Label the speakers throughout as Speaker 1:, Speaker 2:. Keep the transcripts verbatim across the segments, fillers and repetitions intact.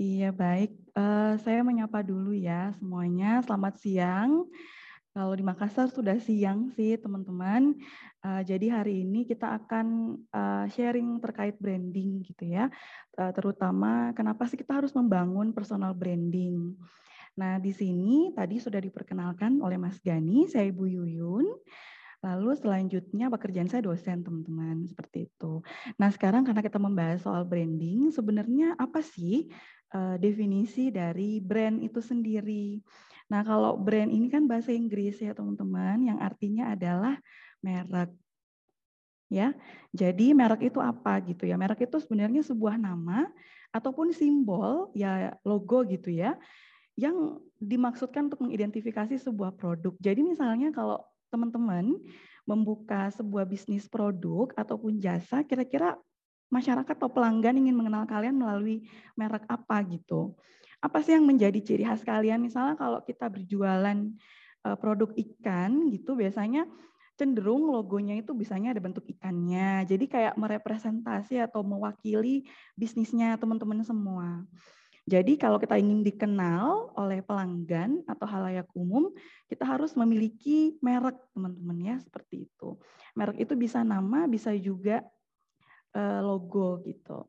Speaker 1: Iya baik, uh, saya menyapa dulu ya semuanya, selamat siang. Kalau di Makassar sudah siang sih teman-teman, uh, jadi hari ini kita akan uh, sharing terkait branding gitu ya, uh, terutama kenapa sih kita harus membangun personal branding. Nah di sini tadi sudah diperkenalkan oleh Mas Gani, saya Ibu Yuyun. Lalu selanjutnya pekerjaan saya dosen teman-teman, seperti itu. Nah sekarang karena kita membahas soal branding, sebenarnya apa sih uh, definisi dari brand itu sendiri? Nah kalau brand ini kan bahasa Inggris ya teman-teman, yang artinya adalah merek. Ya, jadi merek itu apa gitu ya? Merek itu sebenarnya sebuah nama ataupun simbol ya logo gitu ya, yang dimaksudkan untuk mengidentifikasi sebuah produk. Jadi misalnya kalau teman-teman membuka sebuah bisnis produk ataupun jasa, kira-kira masyarakat atau pelanggan ingin mengenal kalian melalui merek apa gitu. Apa sih yang menjadi ciri khas kalian? Misalnya kalau kita berjualan uh, produk ikan gitu, biasanya cenderung logonya itu bisanya ada bentuk ikannya. Jadi kayak merepresentasi atau mewakili bisnisnya teman-teman semua. Jadi kalau kita ingin dikenal oleh pelanggan atau halayak umum, kita harus memiliki merek teman-teman ya, seperti itu. Merek itu bisa nama, bisa juga uh, logo gitu.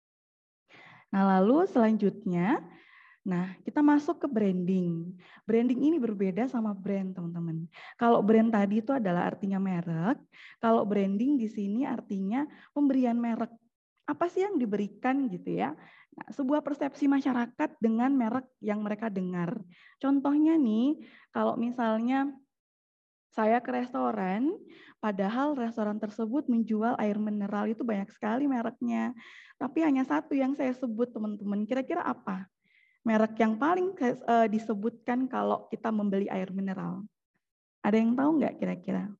Speaker 1: Nah lalu selanjutnya, nah kita masuk ke branding. Branding ini berbeda sama brand teman-teman. Kalau brand tadi itu adalah artinya merek, kalau branding di sini artinya pemberian merek. Apa sih yang diberikan gitu ya? Nah, sebuah persepsi masyarakat dengan merek yang mereka dengar. Contohnya nih, kalau misalnya saya ke restoran, padahal restoran tersebut menjual air mineral itu banyak sekali mereknya. Tapi hanya satu yang saya sebut teman-teman, kira-kira apa? Merek yang paling uh, disebutkan kalau kita membeli air mineral. Ada yang tahu nggak kira-kira?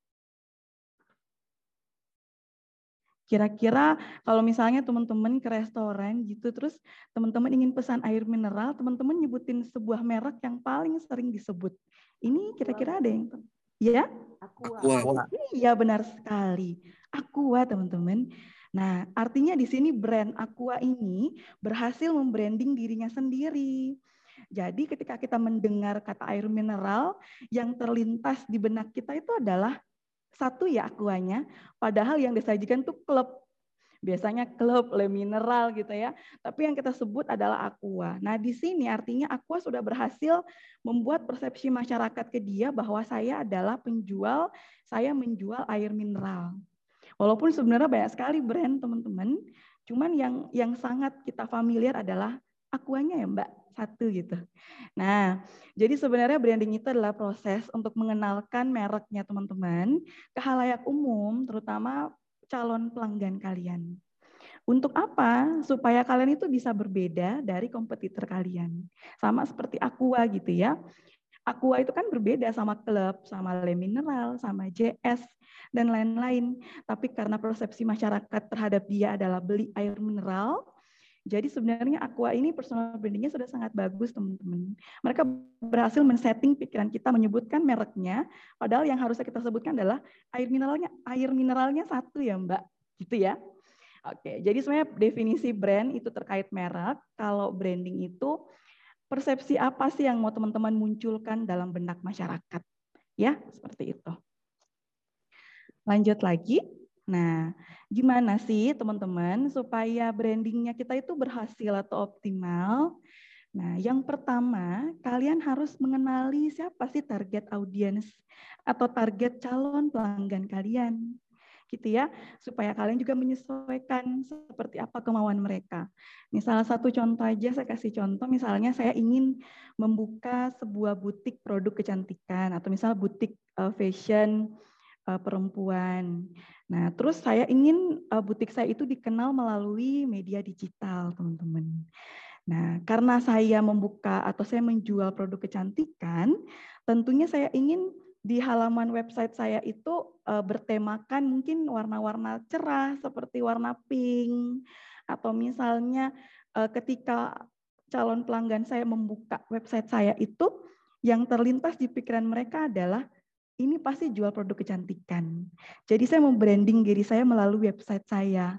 Speaker 1: Kira-kira kalau misalnya teman-teman ke restoran gitu, terus teman-teman ingin pesan air mineral, teman-teman nyebutin sebuah merek yang paling sering disebut. Ini kira-kira ada yang tahu? Ya?
Speaker 2: Aqua.
Speaker 3: Aqua.
Speaker 1: Iya benar sekali. Aqua teman-teman. Nah artinya di sini brand Aqua ini berhasil membranding dirinya sendiri. Jadi ketika kita mendengar kata air mineral, yang terlintas di benak kita itu adalah satu ya Aquanya, padahal yang disajikan tuh klub. Biasanya klub, le mineral gitu ya. Tapi yang kita sebut adalah Aqua. Nah di sini artinya Aqua sudah berhasil membuat persepsi masyarakat ke dia bahwa saya adalah penjual, saya menjual air mineral. Walaupun sebenarnya banyak sekali brand teman-teman, cuman yang yang sangat kita familiar adalah Aquanya ya Mbak, satu gitu. Nah, jadi sebenarnya branding itu adalah proses untuk mengenalkan mereknya teman-teman ke halayak umum, terutama calon pelanggan kalian. Untuk apa? Supaya kalian itu bisa berbeda dari kompetitor kalian. Sama seperti Aqua gitu ya. Aqua itu kan berbeda sama klub, sama Le Mineral, sama J S, dan lain-lain. Tapi karena persepsi masyarakat terhadap dia adalah beli air mineral, jadi sebenarnya Aqua ini personal brandingnya sudah sangat bagus teman-teman. Mereka berhasil men-setting pikiran kita menyebutkan mereknya, padahal yang harusnya kita sebutkan adalah air mineralnya, air mineralnya satu ya Mbak, gitu ya. Oke, jadi sebenarnya definisi brand itu terkait merek. Kalau branding itu persepsi apa sih yang mau teman-teman munculkan dalam benak masyarakat? Ya, seperti itu. Lanjut lagi. Nah, gimana sih teman-teman supaya brandingnya kita itu berhasil atau optimal? Nah, yang pertama, kalian harus mengenali siapa sih target audiens atau target calon pelanggan kalian. Gitu ya, supaya kalian juga menyesuaikan seperti apa kemauan mereka. Misalnya satu contoh aja, saya kasih contoh, misalnya saya ingin membuka sebuah butik produk kecantikan atau misal butik uh, fashion uh, perempuan. Nah, terus saya ingin uh, butik saya itu dikenal melalui media digital, teman-teman. Nah, karena saya membuka atau saya menjual produk kecantikan, tentunya saya ingin di halaman website saya itu uh, bertemakan mungkin warna-warna cerah seperti warna pink, atau misalnya uh, ketika calon pelanggan saya membuka website saya itu, yang terlintas di pikiran mereka adalah ini pasti jual produk kecantikan. Jadi saya membranding diri saya melalui website saya.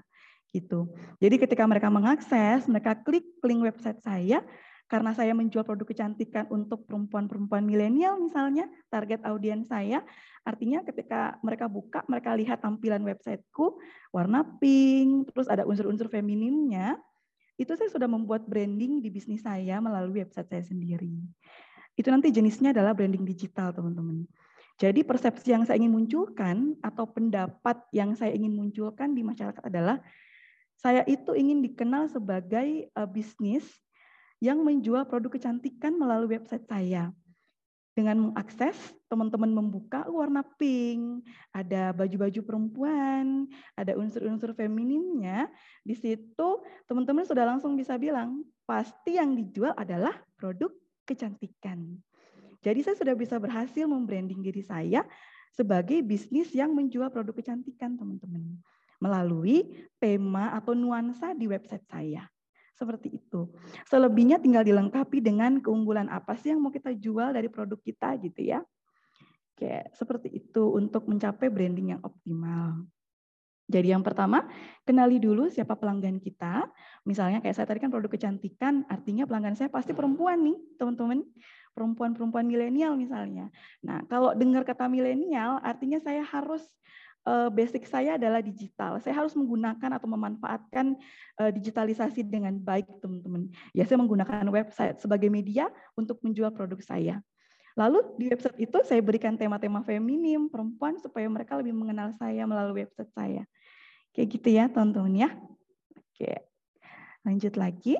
Speaker 1: gitu. Jadi ketika mereka mengakses, mereka klik link website saya, karena saya menjual produk kecantikan untuk perempuan-perempuan milenial misalnya, target audiens saya, artinya ketika mereka buka, mereka lihat tampilan websiteku, warna pink, terus ada unsur-unsur feminimnya, itu saya sudah membuat branding di bisnis saya melalui website saya sendiri. Itu nanti jenisnya adalah branding digital, teman-teman. Jadi persepsi yang saya ingin munculkan atau pendapat yang saya ingin munculkan di masyarakat adalah saya itu ingin dikenal sebagai uh, bisnis yang menjual produk kecantikan melalui website saya. Dengan mengakses, teman-teman membuka warna pink, ada baju-baju perempuan, ada unsur-unsur feminimnya. Di situ teman-teman sudah langsung bisa bilang, pasti yang dijual adalah produk kecantikan. Jadi saya sudah bisa berhasil membranding diri saya sebagai bisnis yang menjual produk kecantikan, teman-teman. Melalui tema atau nuansa di website saya. Seperti itu. Selebihnya tinggal dilengkapi dengan keunggulan apa sih yang mau kita jual dari produk kita gitu ya. Oke, seperti itu untuk mencapai branding yang optimal. Jadi yang pertama, kenali dulu siapa pelanggan kita. Misalnya kayak saya tadi kan produk kecantikan, artinya pelanggan saya pasti perempuan nih, teman-teman. Perempuan-perempuan milenial misalnya. Nah, kalau dengar kata milenial, artinya saya harus basic saya adalah digital. Saya harus menggunakan atau memanfaatkan digitalisasi dengan baik, teman-teman. Ya, saya menggunakan website sebagai media untuk menjual produk saya. Lalu di website itu saya berikan tema-tema feminim, perempuan, supaya mereka lebih mengenal saya melalui website saya. Kayak gitu ya, teman-teman ya. Oke, lanjut lagi.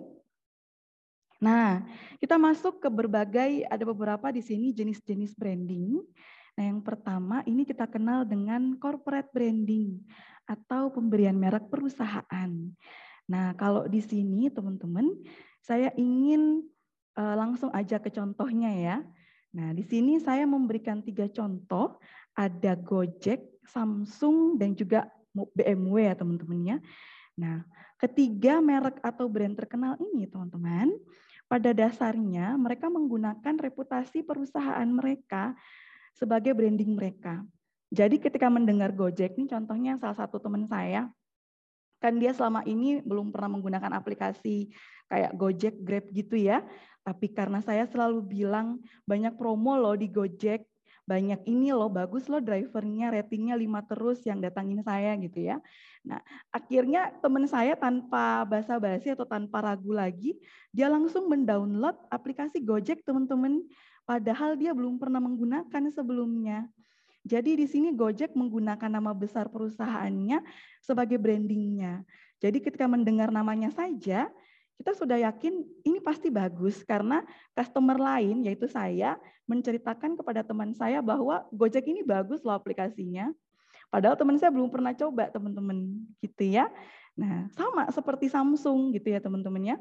Speaker 1: Nah, kita masuk ke berbagai, ada beberapa di sini jenis-jenis branding. Nah, yang pertama ini kita kenal dengan corporate branding atau pemberian merek perusahaan. Nah, kalau di sini teman-teman, saya ingin uh, langsung aja ke contohnya ya. Nah, di sini saya memberikan tiga contoh, ada Gojek, Samsung, dan juga B M W ya teman-teman ya. Nah, ketiga merek atau brand terkenal ini teman-teman, pada dasarnya mereka menggunakan reputasi perusahaan mereka sebagai branding mereka. Jadi ketika mendengar Gojek, ini contohnya salah satu teman saya, kan dia selama ini belum pernah menggunakan aplikasi kayak Gojek, Grab gitu ya. Tapi karena saya selalu bilang banyak promo loh di Gojek, banyak ini loh, bagus loh drivernya, ratingnya lima terus yang datangin saya gitu ya. Nah, akhirnya teman saya tanpa basa-basi atau tanpa ragu lagi, dia langsung mendownload aplikasi Gojek teman-teman. Padahal dia belum pernah menggunakan sebelumnya. Jadi di sini Gojek menggunakan nama besar perusahaannya sebagai brandingnya. Jadi ketika mendengar namanya saja, kita sudah yakin ini pasti bagus karena customer lain yaitu saya menceritakan kepada teman saya bahwa Gojek ini bagus loh aplikasinya. Padahal teman saya belum pernah coba teman-teman gitu ya. Nah sama seperti Samsung gitu ya teman-teman ya.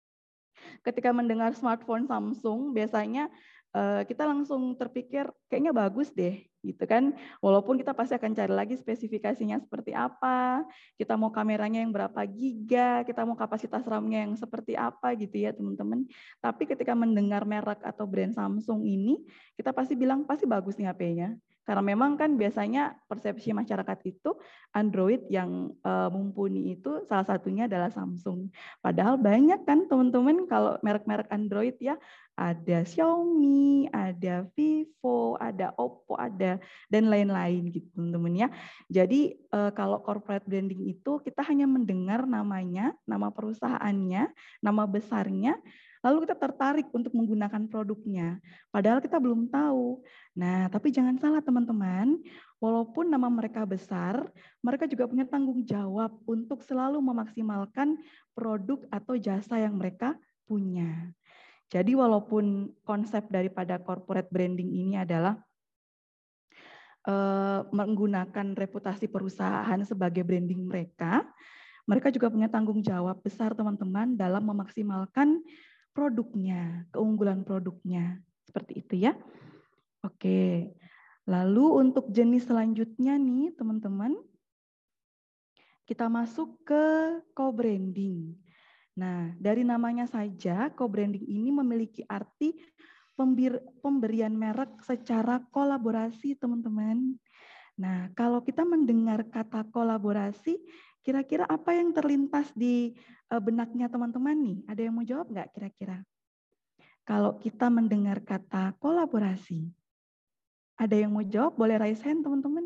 Speaker 1: Ketika mendengar smartphone Samsung biasanya kita langsung terpikir kayaknya bagus deh gitu kan, walaupun kita pasti akan cari lagi spesifikasinya seperti apa, kita mau kameranya yang berapa giga, kita mau kapasitas RAM-nya yang seperti apa gitu ya teman-teman. Tapi ketika mendengar merek atau brand Samsung ini, kita pasti bilang pasti bagus nih H P-nya. Karena memang kan biasanya persepsi masyarakat itu Android yang uh, mumpuni itu salah satunya adalah Samsung. Padahal banyak kan teman-teman kalau merek-merek Android ya, ada Xiaomi, ada Vivo, ada Oppo, ada dan lain-lain gitu teman-teman ya. Jadi uh, kalau corporate branding itu kita hanya mendengar namanya, nama perusahaannya, nama besarnya, lalu kita tertarik untuk menggunakan produknya. Padahal kita belum tahu. Nah, tapi jangan salah teman-teman, walaupun nama mereka besar, mereka juga punya tanggung jawab untuk selalu memaksimalkan produk atau jasa yang mereka punya. Jadi walaupun konsep daripada corporate branding ini adalah uh, menggunakan reputasi perusahaan sebagai branding mereka, mereka juga punya tanggung jawab besar teman-teman dalam memaksimalkan produknya, keunggulan produknya. Seperti itu ya. Oke, lalu untuk jenis selanjutnya nih teman-teman, kita masuk ke co-branding. Nah, dari namanya saja, co-branding ini memiliki arti pemberian merek secara kolaborasi teman-teman. Nah, kalau kita mendengar kata kolaborasi, Kira-kira apa yang terlintas di benaknya teman-teman nih? Ada yang mau jawab nggak kira-kira? Kalau kita mendengar kata kolaborasi, ada yang mau jawab? Boleh raise hand teman-teman?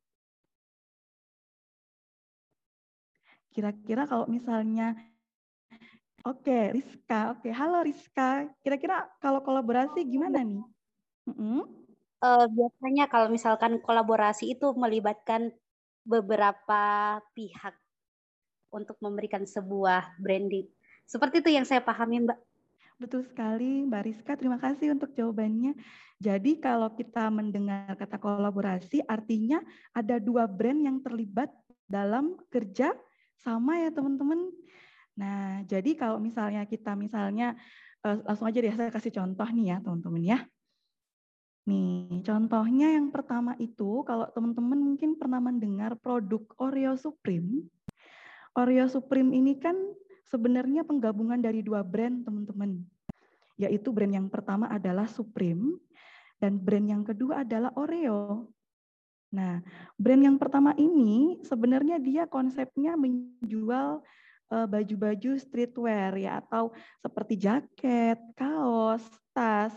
Speaker 1: Kira-kira kalau misalnya, oke okay, Rizka, oke okay. Halo Rizka, kira-kira kalau kolaborasi gimana nih? Mm-hmm.
Speaker 2: Uh, biasanya kalau misalkan kolaborasi itu melibatkan beberapa pihak untuk memberikan sebuah branding. Seperti itu yang saya pahami, Mbak.
Speaker 1: Betul sekali, Mbak Rizka. Terima kasih untuk jawabannya. Jadi kalau kita mendengar kata kolaborasi, artinya ada dua brand yang terlibat dalam kerja sama ya teman-teman. Nah, jadi kalau misalnya kita misalnya, langsung aja deh saya kasih contoh nih ya teman-teman ya. Nih, contohnya yang pertama itu, kalau teman-teman mungkin pernah mendengar produk Oreo Supreme. Oreo Supreme ini kan sebenarnya penggabungan dari dua brand, teman-teman. Yaitu brand yang pertama adalah Supreme, dan brand yang kedua adalah Oreo. Nah, brand yang pertama ini sebenarnya dia konsepnya menjual baju-baju streetwear ya, atau seperti jaket, kaos, tas,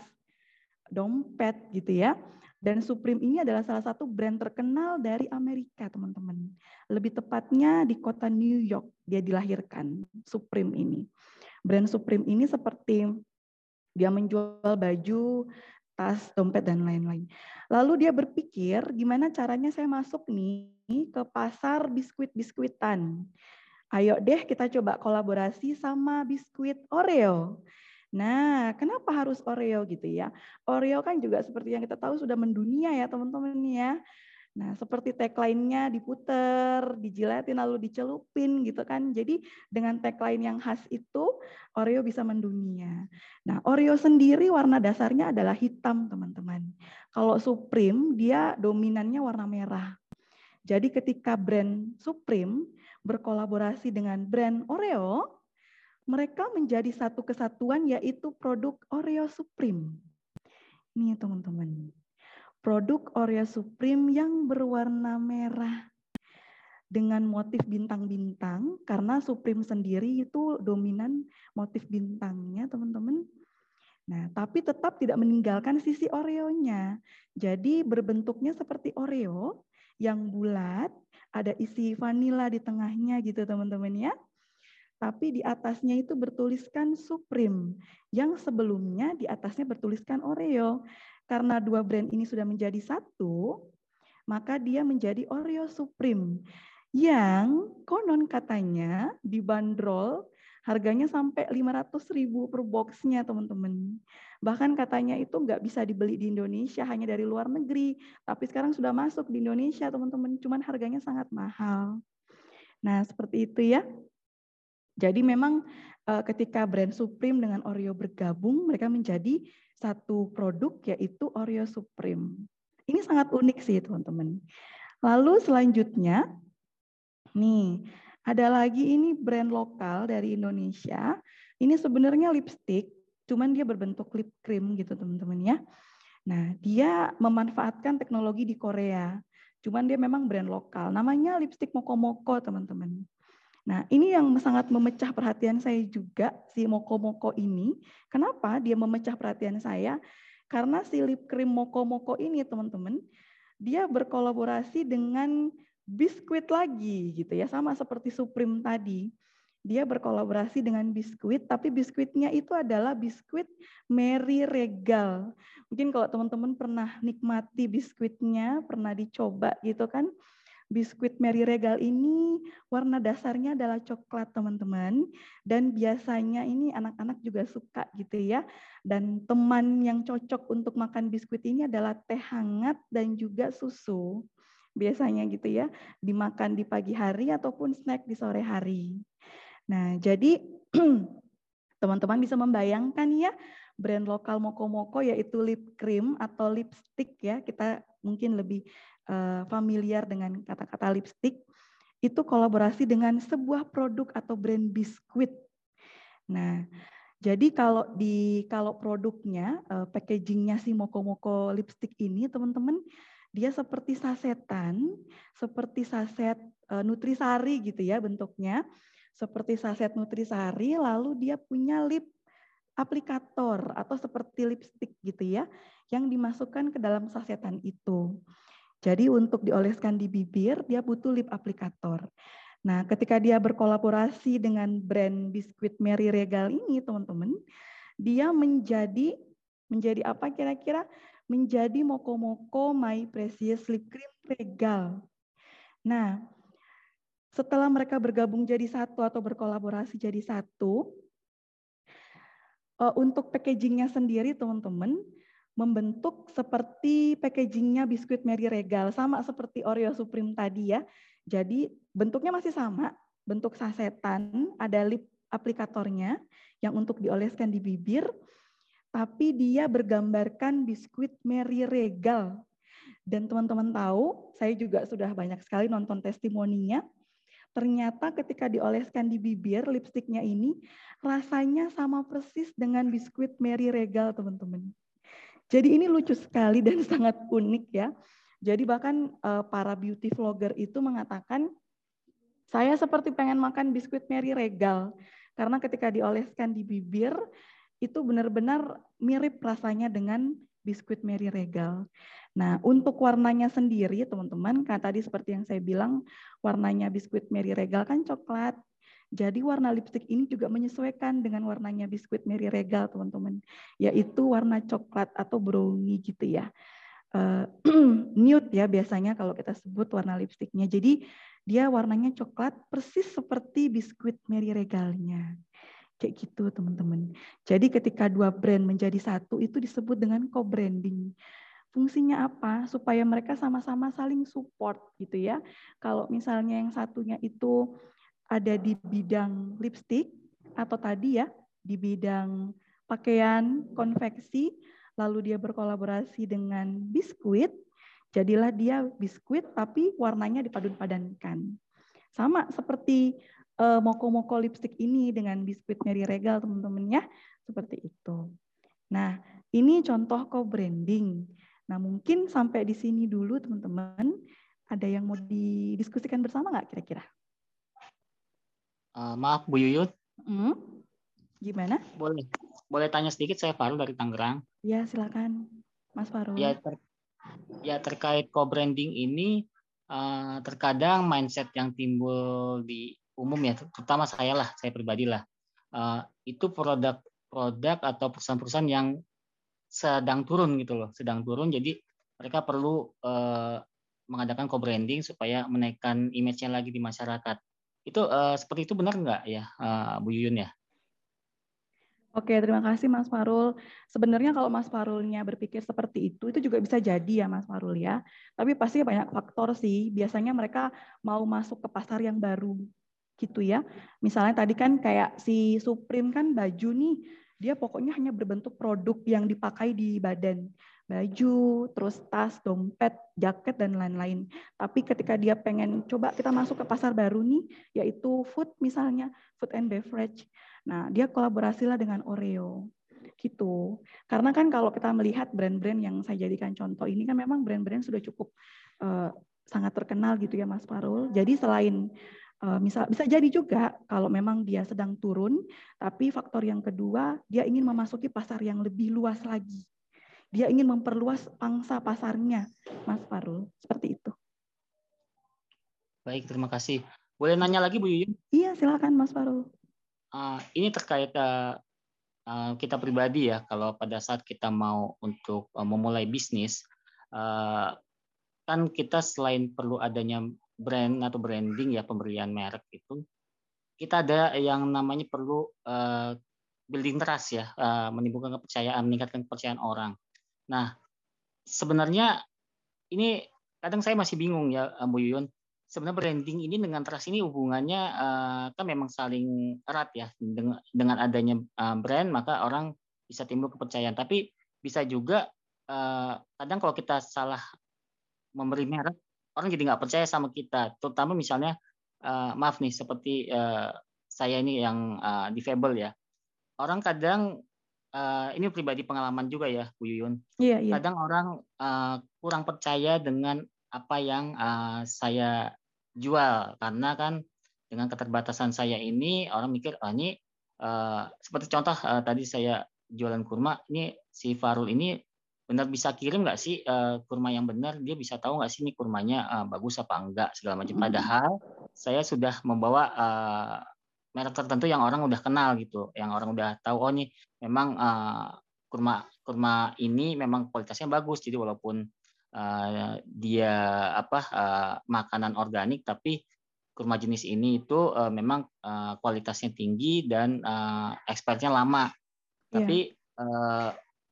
Speaker 1: dompet gitu ya. Dan Supreme ini adalah salah satu brand terkenal dari Amerika, teman-teman. Lebih tepatnya di kota New York dia dilahirkan, Supreme ini. Brand Supreme ini seperti dia menjual baju, tas, dompet, dan lain-lain. Lalu dia berpikir, gimana caranya saya masuk nih ke pasar biskuit-biskuitan. Ayo deh kita coba kolaborasi sama biskuit Oreo. Nah, kenapa harus Oreo gitu ya? Oreo kan juga seperti yang kita tahu sudah mendunia ya teman-teman ya. Nah, seperti tagline-nya diputer, dijilatin lalu dicelupin gitu kan. Jadi dengan tagline yang khas itu Oreo bisa mendunia. Nah, Oreo sendiri warna dasarnya adalah hitam, teman-teman. Kalau Supreme dia dominannya warna merah. Jadi ketika brand Supreme berkolaborasi dengan brand Oreo, mereka menjadi satu kesatuan yaitu produk Oreo Supreme. Nih teman-teman, produk Oreo Supreme yang berwarna merah dengan motif bintang-bintang, karena Supreme sendiri itu dominan motif bintangnya teman-teman. Nah, tapi tetap tidak meninggalkan sisi Oreo-nya. Jadi berbentuknya seperti Oreo yang bulat, ada isi vanila di tengahnya gitu teman-teman ya. Tapi di atasnya itu bertuliskan Supreme, yang sebelumnya di atasnya bertuliskan Oreo. Karena dua brand ini sudah menjadi satu, maka dia menjadi Oreo Supreme, yang konon katanya dibanderol harganya sampai lima ratus ribu per boxnya teman-teman. Bahkan katanya itu nggak bisa dibeli di Indonesia, hanya dari luar negeri. Tapi sekarang sudah masuk di Indonesia teman-teman, cuman harganya sangat mahal. Nah seperti itu ya. Jadi memang ketika brand Supreme dengan Oreo bergabung, mereka menjadi satu produk yaitu Oreo Supreme. Ini sangat unik sih teman-teman. Lalu selanjutnya, nih ada lagi ini brand lokal dari Indonesia. Ini sebenarnya lipstick, cuman dia berbentuk lip cream gitu teman-teman ya. Nah dia memanfaatkan teknologi di Korea, cuman dia memang brand lokal. Namanya lipstick Moko Moko teman-teman. Nah, ini yang sangat memecah perhatian saya juga, si Moko Moko ini. Kenapa dia memecah perhatian saya? Karena si lip cream Moko Moko ini, teman-teman, dia berkolaborasi dengan biskuit lagi, gitu ya, sama seperti Supreme tadi. Dia berkolaborasi dengan biskuit, tapi biskuitnya itu adalah biskuit Mary Regal. Mungkin kalau teman-teman pernah nikmati biskuitnya, pernah dicoba gitu kan, biskuit Mary Regal ini warna dasarnya adalah coklat teman-teman, dan biasanya ini anak-anak juga suka gitu ya. Dan teman yang cocok untuk makan biskuit ini adalah teh hangat dan juga susu. Biasanya gitu ya, dimakan di pagi hari ataupun snack di sore hari. Nah, jadi teman-teman bisa membayangkan ya, brand lokal Moko Moko yaitu lip cream atau lipstick ya, kita mungkin lebih uh, familiar dengan kata-kata lipstick, itu kolaborasi dengan sebuah produk atau brand biskuit. Nah, jadi kalau di kalau produknya uh, packagingnya si Moko Moko lipstick ini teman-teman, Dia seperti sasetan, seperti saset e, nutrisari gitu ya bentuknya. Seperti saset nutrisari, lalu dia punya lip aplikator atau seperti lipstick gitu ya, yang dimasukkan ke dalam sasetan itu. Jadi untuk dioleskan di bibir, dia butuh lip aplikator. Nah, ketika dia berkolaborasi dengan brand biskuit Mary Regal ini, teman-teman, dia menjadi menjadi apa kira-kira? Menjadi Moko Moko My Precious Lip Cream Regal. Nah, setelah mereka bergabung jadi satu atau berkolaborasi jadi satu, untuk packagingnya sendiri teman-teman, membentuk seperti packagingnya biskuit Mary Regal, sama seperti Oreo Supreme tadi ya. Jadi bentuknya masih sama, bentuk sasetan, ada lip aplikatornya yang untuk dioleskan di bibir, tapi dia bergambarkan biskuit Mary Regal. Dan teman-teman tahu, saya juga sudah banyak sekali nonton testimoninya, ternyata ketika dioleskan di bibir, lipstiknya ini rasanya sama persis dengan biskuit Mary Regal, teman-teman. Jadi ini lucu sekali dan sangat unik ya. Jadi bahkan uh, para beauty vlogger itu mengatakan, saya seperti pengen makan biskuit Mary Regal. Karena ketika dioleskan di bibir, itu benar-benar mirip rasanya dengan biskuit Mary Regal. Nah, untuk warnanya sendiri, teman-teman, kan tadi seperti yang saya bilang, warnanya biskuit Mary Regal kan coklat. Jadi warna lipstik ini juga menyesuaikan dengan warnanya biskuit Mary Regal, teman-teman. Yaitu warna coklat atau brownie gitu ya. Uh, nude ya biasanya kalau kita sebut warna lipstiknya. Jadi dia warnanya coklat persis seperti biskuit Mary Regalnya. Kayak gitu teman-teman. Jadi ketika dua brand menjadi satu itu disebut dengan co-branding. Fungsinya apa? Supaya mereka sama-sama saling support gitu ya. Kalau misalnya yang satunya itu ada di bidang lipstick atau tadi ya di bidang pakaian, konveksi, lalu dia berkolaborasi dengan biskuit, jadilah dia biskuit tapi warnanya dipadu-padankan. Sama seperti uh, Moko-Moko lipstick ini dengan biskuit Mary Regal teman-teman ya, seperti itu. Nah, ini contoh co-branding. Nah, mungkin sampai di sini dulu teman-teman. Ada yang mau didiskusikan bersama nggak kira-kira?
Speaker 3: Uh, maaf Bu Yuyut.
Speaker 1: Hmm? Gimana?
Speaker 3: Boleh, boleh tanya sedikit, saya Farul dari Tangerang.
Speaker 1: Ya, silakan Mas Farul.
Speaker 3: Ya, ter, ya terkait co-branding ini, uh, terkadang mindset yang timbul di umum ya, terutama saya lah, saya pribadi lah, uh, itu produk-produk atau perusahaan-perusahaan yang sedang turun gitu loh, sedang turun, jadi mereka perlu uh, mengadakan co-branding supaya menaikkan image-nya lagi di masyarakat. Itu uh, seperti itu benar nggak ya, uh, Bu Yuyun ya?
Speaker 1: Oke, terima kasih Mas Farul. Sebenarnya kalau Mas Farulnya berpikir seperti itu, itu juga bisa jadi ya Mas Farul ya. Tapi pasti banyak faktor sih. Biasanya mereka mau masuk ke pasar yang baru gitu ya. Misalnya tadi kan kayak si Supreme kan baju nih, dia pokoknya hanya berbentuk produk yang dipakai di badan. Baju, terus tas, dompet, jaket, dan lain-lain. Tapi ketika dia pengen coba kita masuk ke pasar baru nih, yaitu food misalnya, food and beverage. Nah, dia kolaborasilah dengan Oreo gitu. Karena kan kalau kita melihat brand-brand yang saya jadikan contoh ini kan memang brand-brand sudah cukup uh, sangat terkenal gitu ya Mas Farul. Jadi selain uh, misal bisa jadi juga kalau memang dia sedang turun, tapi faktor yang kedua dia ingin memasuki pasar yang lebih luas lagi. Dia ingin memperluas pangsa pasarnya, Mas Farul. Seperti itu.
Speaker 3: Baik, terima kasih. Boleh nanya lagi Bu Yuyun?
Speaker 1: Iya, silakan Mas Farul.
Speaker 3: Uh, ini terkait uh, uh, kita pribadi ya, kalau pada saat kita mau untuk uh, memulai bisnis, uh, kan kita selain perlu adanya brand atau branding ya, pemberian merek itu, kita ada yang namanya perlu uh, building trust ya, uh, menimbulkan kepercayaan, meningkatkan kepercayaan orang. Nah, sebenarnya ini kadang saya masih bingung ya Bu Yuyun. Sebenarnya branding ini dengan trust ini hubungannya uh, kan memang saling erat ya. Dengan, dengan adanya uh, brand maka orang bisa timbul kepercayaan. Tapi bisa juga uh, kadang kalau kita salah memberi merek, orang jadi nggak percaya sama kita. Terutama misalnya uh, maaf nih seperti uh, saya ini yang uh, difabel ya. Orang kadang uh, ini pribadi pengalaman juga ya, Bu Yuyun.
Speaker 1: Iya, iya.
Speaker 3: Kadang orang uh, kurang percaya dengan apa yang uh, saya jual, karena kan dengan keterbatasan saya ini orang mikir, ah ini uh, seperti contoh uh, tadi saya jualan kurma, ini si Farul ini benar bisa kirim nggak sih uh, kurma yang benar, dia bisa tahu nggak sih ini kurmanya uh, bagus apa enggak segala macam. Padahal saya sudah membawa uh, merek tertentu yang orang udah kenal gitu, yang orang udah tahu, oh nih memang uh, kurma kurma ini memang kualitasnya bagus, jadi walaupun uh, dia apa uh, makanan organik, tapi kurma jenis ini itu uh, memang uh, kualitasnya tinggi dan uh, expirednya lama.
Speaker 1: Iya.
Speaker 3: Tapi uh,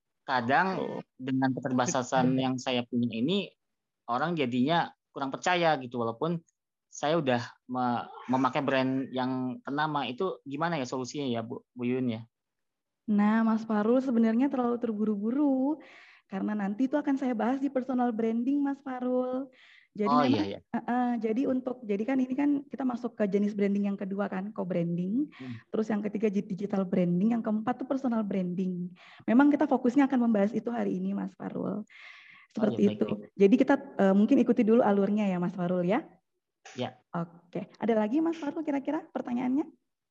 Speaker 3: kadang dengan keterbatasan yang saya punya ini, orang jadinya kurang percaya gitu, walaupun saya udah memakai brand yang ternama. Itu gimana ya solusinya ya Bu, Bu Yun ya?
Speaker 1: Nah, Mas Farul sebenarnya terlalu terburu-buru karena nanti itu akan saya bahas di personal branding, Mas Farul. Jadi
Speaker 3: oh
Speaker 1: memang,
Speaker 3: iya, iya.
Speaker 1: Uh, uh, jadi untuk jadi kan ini kan kita masuk ke jenis branding yang kedua kan, co-branding. Hmm. Terus yang ketiga digital branding, yang keempat tuh personal branding. Memang kita fokusnya akan membahas itu hari ini, Mas Farul. Seperti oh, iya, itu. Baik, baik. Jadi kita uh, mungkin ikuti dulu alurnya ya, Mas Farul ya.
Speaker 3: Ya.
Speaker 1: Oke. Ada lagi Mas Farul kira-kira pertanyaannya?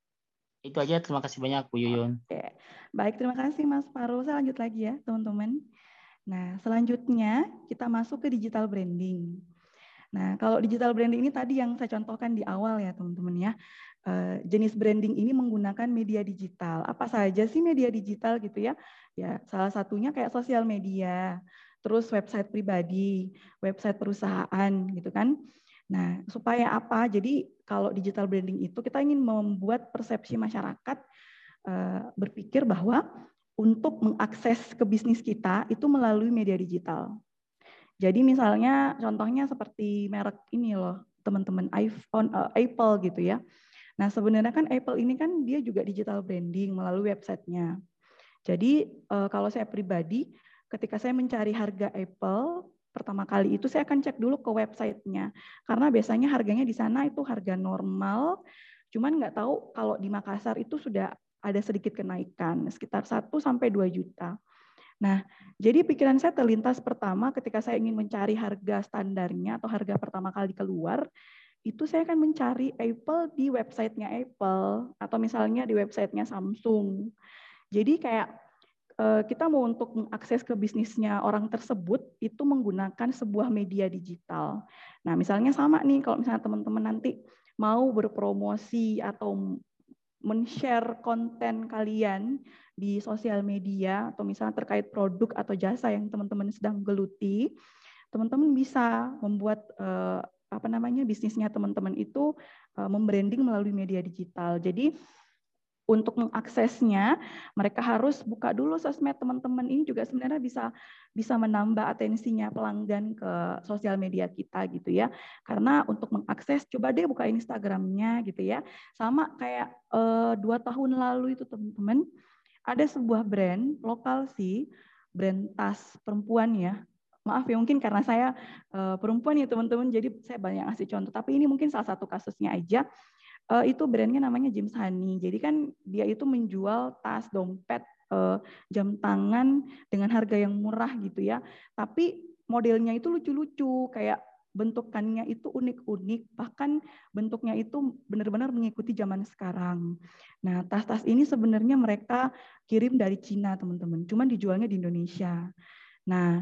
Speaker 3: Itu aja, terima kasih banyak Bu Yuyun.
Speaker 1: Oke. Baik, terima kasih Mas Farul. Saya lanjut lagi ya teman-teman. Nah, selanjutnya kita masuk ke digital branding. Nah, kalau digital branding ini tadi yang saya contohkan di awal ya teman-teman ya. Uh, jenis branding ini menggunakan media digital. Apa saja sih media digital gitu ya? Ya, salah satunya kayak sosial media, terus website pribadi, website perusahaan gitu kan. Nah, supaya apa? Jadi kalau digital branding itu kita ingin membuat persepsi masyarakat uh, berpikir bahwa untuk mengakses ke bisnis kita itu melalui media digital. Jadi misalnya contohnya seperti merek ini loh, teman-teman iPhone, uh, Apple gitu ya. Nah sebenarnya kan Apple ini kan dia juga digital branding melalui websitenya. Jadi uh, kalau saya pribadi, ketika saya mencari harga Apple, pertama kali itu saya akan cek dulu ke websitenya. Karena biasanya harganya di sana itu harga normal, cuman nggak tahu kalau di Makassar itu sudah ada sedikit kenaikan, sekitar satu sampai dua juta. Nah, jadi pikiran saya terlintas pertama ketika saya ingin mencari harga standarnya atau harga pertama kali keluar, itu saya akan mencari Apple di websitenya Apple atau misalnya di websitenya Samsung. Jadi kayak kita mau untuk mengakses ke bisnisnya orang tersebut itu menggunakan sebuah media digital. Nah, misalnya sama nih kalau misalnya teman-teman nanti mau berpromosi atau men-share konten kalian di sosial media atau misalnya terkait produk atau jasa yang teman-teman sedang geluti, teman-teman bisa membuat eh, apa namanya bisnisnya teman-teman itu eh, membranding melalui media digital. Jadi untuk mengaksesnya, mereka harus buka dulu sosmed teman-teman. Ini juga sebenarnya bisa bisa menambah atensinya pelanggan ke sosial media kita gitu ya. Karena untuk mengakses, coba deh buka Instagramnya gitu ya. Sama kayak eh, dua tahun lalu itu teman-teman, ada sebuah brand lokal sih, brand tas perempuan ya. Maaf ya mungkin karena saya eh, perempuan ya teman-teman, jadi saya banyak ngasih contoh. Tapi ini mungkin salah satu kasusnya aja. Uh, itu brandnya namanya James Honey. Jadi kan dia itu menjual tas, dompet, uh, jam tangan dengan harga yang murah gitu ya. Tapi modelnya itu lucu-lucu, kayak bentukannya itu unik-unik, bahkan bentuknya itu benar-benar mengikuti zaman sekarang. Nah, tas-tas ini sebenarnya mereka kirim dari Cina, teman-teman. Cuman dijualnya di Indonesia. Nah,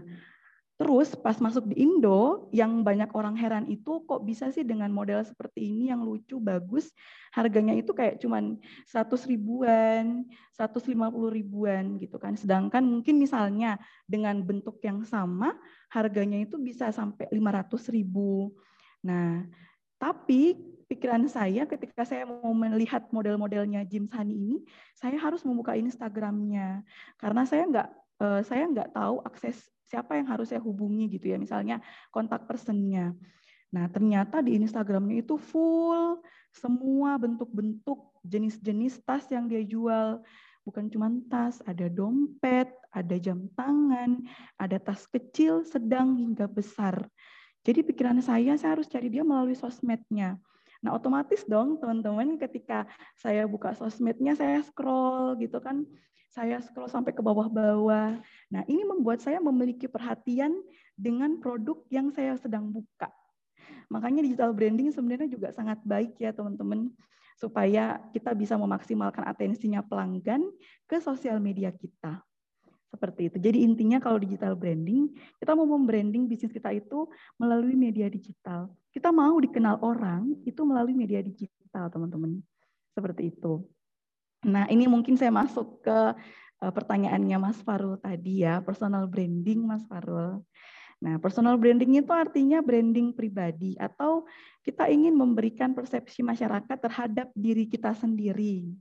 Speaker 1: terus pas masuk di Indo, yang banyak orang heran itu kok bisa sih dengan model seperti ini yang lucu, bagus, harganya itu kayak cuman seratus ribuan, seratus lima puluh ribuan gitu kan. Sedangkan mungkin misalnya dengan bentuk yang sama, harganya itu bisa sampai lima ratus ribu. Nah, tapi pikiran saya ketika saya mau melihat model-modelnya James Honey ini, saya harus membuka Instagramnya. Karena saya nggak saya nggak tahu akses siapa yang harus saya hubungi gitu ya, misalnya kontak personnya. Nah, ternyata di Instagramnya itu full semua bentuk-bentuk jenis-jenis tas yang dia jual. Bukan cuma tas, ada dompet, ada jam tangan, ada tas kecil, sedang, hingga besar. Jadi pikiran saya, saya harus cari dia melalui sosmednya. Nah, otomatis dong teman-teman ketika saya buka sosmednya, saya scroll gitu kan, saya scroll sampai ke bawah-bawah. Nah, ini membuat saya memiliki perhatian dengan produk yang saya sedang buka. Makanya digital branding sebenarnya juga sangat baik ya teman-teman, supaya kita bisa memaksimalkan atensinya pelanggan ke sosial media kita. Seperti itu. Jadi intinya kalau digital branding, kita mau membranding bisnis kita itu melalui media digital. Kita mau dikenal orang itu melalui media digital, teman-teman. Seperti itu. Nah, ini mungkin saya masuk ke pertanyaannya Mas Farul tadi ya, personal branding Mas Farul. Nah, personal branding itu artinya branding pribadi atau kita ingin memberikan persepsi masyarakat terhadap diri kita sendiri.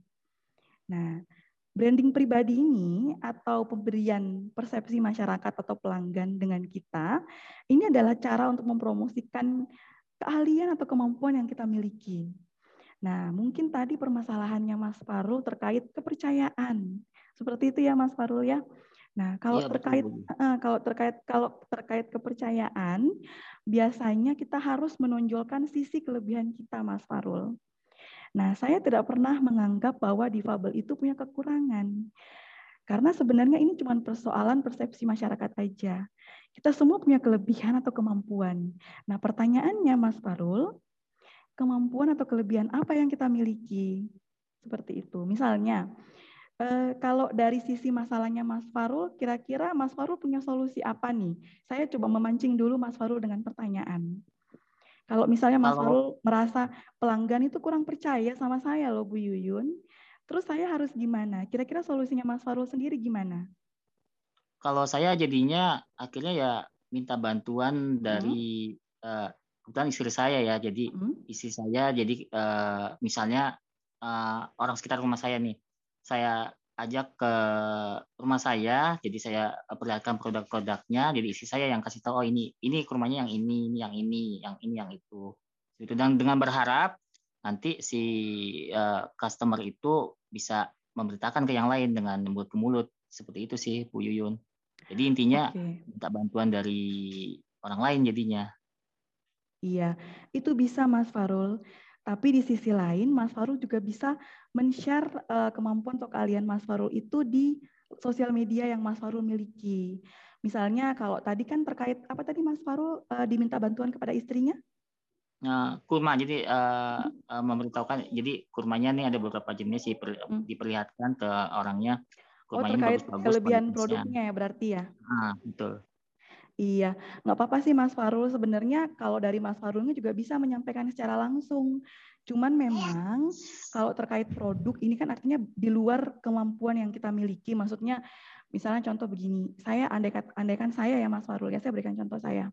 Speaker 1: Nah, branding pribadi ini atau pemberian persepsi masyarakat atau pelanggan dengan kita, ini adalah cara untuk mempromosikan keahlian atau kemampuan yang kita miliki. Nah, mungkin tadi permasalahannya Mas Farul terkait kepercayaan. Seperti itu ya Mas Farul ya. Nah, kalau
Speaker 3: ya,
Speaker 1: terkait
Speaker 3: betul,
Speaker 1: uh, kalau terkait kalau terkait kepercayaan, biasanya kita harus menonjolkan sisi kelebihan kita Mas Farul. Nah, saya tidak pernah menganggap bahwa difabel itu punya kekurangan. Karena sebenarnya ini cuma persoalan persepsi masyarakat aja. Kita semua punya kelebihan atau kemampuan. Nah, pertanyaannya Mas Farul, kemampuan atau kelebihan apa yang kita miliki? Seperti itu. Misalnya, eh, kalau dari sisi masalahnya Mas Farul, kira-kira Mas Farul punya solusi apa nih? Saya coba memancing dulu Mas Farul dengan pertanyaan. Kalau misalnya Mas
Speaker 3: Kalau
Speaker 1: Farul merasa pelanggan itu kurang percaya sama saya loh Bu Yuyun, terus saya harus gimana? Kira-kira solusinya Mas Farul sendiri gimana?
Speaker 3: kalau saya jadinya akhirnya ya minta bantuan
Speaker 1: Hmm.
Speaker 3: dari uh, kebetulan istri saya ya. Jadi
Speaker 1: Hmm.
Speaker 3: istri saya jadi uh, misalnya uh, orang sekitar rumah saya nih, saya ajak ke rumah saya, jadi saya perlihatkan produk-produknya, jadi istri saya yang kasih tahu, oh ini ini kurmanya yang ini, ini yang ini, yang ini yang itu. Itu dan dengan berharap nanti si uh, customer itu bisa memberitakan ke yang lain dengan mulut ke mulut. Seperti itu sih Bu Yuyun. Jadi intinya
Speaker 1: Oke.
Speaker 3: minta bantuan dari orang lain jadinya.
Speaker 1: Iya, itu bisa Mas Farul. Tapi di sisi lain, Mas Farul juga bisa men-share uh, kemampuan atau keahlian Mas Farul itu di sosial media yang Mas Farul miliki. Misalnya kalau tadi kan terkait apa tadi Mas Farul uh, diminta bantuan kepada istrinya?
Speaker 3: Nah, kurma jadi uh, uh, memberitahukan, jadi kurmanya nih ada beberapa jenis diper,
Speaker 1: Hmm.
Speaker 3: diperlihatkan ke orangnya.
Speaker 1: Oh,
Speaker 3: Kurmanya
Speaker 1: terkait
Speaker 3: bagus-bagus
Speaker 1: kelebihan
Speaker 3: kualitasnya.
Speaker 1: produknya ya berarti ya?
Speaker 3: Ah, betul.
Speaker 1: Iya, nggak apa-apa sih Mas Farul. Sebenarnya kalau dari Mas Farulnya juga bisa menyampaikan secara langsung. Cuman memang kalau terkait produk ini kan artinya di luar kemampuan yang kita miliki. Maksudnya misalnya contoh begini, saya andaikan, andaikan saya ya Mas Farul, ya saya berikan contoh saya.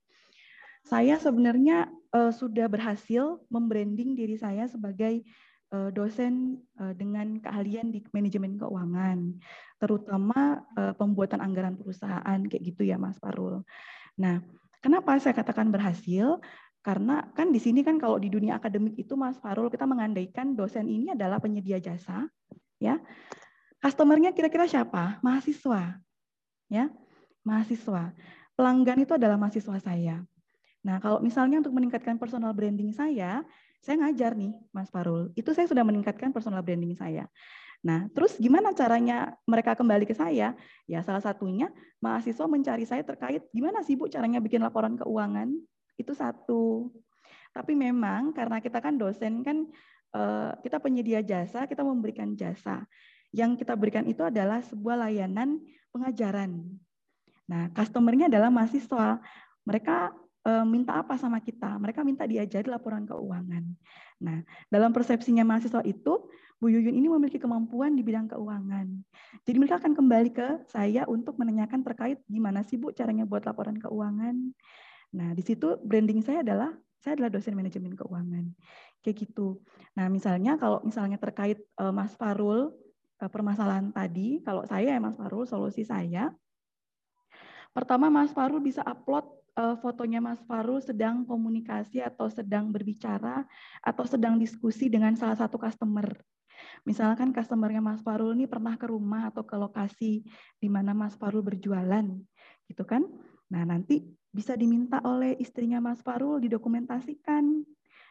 Speaker 1: Saya sebenarnya uh, sudah berhasil membranding diri saya sebagai uh, dosen uh, dengan keahlian di manajemen keuangan, terutama uh, pembuatan anggaran perusahaan kayak gitu ya Mas Farul. Nah, kenapa saya katakan berhasil? Karena kan di sini kan kalau di dunia akademik itu Mas Farul kita mengandaikan dosen ini adalah penyedia jasa, ya. Customernya kira-kira siapa? Mahasiswa, ya, mahasiswa. Pelanggan itu adalah mahasiswa saya. Nah, kalau misalnya untuk meningkatkan personal branding saya, saya ngajar nih, Mas Farul. Itu saya sudah meningkatkan personal branding saya. Nah, terus gimana caranya mereka kembali ke saya? Ya, salah satunya mahasiswa mencari saya terkait gimana sih Bu caranya bikin laporan keuangan? Itu satu. Tapi memang karena kita kan dosen kan, kita penyedia jasa, kita memberikan jasa. Yang kita berikan itu adalah sebuah layanan pengajaran. Nah, customer-nya adalah mahasiswa. Mereka minta apa sama kita? Mereka minta diajari laporan keuangan. Nah, dalam persepsinya mahasiswa itu, Bu Yuyun ini memiliki kemampuan di bidang keuangan. Jadi mereka akan kembali ke saya untuk menanyakan terkait gimana sih Bu caranya buat laporan keuangan. Nah, di situ branding saya adalah, saya adalah dosen manajemen keuangan. Kayak gitu. Nah, misalnya kalau misalnya terkait uh, Mas Farul, uh, permasalahan tadi, kalau saya ya Mas Farul, solusi saya, pertama Mas Farul bisa upload fotonya Mas Farul sedang komunikasi atau sedang berbicara atau sedang diskusi dengan salah satu customer. Misalkan customernya Mas Farul ini pernah ke rumah atau ke lokasi di mana Mas Farul berjualan, gitu kan? Nah, nanti bisa diminta oleh istrinya Mas Farul didokumentasikan.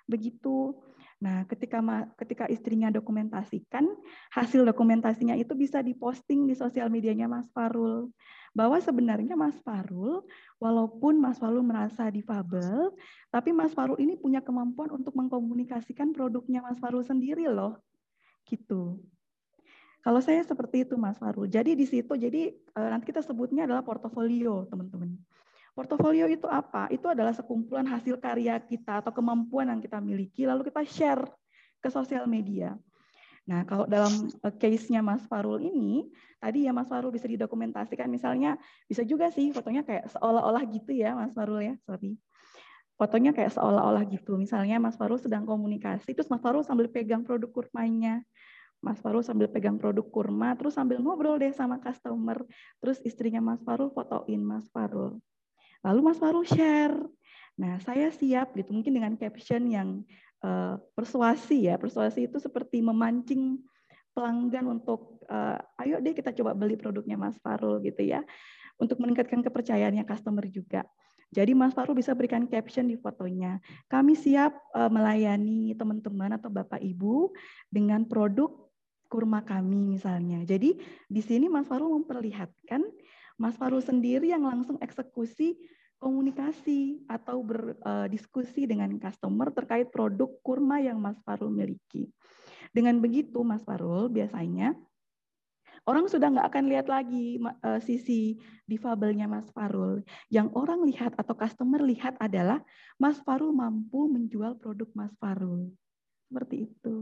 Speaker 1: Begitu. Nah, ketika ketika istrinya dokumentasikan, hasil dokumentasinya itu bisa diposting di sosial medianya Mas Farul. Bahwa sebenarnya Mas Farul, walaupun Mas Farul merasa difabel, tapi Mas Farul ini punya kemampuan untuk mengkomunikasikan produknya Mas Farul sendiri loh. Gitu. Kalau saya seperti itu Mas Farul. Jadi di situ, jadi nanti kita sebutnya adalah portofolio, teman-teman. Portofolio itu apa? Itu adalah sekumpulan hasil karya kita atau kemampuan yang kita miliki, lalu kita share ke sosial media. Nah, kalau dalam case-nya Mas Farul ini, tadi ya Mas Farul bisa didokumentasikan, misalnya bisa juga sih fotonya kayak seolah-olah gitu ya Mas Farul ya, sorry. Fotonya kayak seolah-olah gitu, misalnya Mas Farul sedang komunikasi, terus Mas Farul sambil pegang produk kurmanya. Mas Farul sambil pegang produk kurma, terus sambil ngobrol deh sama customer, terus istrinya Mas Farul fotoin Mas Farul. Lalu Mas Farul share. Nah, saya siap gitu, mungkin dengan caption yang uh, persuasi ya. Persuasi itu seperti memancing pelanggan untuk, uh, ayo deh kita coba beli produknya Mas Farul gitu ya. Untuk meningkatkan kepercayaannya customer juga. Jadi Mas Farul bisa berikan caption di fotonya. Kami siap uh, melayani teman-teman atau Bapak Ibu dengan produk kurma kami misalnya. Jadi di sini Mas Farul memperlihatkan Mas Farul sendiri yang langsung eksekusi komunikasi atau berdiskusi dengan customer terkait produk kurma yang Mas Farul miliki. Dengan begitu Mas Farul biasanya orang sudah nggak akan lihat lagi uh, sisi difabelnya Mas Farul. Yang orang lihat atau customer lihat adalah Mas Farul mampu menjual produk Mas Farul. Seperti itu.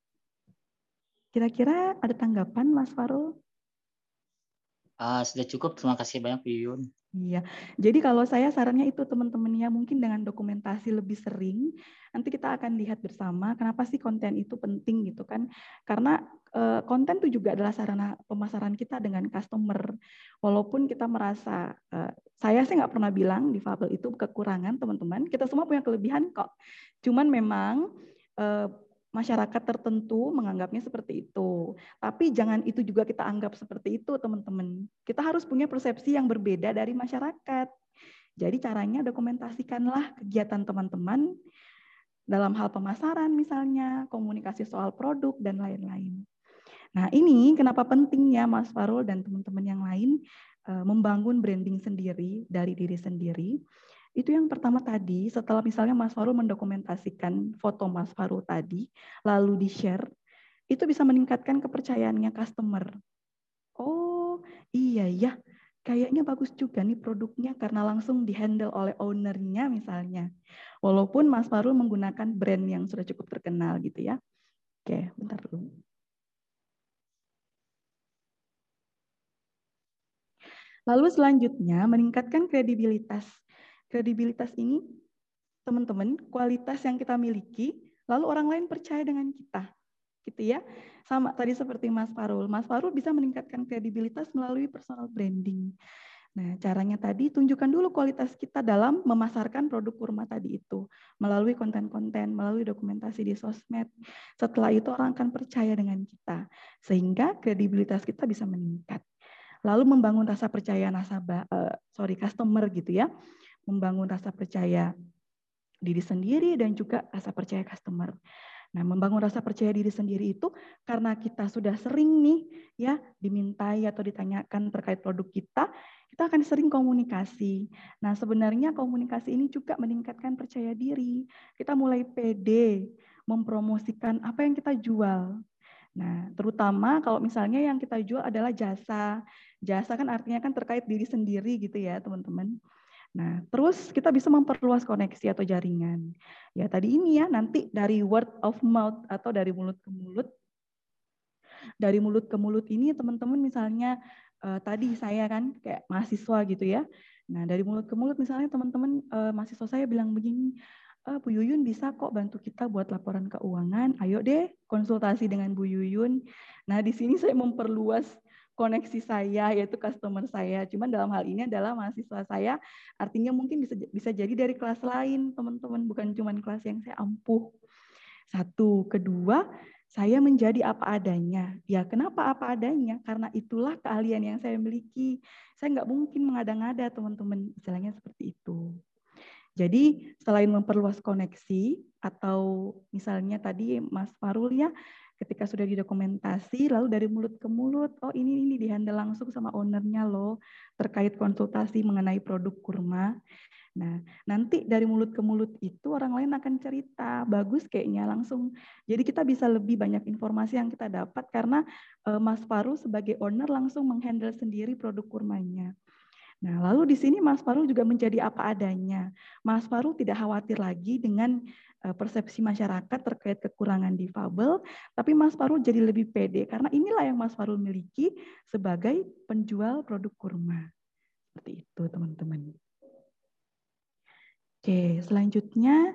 Speaker 1: Kira-kira ada tanggapan Mas Farul?
Speaker 3: Uh, sudah cukup, terima kasih banyak Bu Yuyun.
Speaker 1: Iya, jadi kalau saya sarannya itu teman-teman ya, mungkin dengan dokumentasi lebih sering, nanti kita akan lihat bersama kenapa sih konten itu penting gitu kan. Karena e, konten itu juga adalah sarana pemasaran kita dengan customer. Walaupun kita merasa, e, saya sih nggak pernah bilang difabel itu kekurangan teman-teman, kita semua punya kelebihan kok. Cuman memang e, masyarakat tertentu menganggapnya seperti itu. Tapi jangan itu juga kita anggap seperti itu, teman-teman. Kita harus punya persepsi yang berbeda dari masyarakat. Jadi caranya dokumentasikanlah kegiatan teman-teman dalam hal pemasaran misalnya, komunikasi soal produk, dan lain-lain. Nah ini kenapa pentingnya Mas Farul dan teman-teman yang lain membangun branding sendiri dari diri sendiri. Itu yang pertama tadi, setelah misalnya Mas Farul mendokumentasikan foto Mas Farul tadi, lalu di-share, itu bisa meningkatkan kepercayaannya customer. Oh iya ya, kayaknya bagus juga nih produknya karena langsung di-handle oleh ownernya misalnya. Walaupun Mas Farul menggunakan brand yang sudah cukup terkenal gitu ya. Oke, bentar dulu. Lalu selanjutnya meningkatkan kredibilitas. Kredibilitas ini, teman-teman, kualitas yang kita miliki, lalu orang lain percaya dengan kita, gitu ya. Sama tadi seperti Mas Farul. Mas Farul bisa meningkatkan kredibilitas melalui personal branding. Nah, caranya tadi tunjukkan dulu kualitas kita dalam memasarkan produk kurma tadi itu, melalui konten-konten, melalui dokumentasi di sosmed. Setelah itu orang akan percaya dengan kita, sehingga kredibilitas kita bisa meningkat. Lalu membangun rasa percaya nasabah, uh, sorry customer gitu ya. Membangun rasa percaya diri sendiri dan juga rasa percaya customer. Nah, membangun rasa percaya diri sendiri itu karena kita sudah sering nih ya dimintai atau ditanyakan terkait produk kita, kita akan sering komunikasi. Nah, sebenarnya komunikasi ini juga meningkatkan percaya diri. Kita mulai pede mempromosikan apa yang kita jual. Nah, terutama kalau misalnya yang kita jual adalah jasa. Jasa kan artinya kan terkait diri sendiri gitu ya, teman-teman. Nah, terus kita bisa memperluas koneksi atau jaringan. Ya, tadi ini ya, nanti dari word of mouth atau dari mulut ke mulut. Dari mulut ke mulut ini teman-teman misalnya eh, tadi saya kan kayak mahasiswa gitu ya. Nah, dari mulut ke mulut misalnya teman-teman eh, mahasiswa saya bilang begini, e, Bu Yuyun bisa kok bantu kita buat laporan keuangan. Ayo deh konsultasi dengan Bu Yuyun. Nah, di sini saya memperluas koneksi saya, yaitu customer saya. Cuman dalam hal ini adalah mahasiswa saya, artinya mungkin bisa bisa jadi dari kelas lain, teman-teman, bukan cuma kelas yang saya ampuh. Satu, kedua, saya menjadi apa adanya. Ya, kenapa apa adanya? Karena itulah keahlian yang saya miliki. Saya nggak mungkin mengada-ngada, teman-teman. Istilahnya seperti itu. Jadi selain memperluas koneksi atau misalnya tadi Mas Farul ya, ketika sudah didokumentasi lalu dari mulut ke mulut, oh ini ini dihandle langsung sama ownernya loh terkait konsultasi mengenai produk kurma. Nah, nanti dari mulut ke mulut itu orang lain akan cerita, bagus kayaknya langsung. Jadi kita bisa lebih banyak informasi yang kita dapat karena uh, Mas Farul sebagai owner langsung menghandle sendiri produk kurmanya. Nah, lalu di sini Mas Farul juga menjadi apa adanya. Mas Farul tidak khawatir lagi dengan uh, persepsi masyarakat terkait kekurangan difabel, tapi Mas Farul jadi lebih pede karena inilah yang Mas Farul miliki sebagai penjual produk kurma. Seperti itu, teman-teman. Oke, selanjutnya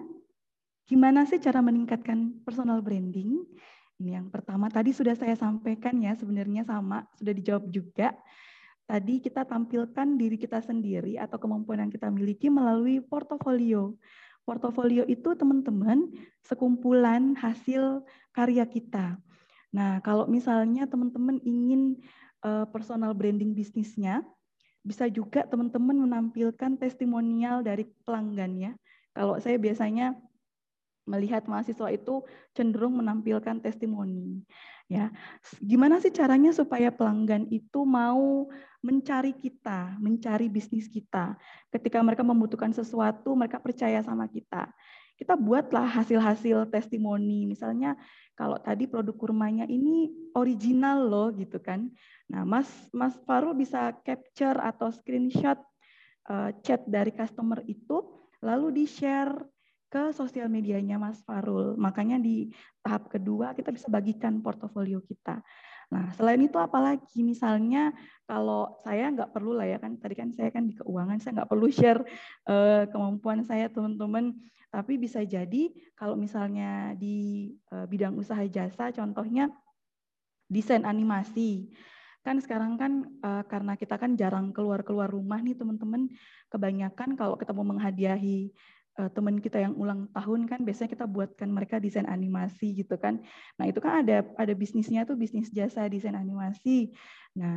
Speaker 1: gimana sih cara meningkatkan personal branding? Ini yang pertama tadi sudah saya sampaikan ya, sebenarnya sama, sudah dijawab juga. Tadi kita tampilkan diri kita sendiri atau kemampuan yang kita miliki melalui portofolio. Portofolio itu teman-teman sekumpulan hasil karya kita. Nah, kalau misalnya teman-teman ingin uh, personal branding bisnisnya, bisa juga teman-teman menampilkan testimonial dari pelanggannya. Kalau saya biasanya melihat mahasiswa itu cenderung menampilkan testimoni. Ya, gimana sih caranya supaya pelanggan itu mau mencari kita, mencari bisnis kita. Ketika mereka membutuhkan sesuatu, mereka percaya sama kita. Kita buatlah hasil-hasil testimoni. Misalnya kalau tadi produk kurmanya ini original loh gitu kan. Nah, Mas Mas Farul bisa capture atau screenshot uh, chat dari customer itu lalu di-share ke sosial medianya Mas Farul. Makanya di tahap kedua kita bisa bagikan portofolio kita. Nah, selain itu apalagi misalnya kalau saya nggak perlu lah ya kan, tadi kan saya kan di keuangan, saya nggak perlu share uh, kemampuan saya teman-teman. Tapi bisa jadi kalau misalnya di uh, bidang usaha jasa, contohnya desain animasi. Kan sekarang kan uh, karena kita kan jarang keluar-keluar rumah nih teman-teman, kebanyakan kalau kita mau menghadiahi uh, teman kita yang ulang tahun kan biasanya kita buatkan mereka desain animasi gitu kan. Nah, itu kan ada ada bisnisnya tuh bisnis jasa desain animasi. Nah,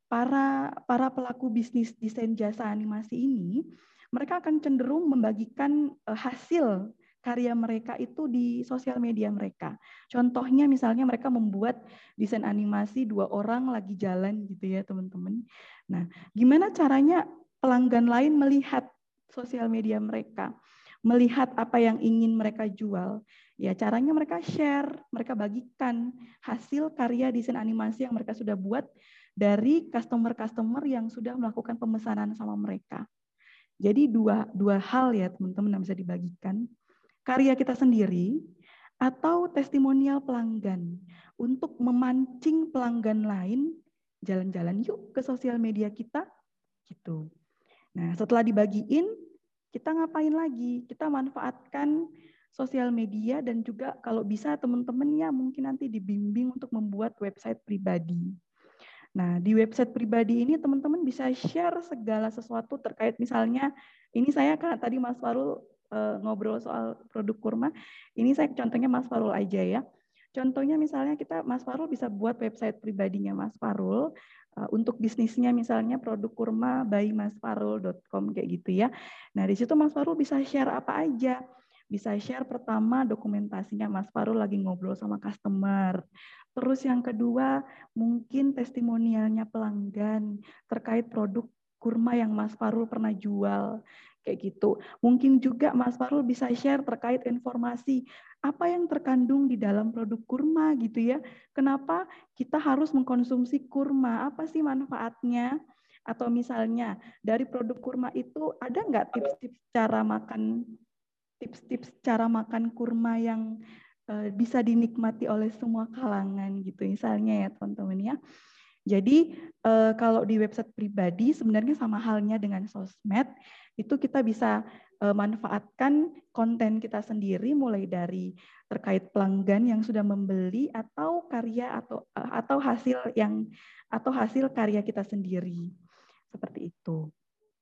Speaker 1: para para pelaku bisnis desain jasa animasi ini mereka akan cenderung membagikan uh, hasil karya mereka itu di sosial media mereka. Contohnya misalnya mereka membuat desain animasi dua orang lagi jalan gitu ya teman-teman. Nah, gimana caranya pelanggan lain melihat sosial media mereka, melihat apa yang ingin mereka jual? Ya caranya mereka share, mereka bagikan hasil karya desain animasi yang mereka sudah buat dari customer-customer yang sudah melakukan pemesanan sama mereka. Jadi dua, dua hal ya teman-teman yang bisa dibagikan. Karya kita sendiri atau testimonial pelanggan untuk memancing pelanggan lain jalan-jalan yuk ke sosial media kita gitu. Nah, setelah dibagiin, kita ngapain lagi? Kita manfaatkan sosial media dan juga kalau bisa teman-teman ya mungkin nanti dibimbing untuk membuat website pribadi. Nah, di website pribadi ini teman-teman bisa share segala sesuatu terkait misalnya, ini saya kan tadi Mas Farul uh, ngobrol soal produk kurma, ini saya contohnya Mas Farul aja ya. Contohnya misalnya kita, Mas Farul bisa buat website pribadinya Mas Farul, uh, untuk bisnisnya misalnya produk kurma by mas farul dot com kayak gitu ya. Nah, di situ Mas Farul bisa share apa aja. Bisa share pertama dokumentasinya Mas Farul lagi ngobrol sama customer. Terus yang kedua, mungkin testimonialnya pelanggan terkait produk kurma yang Mas Farul pernah jual, kayak gitu. Mungkin juga Mas Farul bisa share terkait informasi apa yang terkandung di dalam produk kurma gitu ya. Kenapa kita harus mengkonsumsi kurma, apa sih manfaatnya? Atau misalnya dari produk kurma itu ada nggak tips-tips cara makan, tips-tips cara makan kurma yang bisa dinikmati oleh semua kalangan gitu misalnya ya teman-teman ya. Jadi eh, kalau di website pribadi sebenarnya sama halnya dengan sosmed, itu kita bisa eh, manfaatkan konten kita sendiri mulai dari terkait pelanggan yang sudah membeli atau karya atau atau hasil yang atau hasil karya kita sendiri. Seperti itu.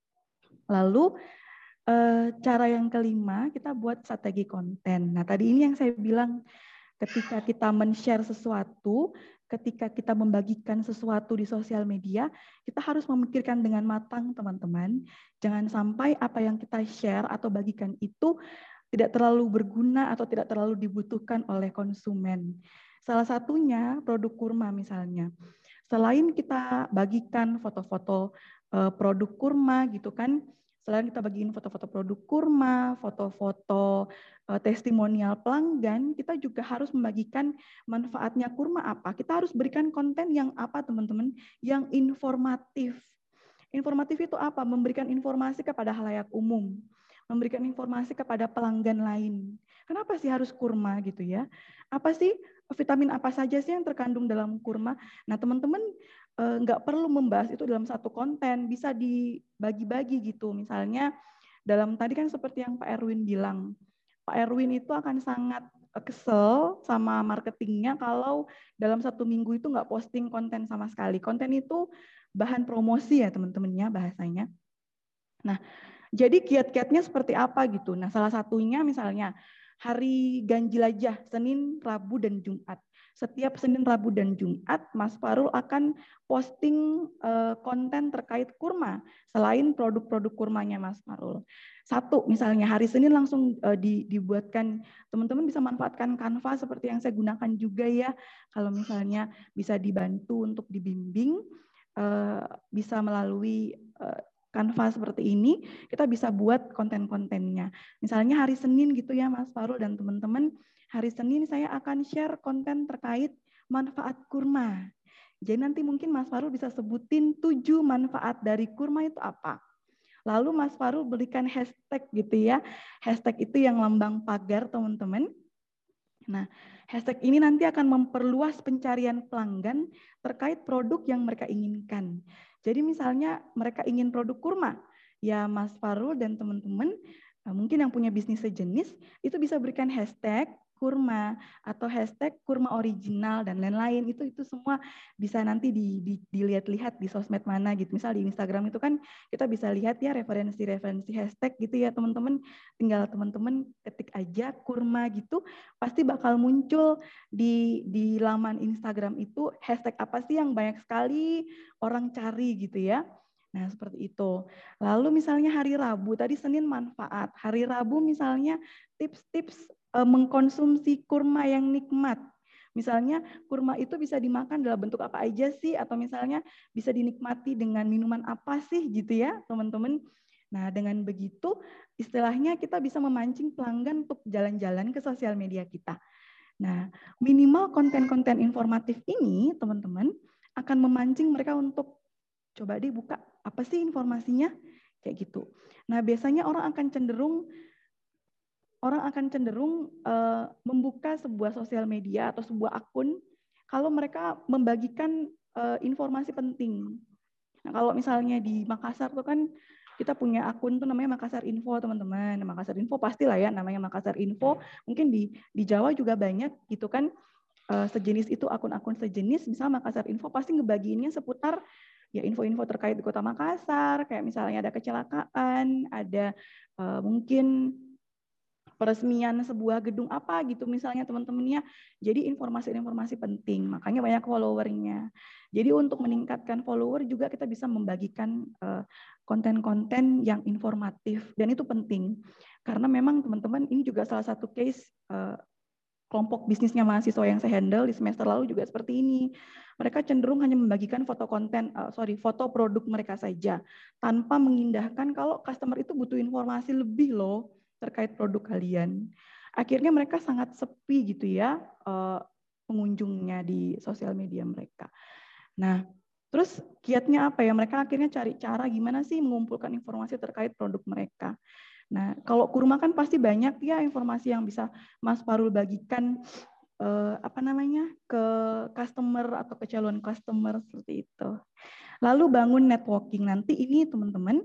Speaker 1: Lalu cara yang kelima, kita buat strategi konten. Nah, tadi ini yang saya bilang, ketika kita men-share sesuatu, ketika kita membagikan sesuatu di sosial media, kita harus memikirkan dengan matang, teman-teman. Jangan sampai apa yang kita share atau bagikan itu tidak terlalu berguna atau tidak terlalu dibutuhkan oleh konsumen. Salah satunya produk kurma misalnya. Selain kita bagikan foto-foto uh, produk kurma gitu kan, selain kita bagiin foto-foto produk kurma, foto-foto uh, testimonial pelanggan, kita juga harus membagikan manfaatnya kurma apa. Kita harus berikan konten yang apa teman-teman? Yang informatif. Informatif itu apa? Memberikan informasi kepada halayak umum, memberikan informasi kepada pelanggan lain. Kenapa sih harus kurma gitu ya? Apa sih vitamin apa saja sih yang terkandung dalam kurma? Nah, teman-teman eh, nggak perlu membahas itu dalam satu konten, bisa dibagi-bagi gitu. Misalnya dalam tadi kan seperti yang Pak Erwin bilang, Pak Erwin itu akan sangat kesel sama marketingnya kalau dalam satu minggu itu nggak posting konten sama sekali. Konten itu bahan promosi ya teman-temannya bahasanya. Nah, jadi kiat-kiatnya seperti apa gitu. Nah, salah satunya misalnya hari ganjil aja, Senin, Rabu, dan Jumat. Setiap Senin, Rabu, dan Jumat, Mas Farul akan posting uh, konten terkait kurma, selain produk-produk kurmanya Mas Farul. Satu, misalnya hari Senin langsung uh, di, dibuatkan, teman-teman bisa manfaatkan Canva seperti yang saya gunakan juga ya, kalau misalnya bisa dibantu untuk dibimbing, uh, bisa melalui uh, Canva seperti ini, kita bisa buat konten-kontennya. Misalnya hari Senin gitu ya Mas Farul dan teman-teman, hari Senin saya akan share konten terkait manfaat kurma. Jadi nanti mungkin Mas Farul bisa sebutin tujuh manfaat dari kurma itu apa. Lalu Mas Farul berikan hashtag gitu ya. Hashtag itu yang lambang pagar teman-teman. Nah, hashtag ini nanti akan memperluas pencarian pelanggan terkait produk yang mereka inginkan. Jadi misalnya mereka ingin produk kurma, ya Mas Farul dan teman-teman mungkin yang punya bisnis sejenis itu bisa berikan hashtag kurma atau hashtag kurma original dan lain-lain. Itu itu semua bisa nanti di, di, dilihat-lihat di sosmed mana gitu. Misal di Instagram itu kan kita bisa lihat ya referensi-referensi hashtag gitu ya teman-teman. Tinggal teman-teman ketik aja kurma gitu, pasti bakal muncul di di laman Instagram itu hashtag apa sih yang banyak sekali orang cari gitu ya. Nah, seperti itu. Lalu misalnya hari Rabu, tadi Senin manfaat. Hari Rabu misalnya tips-tips e, mengkonsumsi kurma yang nikmat. Misalnya kurma itu bisa dimakan dalam bentuk apa aja sih, atau misalnya bisa dinikmati dengan minuman apa sih gitu ya teman-teman. Nah, dengan begitu istilahnya kita bisa memancing pelanggan untuk jalan-jalan ke sosial media kita. Nah, minimal konten-konten informatif ini teman-teman akan memancing mereka untuk coba deh buka, apa sih informasinya? Kayak gitu. Nah, biasanya orang akan cenderung orang akan cenderung uh, membuka sebuah sosial media atau sebuah akun kalau mereka membagikan uh, informasi penting. Nah, kalau misalnya di Makassar tuh kan kita punya akun tuh namanya Makassar Info, teman-teman. Makassar Info pastilah ya namanya Makassar Info. Mungkin di di Jawa juga banyak gitu kan uh, sejenis itu akun-akun sejenis. Misalnya Makassar Info pasti ngebagiinnya seputar ya info-info terkait di Kota Makassar, kayak misalnya ada kecelakaan, ada uh, mungkin peresmian sebuah gedung apa gitu misalnya teman-temannya. Jadi informasi-informasi penting, makanya banyak followernya. Jadi untuk meningkatkan follower juga kita bisa membagikan uh, konten-konten yang informatif dan itu penting. Karena memang teman-teman ini juga salah satu case uh, kelompok bisnisnya mahasiswa yang saya handle di semester lalu juga seperti ini. Mereka cenderung hanya membagikan foto konten, uh, sorry, foto produk mereka saja, tanpa mengindahkan kalau customer itu butuh informasi lebih loh terkait produk kalian. Akhirnya mereka sangat sepi gitu ya uh, pengunjungnya di sosial media mereka. Nah, terus kiatnya apa ya? Mereka akhirnya cari cara gimana sih mengumpulkan informasi terkait produk mereka. Nah, kalau kurma kan pasti banyak ya informasi yang bisa Mas Farul bagikan eh, apa namanya ke customer atau ke calon customer seperti itu. Lalu bangun networking. Nanti ini teman-teman,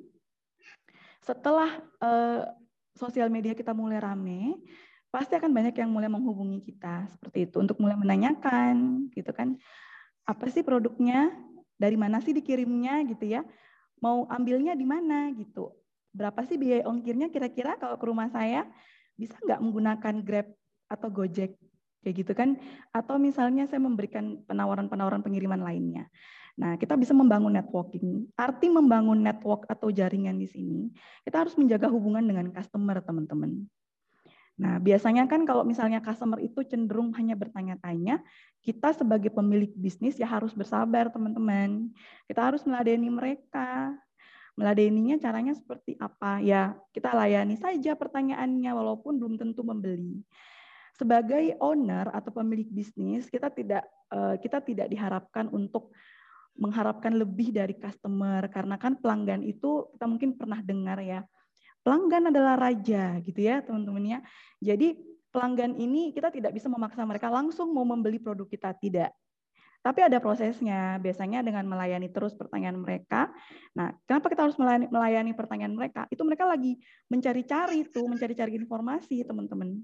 Speaker 1: setelah eh, sosial media kita mulai rame, pasti akan banyak yang mulai menghubungi kita seperti itu untuk mulai menanyakan, gitu kan? Apa sih produknya? Dari mana sih dikirimnya, gitu ya? Mau ambilnya di mana, gitu? Berapa sih biaya ongkirnya kira-kira kalau ke rumah saya? Bisa nggak menggunakan Grab atau Gojek? kayak gitu kan. Atau misalnya saya memberikan penawaran-penawaran pengiriman lainnya. Nah, kita bisa membangun networking. Arti membangun network atau jaringan di sini, kita harus menjaga hubungan dengan customer, teman-teman. Nah, biasanya kan kalau misalnya customer itu cenderung hanya bertanya-tanya, kita sebagai pemilik bisnis ya harus bersabar, teman-teman. Kita harus meladeni mereka. Meladeninya caranya seperti apa? Ya, kita layani saja pertanyaannya walaupun belum tentu membeli. Sebagai owner atau pemilik bisnis, kita tidak kita tidak diharapkan untuk mengharapkan lebih dari customer, karena kan pelanggan itu kita mungkin pernah dengar ya, pelanggan adalah raja gitu ya teman-teman ya. Jadi pelanggan ini kita tidak bisa memaksa mereka langsung mau membeli produk kita, tidak. Tapi ada prosesnya, biasanya dengan melayani terus pertanyaan mereka. Nah, kenapa kita harus melayani, melayani pertanyaan mereka? Itu mereka lagi mencari-cari tuh, mencari-cari informasi teman-teman.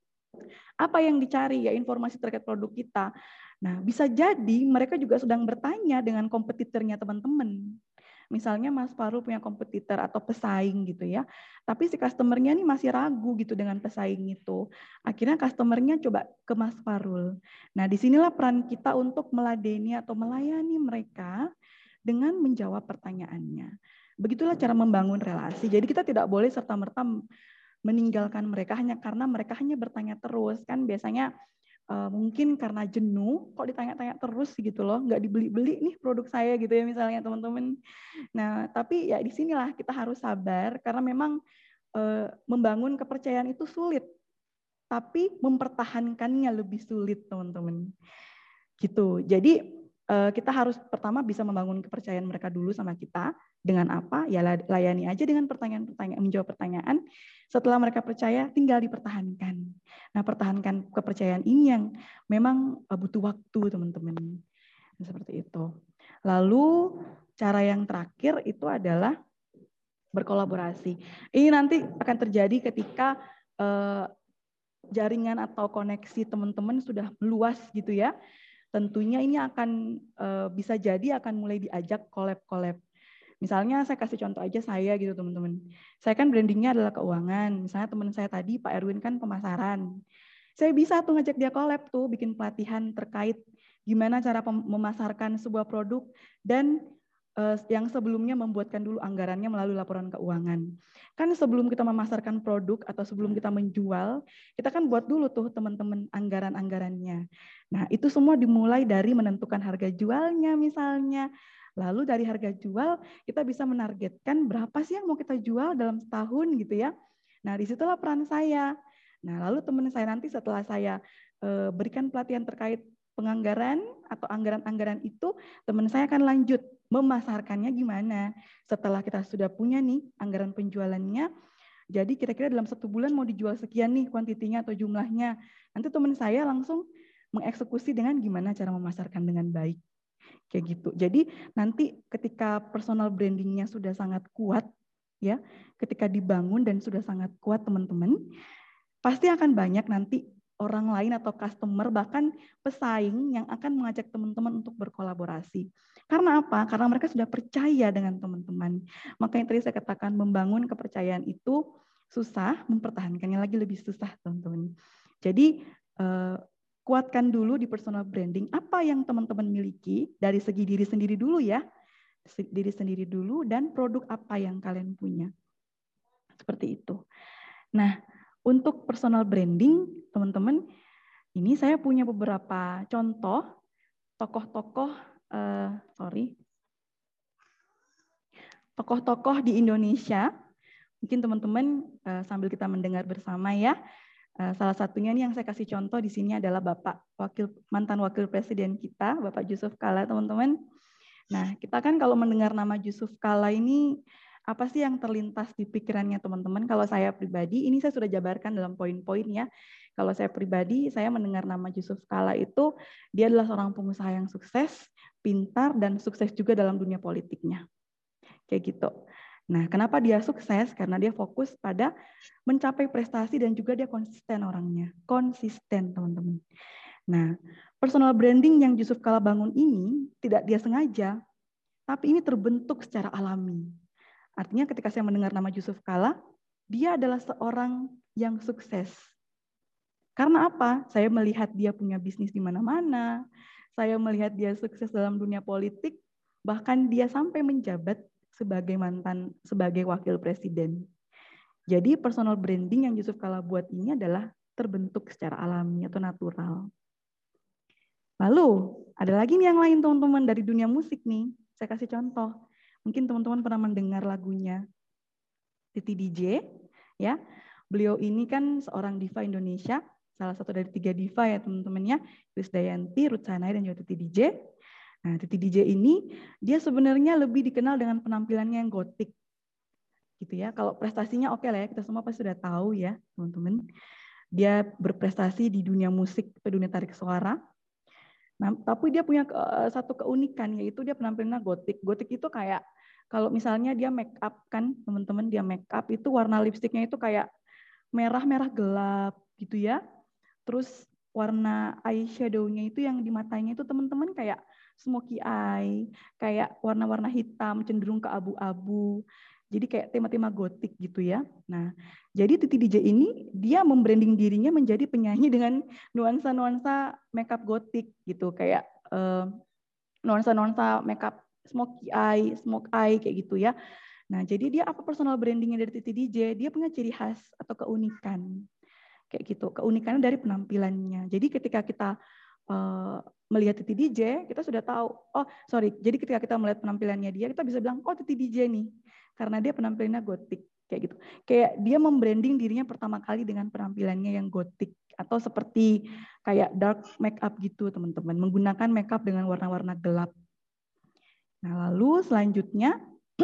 Speaker 1: Apa yang dicari? Ya informasi terkait produk kita. Nah, bisa jadi mereka juga sedang bertanya dengan kompetitornya teman-teman. Misalnya Mas Farul punya kompetitor atau pesaing gitu ya, tapi si customernya nih masih ragu gitu dengan pesaing itu. Akhirnya customernya coba ke Mas Farul. Nah, disinilah peran kita untuk meladeni atau melayani mereka dengan menjawab pertanyaannya. Begitulah cara membangun relasi. Jadi kita tidak boleh serta-merta meninggalkan mereka hanya karena mereka hanya bertanya terus. Kan biasanya Uh, mungkin karena jenuh, kok ditanya-tanya terus gitu loh, nggak dibeli-beli nih produk saya gitu ya misalnya teman-teman. Nah, tapi ya disinilah kita harus sabar karena memang uh, membangun kepercayaan itu sulit, tapi mempertahankannya lebih sulit teman-teman. Gitu. Jadi uh, kita harus pertama bisa membangun kepercayaan mereka dulu sama kita. Dengan apa? Ya layani aja dengan pertanyaan-pertanyaan, menjawab pertanyaan. Setelah mereka percaya, tinggal dipertahankan. Nah, pertahankan kepercayaan ini yang memang butuh waktu, teman-teman. Seperti itu. Lalu, cara yang terakhir itu adalah berkolaborasi. Ini nanti akan terjadi ketika eh, jaringan atau koneksi teman-teman sudah meluas gitu ya. Tentunya ini akan eh, bisa jadi akan mulai diajak collab-collab. Misalnya saya kasih contoh aja saya gitu teman-teman. Saya kan brandingnya adalah keuangan. Misalnya teman saya tadi Pak Erwin kan pemasaran. Saya bisa tuh ngajak dia collab tuh, bikin pelatihan terkait gimana cara memasarkan sebuah produk dan uh, yang sebelumnya membuatkan dulu anggarannya melalui laporan keuangan. Kan sebelum kita memasarkan produk atau sebelum kita menjual, kita kan buat dulu tuh teman-teman anggaran-anggarannya. Nah itu semua dimulai dari menentukan harga jualnya misalnya. Lalu dari harga jual kita bisa menargetkan berapa sih yang mau kita jual dalam setahun gitu ya. Nah disitulah peran saya. Nah lalu teman saya nanti setelah saya e, berikan pelatihan terkait penganggaran atau anggaran-anggaran itu, teman saya akan lanjut memasarkannya gimana. Setelah kita sudah punya nih anggaran penjualannya, jadi kira-kira dalam satu bulan mau dijual sekian nih kuantitinya atau jumlahnya. Nanti teman saya langsung mengeksekusi dengan gimana cara memasarkan dengan baik. Kayak gitu. Jadi nanti ketika personal brandingnya sudah sangat kuat, ya, ketika dibangun dan sudah sangat kuat teman-teman, pasti akan banyak nanti orang lain atau customer bahkan pesaing yang akan mengajak teman-teman untuk berkolaborasi. Karena apa? Karena mereka sudah percaya dengan teman-teman. Makanya tadi saya katakan membangun kepercayaan itu susah, mempertahankannya lagi lebih susah teman-teman. Jadi eh, kuatkan dulu di personal branding apa yang teman-teman miliki dari segi diri sendiri dulu ya. Diri sendiri dulu dan produk apa yang kalian punya. Seperti itu. Nah, untuk personal branding, teman-teman, ini saya punya beberapa contoh tokoh-tokoh, uh, sorry, tokoh-tokoh di Indonesia. Mungkin teman-teman uh, sambil kita mendengar bersama ya. Salah satunya nih yang saya kasih contoh di sini adalah Bapak wakil mantan wakil presiden kita, Bapak Jusuf Kalla, teman-teman. Nah, kita kan kalau mendengar nama Jusuf Kalla ini apa sih yang terlintas di pikirannya teman-teman? Kalau saya pribadi, ini saya sudah jabarkan dalam poin-poin ya. Kalau saya pribadi, saya mendengar nama Jusuf Kalla itu dia adalah seorang pengusaha yang sukses, pintar dan sukses juga dalam dunia politiknya. Kayak gitu. Nah, kenapa dia sukses? Karena dia fokus pada mencapai prestasi dan juga dia konsisten orangnya. Konsisten, teman-teman. Nah, personal branding yang Jusuf Kalla bangun ini tidak dia sengaja, tapi ini terbentuk secara alami. Artinya ketika saya mendengar nama Jusuf Kalla, dia adalah seorang yang sukses. Karena apa? Saya melihat dia punya bisnis di mana-mana, saya melihat dia sukses dalam dunia politik, bahkan dia sampai menjabat sebagai mantan, sebagai wakil presiden. Jadi personal branding yang Yusuf Kala buat ini adalah terbentuk secara alami atau natural. Lalu, ada lagi nih yang lain teman-teman dari dunia musik nih. Saya kasih contoh. Mungkin teman-teman pernah mendengar lagunya Titi D J, ya. Beliau ini kan seorang diva Indonesia, salah satu dari tiga diva ya teman-teman ya, Krisdayanti, Ruth Sahanaya, dan juga Titi D J. Nah, Titi D J ini dia sebenarnya lebih dikenal dengan penampilannya yang gotik, gitu ya. Kalau prestasinya oke lah ya, kita semua pasti sudah tahu ya teman-teman. Dia berprestasi di dunia musik, di dunia tarik suara. Nah, tapi dia punya uh, satu keunikan, yaitu dia penampilannya gotik. Gotik itu kayak, kalau misalnya dia make up kan, teman-teman, dia make up itu warna lipstiknya itu kayak merah-merah gelap gitu ya. Terus warna eyeshadow-nya itu yang di matanya itu teman-teman kayak smoky eye, kayak warna-warna hitam, cenderung ke abu-abu. Jadi kayak tema-tema gotik gitu ya. Nah, jadi Titi D J ini dia membranding dirinya menjadi penyanyi dengan nuansa-nuansa makeup gotik gitu, kayak uh, nuansa-nuansa makeup smoky eye, smoke eye kayak gitu ya. Nah, jadi dia apa personal brandingnya dari Titi D J? Dia punya ciri khas atau keunikan kayak gitu. Keunikannya dari penampilannya. Jadi ketika kita uh, melihat Titi D J, kita sudah tahu. Oh, sorry. Jadi ketika kita melihat penampilannya dia, kita bisa bilang, oh Titi D J nih. Karena dia penampilannya gotik kayak gitu. Kayak dia membranding dirinya pertama kali dengan penampilannya yang gotik atau seperti kayak dark makeup gitu, teman-teman. Menggunakan makeup dengan warna-warna gelap. Nah, lalu selanjutnya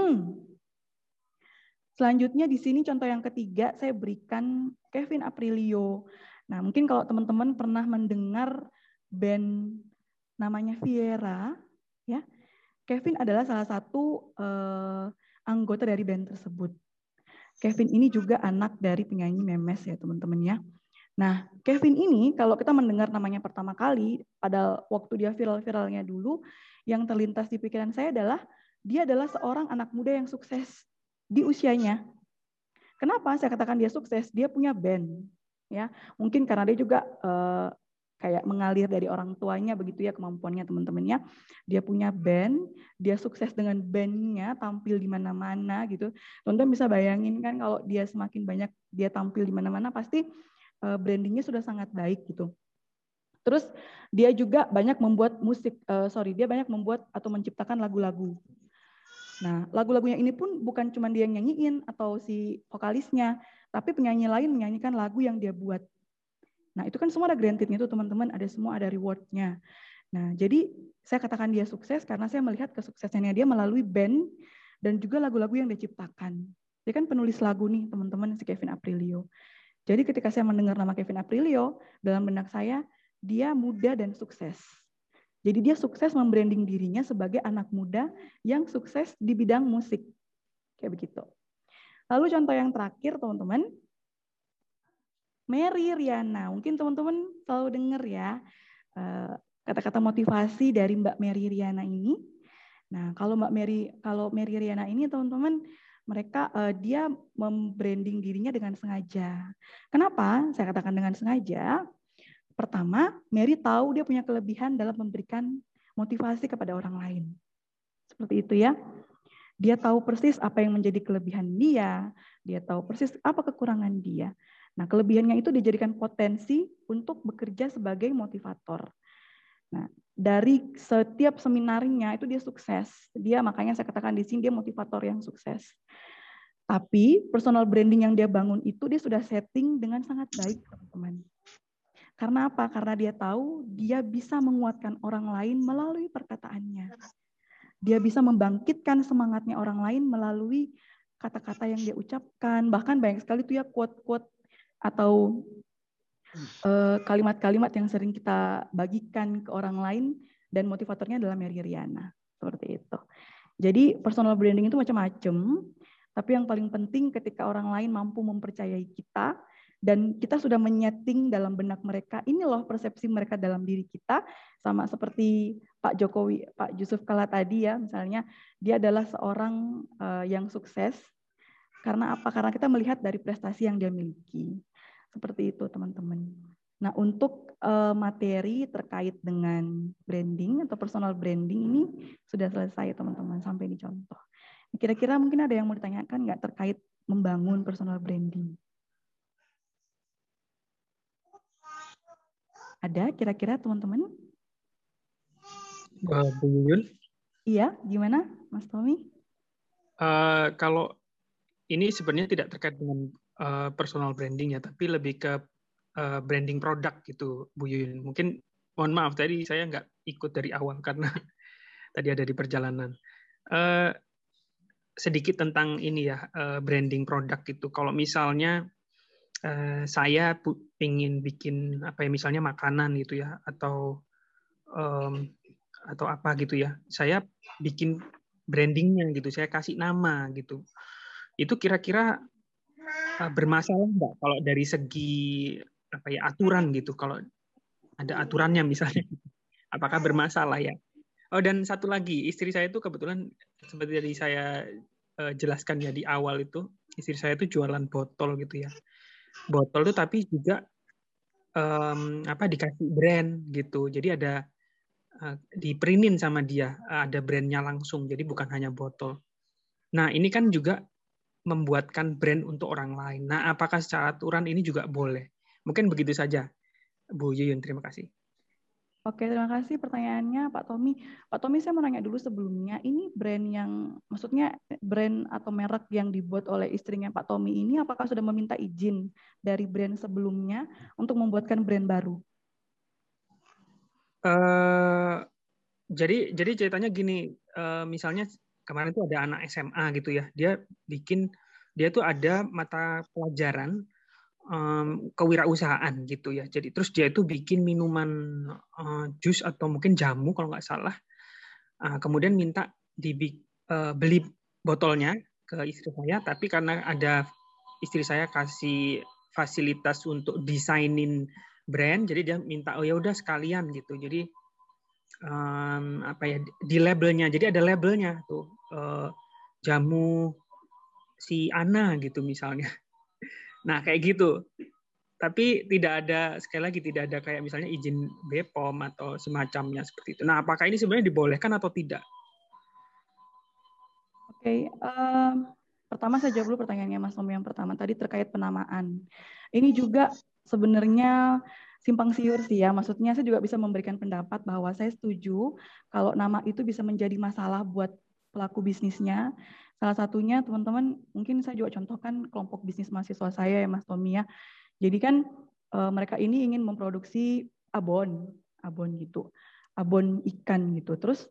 Speaker 1: selanjutnya di sini contoh yang ketiga saya berikan Kevin Aprilio. Nah, mungkin kalau teman-teman pernah mendengar band namanya Viera, ya. Kevin adalah salah satu eh, anggota dari band tersebut. Kevin ini juga anak dari penyanyi Memes ya teman-teman ya. Nah, Kevin ini kalau kita mendengar namanya pertama kali, pada waktu dia viral-viralnya dulu, yang terlintas di pikiran saya adalah dia adalah seorang anak muda yang sukses di usianya. Kenapa saya katakan dia sukses? Dia punya band, ya. Mungkin karena dia juga eh, kayak mengalir dari orang tuanya begitu ya kemampuannya teman-temannya. Dia punya band, dia sukses dengan bandnya, tampil di mana-mana gitu. Teman-teman bisa bayangin kan kalau dia semakin banyak dia tampil di mana-mana pasti uh, brandingnya sudah sangat baik gitu. Terus dia juga banyak membuat musik, uh, sorry dia banyak membuat atau menciptakan lagu-lagu. Nah lagu-lagunya ini pun bukan cuma dia yang nyanyiin atau si vokalisnya, tapi penyanyi lain menyanyikan lagu yang dia buat. Nah, itu kan semua ada granted-nya tuh teman-teman, ada semua ada reward-nya. Nah, jadi saya katakan dia sukses karena saya melihat kesuksesannya dia melalui band dan juga lagu-lagu yang dia ciptakan. Dia kan penulis lagu nih, teman-teman, si Kevin Aprilio. Jadi ketika saya mendengar nama Kevin Aprilio, dalam benak saya, dia muda dan sukses. Jadi dia sukses membranding dirinya sebagai anak muda yang sukses di bidang musik. Kayak begitu. Lalu contoh yang terakhir, teman-teman, Mary Riana, mungkin teman-teman selalu dengar ya kata-kata motivasi dari Mbak Mary Riana ini. Nah, kalau Mbak Mary, kalau Mary Riana ini teman-teman, mereka uh, dia membranding dirinya dengan sengaja. Kenapa? Saya katakan dengan sengaja. Pertama, Mary tahu dia punya kelebihan dalam memberikan motivasi kepada orang lain. Seperti itu ya. Dia tahu persis apa yang menjadi kelebihan dia, dia tahu persis apa kekurangan dia. Nah, kelebihannya itu dijadikan potensi untuk bekerja sebagai motivator. Nah, dari setiap seminarnya itu dia sukses. Dia makanya saya katakan di sini dia motivator yang sukses. Tapi personal branding yang dia bangun itu dia sudah setting dengan sangat baik, teman-teman. Karena apa? Karena dia tahu dia bisa menguatkan orang lain melalui perkataannya. Dia bisa membangkitkan semangatnya orang lain melalui kata-kata yang dia ucapkan. Bahkan banyak sekali tuh ya quote-quote atau kalimat-kalimat yang sering kita bagikan ke orang lain dan motivatornya adalah Mary Riana. Seperti itu. Jadi personal branding itu macam-macam, tapi yang paling penting ketika orang lain mampu mempercayai kita dan kita sudah menyeting dalam benak mereka, ini loh persepsi mereka dalam diri kita, sama seperti Pak Jokowi, Pak Yusuf Kala tadi ya, misalnya dia adalah seorang uh, yang sukses karena apa? Karena kita melihat dari prestasi yang dia miliki. Seperti itu teman-teman. Nah, untuk uh, materi terkait dengan branding atau personal branding ini sudah selesai teman-teman, sampai di contoh. Kira-kira mungkin ada yang mau ditanyakan nggak terkait membangun personal branding? Ada kira-kira teman-teman?
Speaker 4: Uh, Bu Yuyun?
Speaker 1: Iya, gimana Mas Tommy?
Speaker 4: Uh, kalau ini sebenarnya tidak terkait dengan uh, personal branding ya, tapi lebih ke uh, branding produk gitu, Bu Yuyun. Mungkin mohon maaf tadi saya nggak ikut dari awal karena tadi ada di perjalanan. Uh, sedikit tentang ini ya, uh, branding produk gitu. Kalau misalnya uh, saya ingin bikin apa ya, misalnya makanan gitu ya, atau um, atau apa gitu ya, saya bikin brandingnya gitu, saya kasih nama gitu. Itu kira-kira uh, bermasalah nggak kalau dari segi apa ya, aturan gitu? Kalau ada aturannya misalnya, apakah bermasalah ya? Oh, dan satu lagi, istri saya itu kebetulan seperti tadi saya uh, jelaskan ya di awal itu, istri saya itu jualan botol gitu ya. Botol itu tapi juga um, apa dikasih brand gitu. Jadi ada uh, diprintin sama dia, uh, ada brandnya langsung. Jadi bukan hanya botol. Nah, ini kan juga membuatkan brand untuk orang lain. Nah, apakah secara aturan ini juga boleh? Mungkin begitu saja, Bu Yuyun. Terima kasih.
Speaker 1: Oke, terima kasih pertanyaannya Pak Tommy. Pak Tommy, saya mau nanya dulu sebelumnya, ini brand yang, maksudnya brand atau merek yang dibuat oleh istrinya Pak Tommy ini, apakah sudah meminta izin dari brand sebelumnya untuk membuatkan brand baru?
Speaker 4: Uh, jadi, jadi ceritanya gini, uh, misalnya kemarin itu ada anak S M A gitu ya, dia bikin, dia tuh ada mata pelajaran um, kewirausahaan gitu ya. Jadi terus dia itu bikin minuman uh, jus atau mungkin jamu kalau nggak salah. Uh, kemudian minta di uh, beli botolnya ke istri saya, tapi karena ada istri saya kasih fasilitas untuk desainin brand, jadi dia minta oh ya udah sekalian gitu. Jadi um, apa ya, di labelnya, jadi ada labelnya tuh uh, jamu si Ana gitu misalnya. Nah kayak gitu. Tapi tidak ada, sekali lagi tidak ada kayak misalnya izin B P O M atau semacamnya seperti itu. Nah, apakah ini sebenarnya dibolehkan atau tidak?
Speaker 1: Oke, okay, um, pertama saya jawab dulu pertanyaannya Mas Tommy yang pertama tadi terkait penamaan. Ini juga sebenarnya simpang siur sih ya, maksudnya saya juga bisa memberikan pendapat bahwa saya setuju kalau nama itu bisa menjadi masalah buat pelaku bisnisnya. Salah satunya teman-teman, mungkin saya juga contohkan kelompok bisnis mahasiswa saya ya Mas Tommy ya. Jadi kan e, mereka ini ingin memproduksi abon, abon gitu, abon ikan gitu. Terus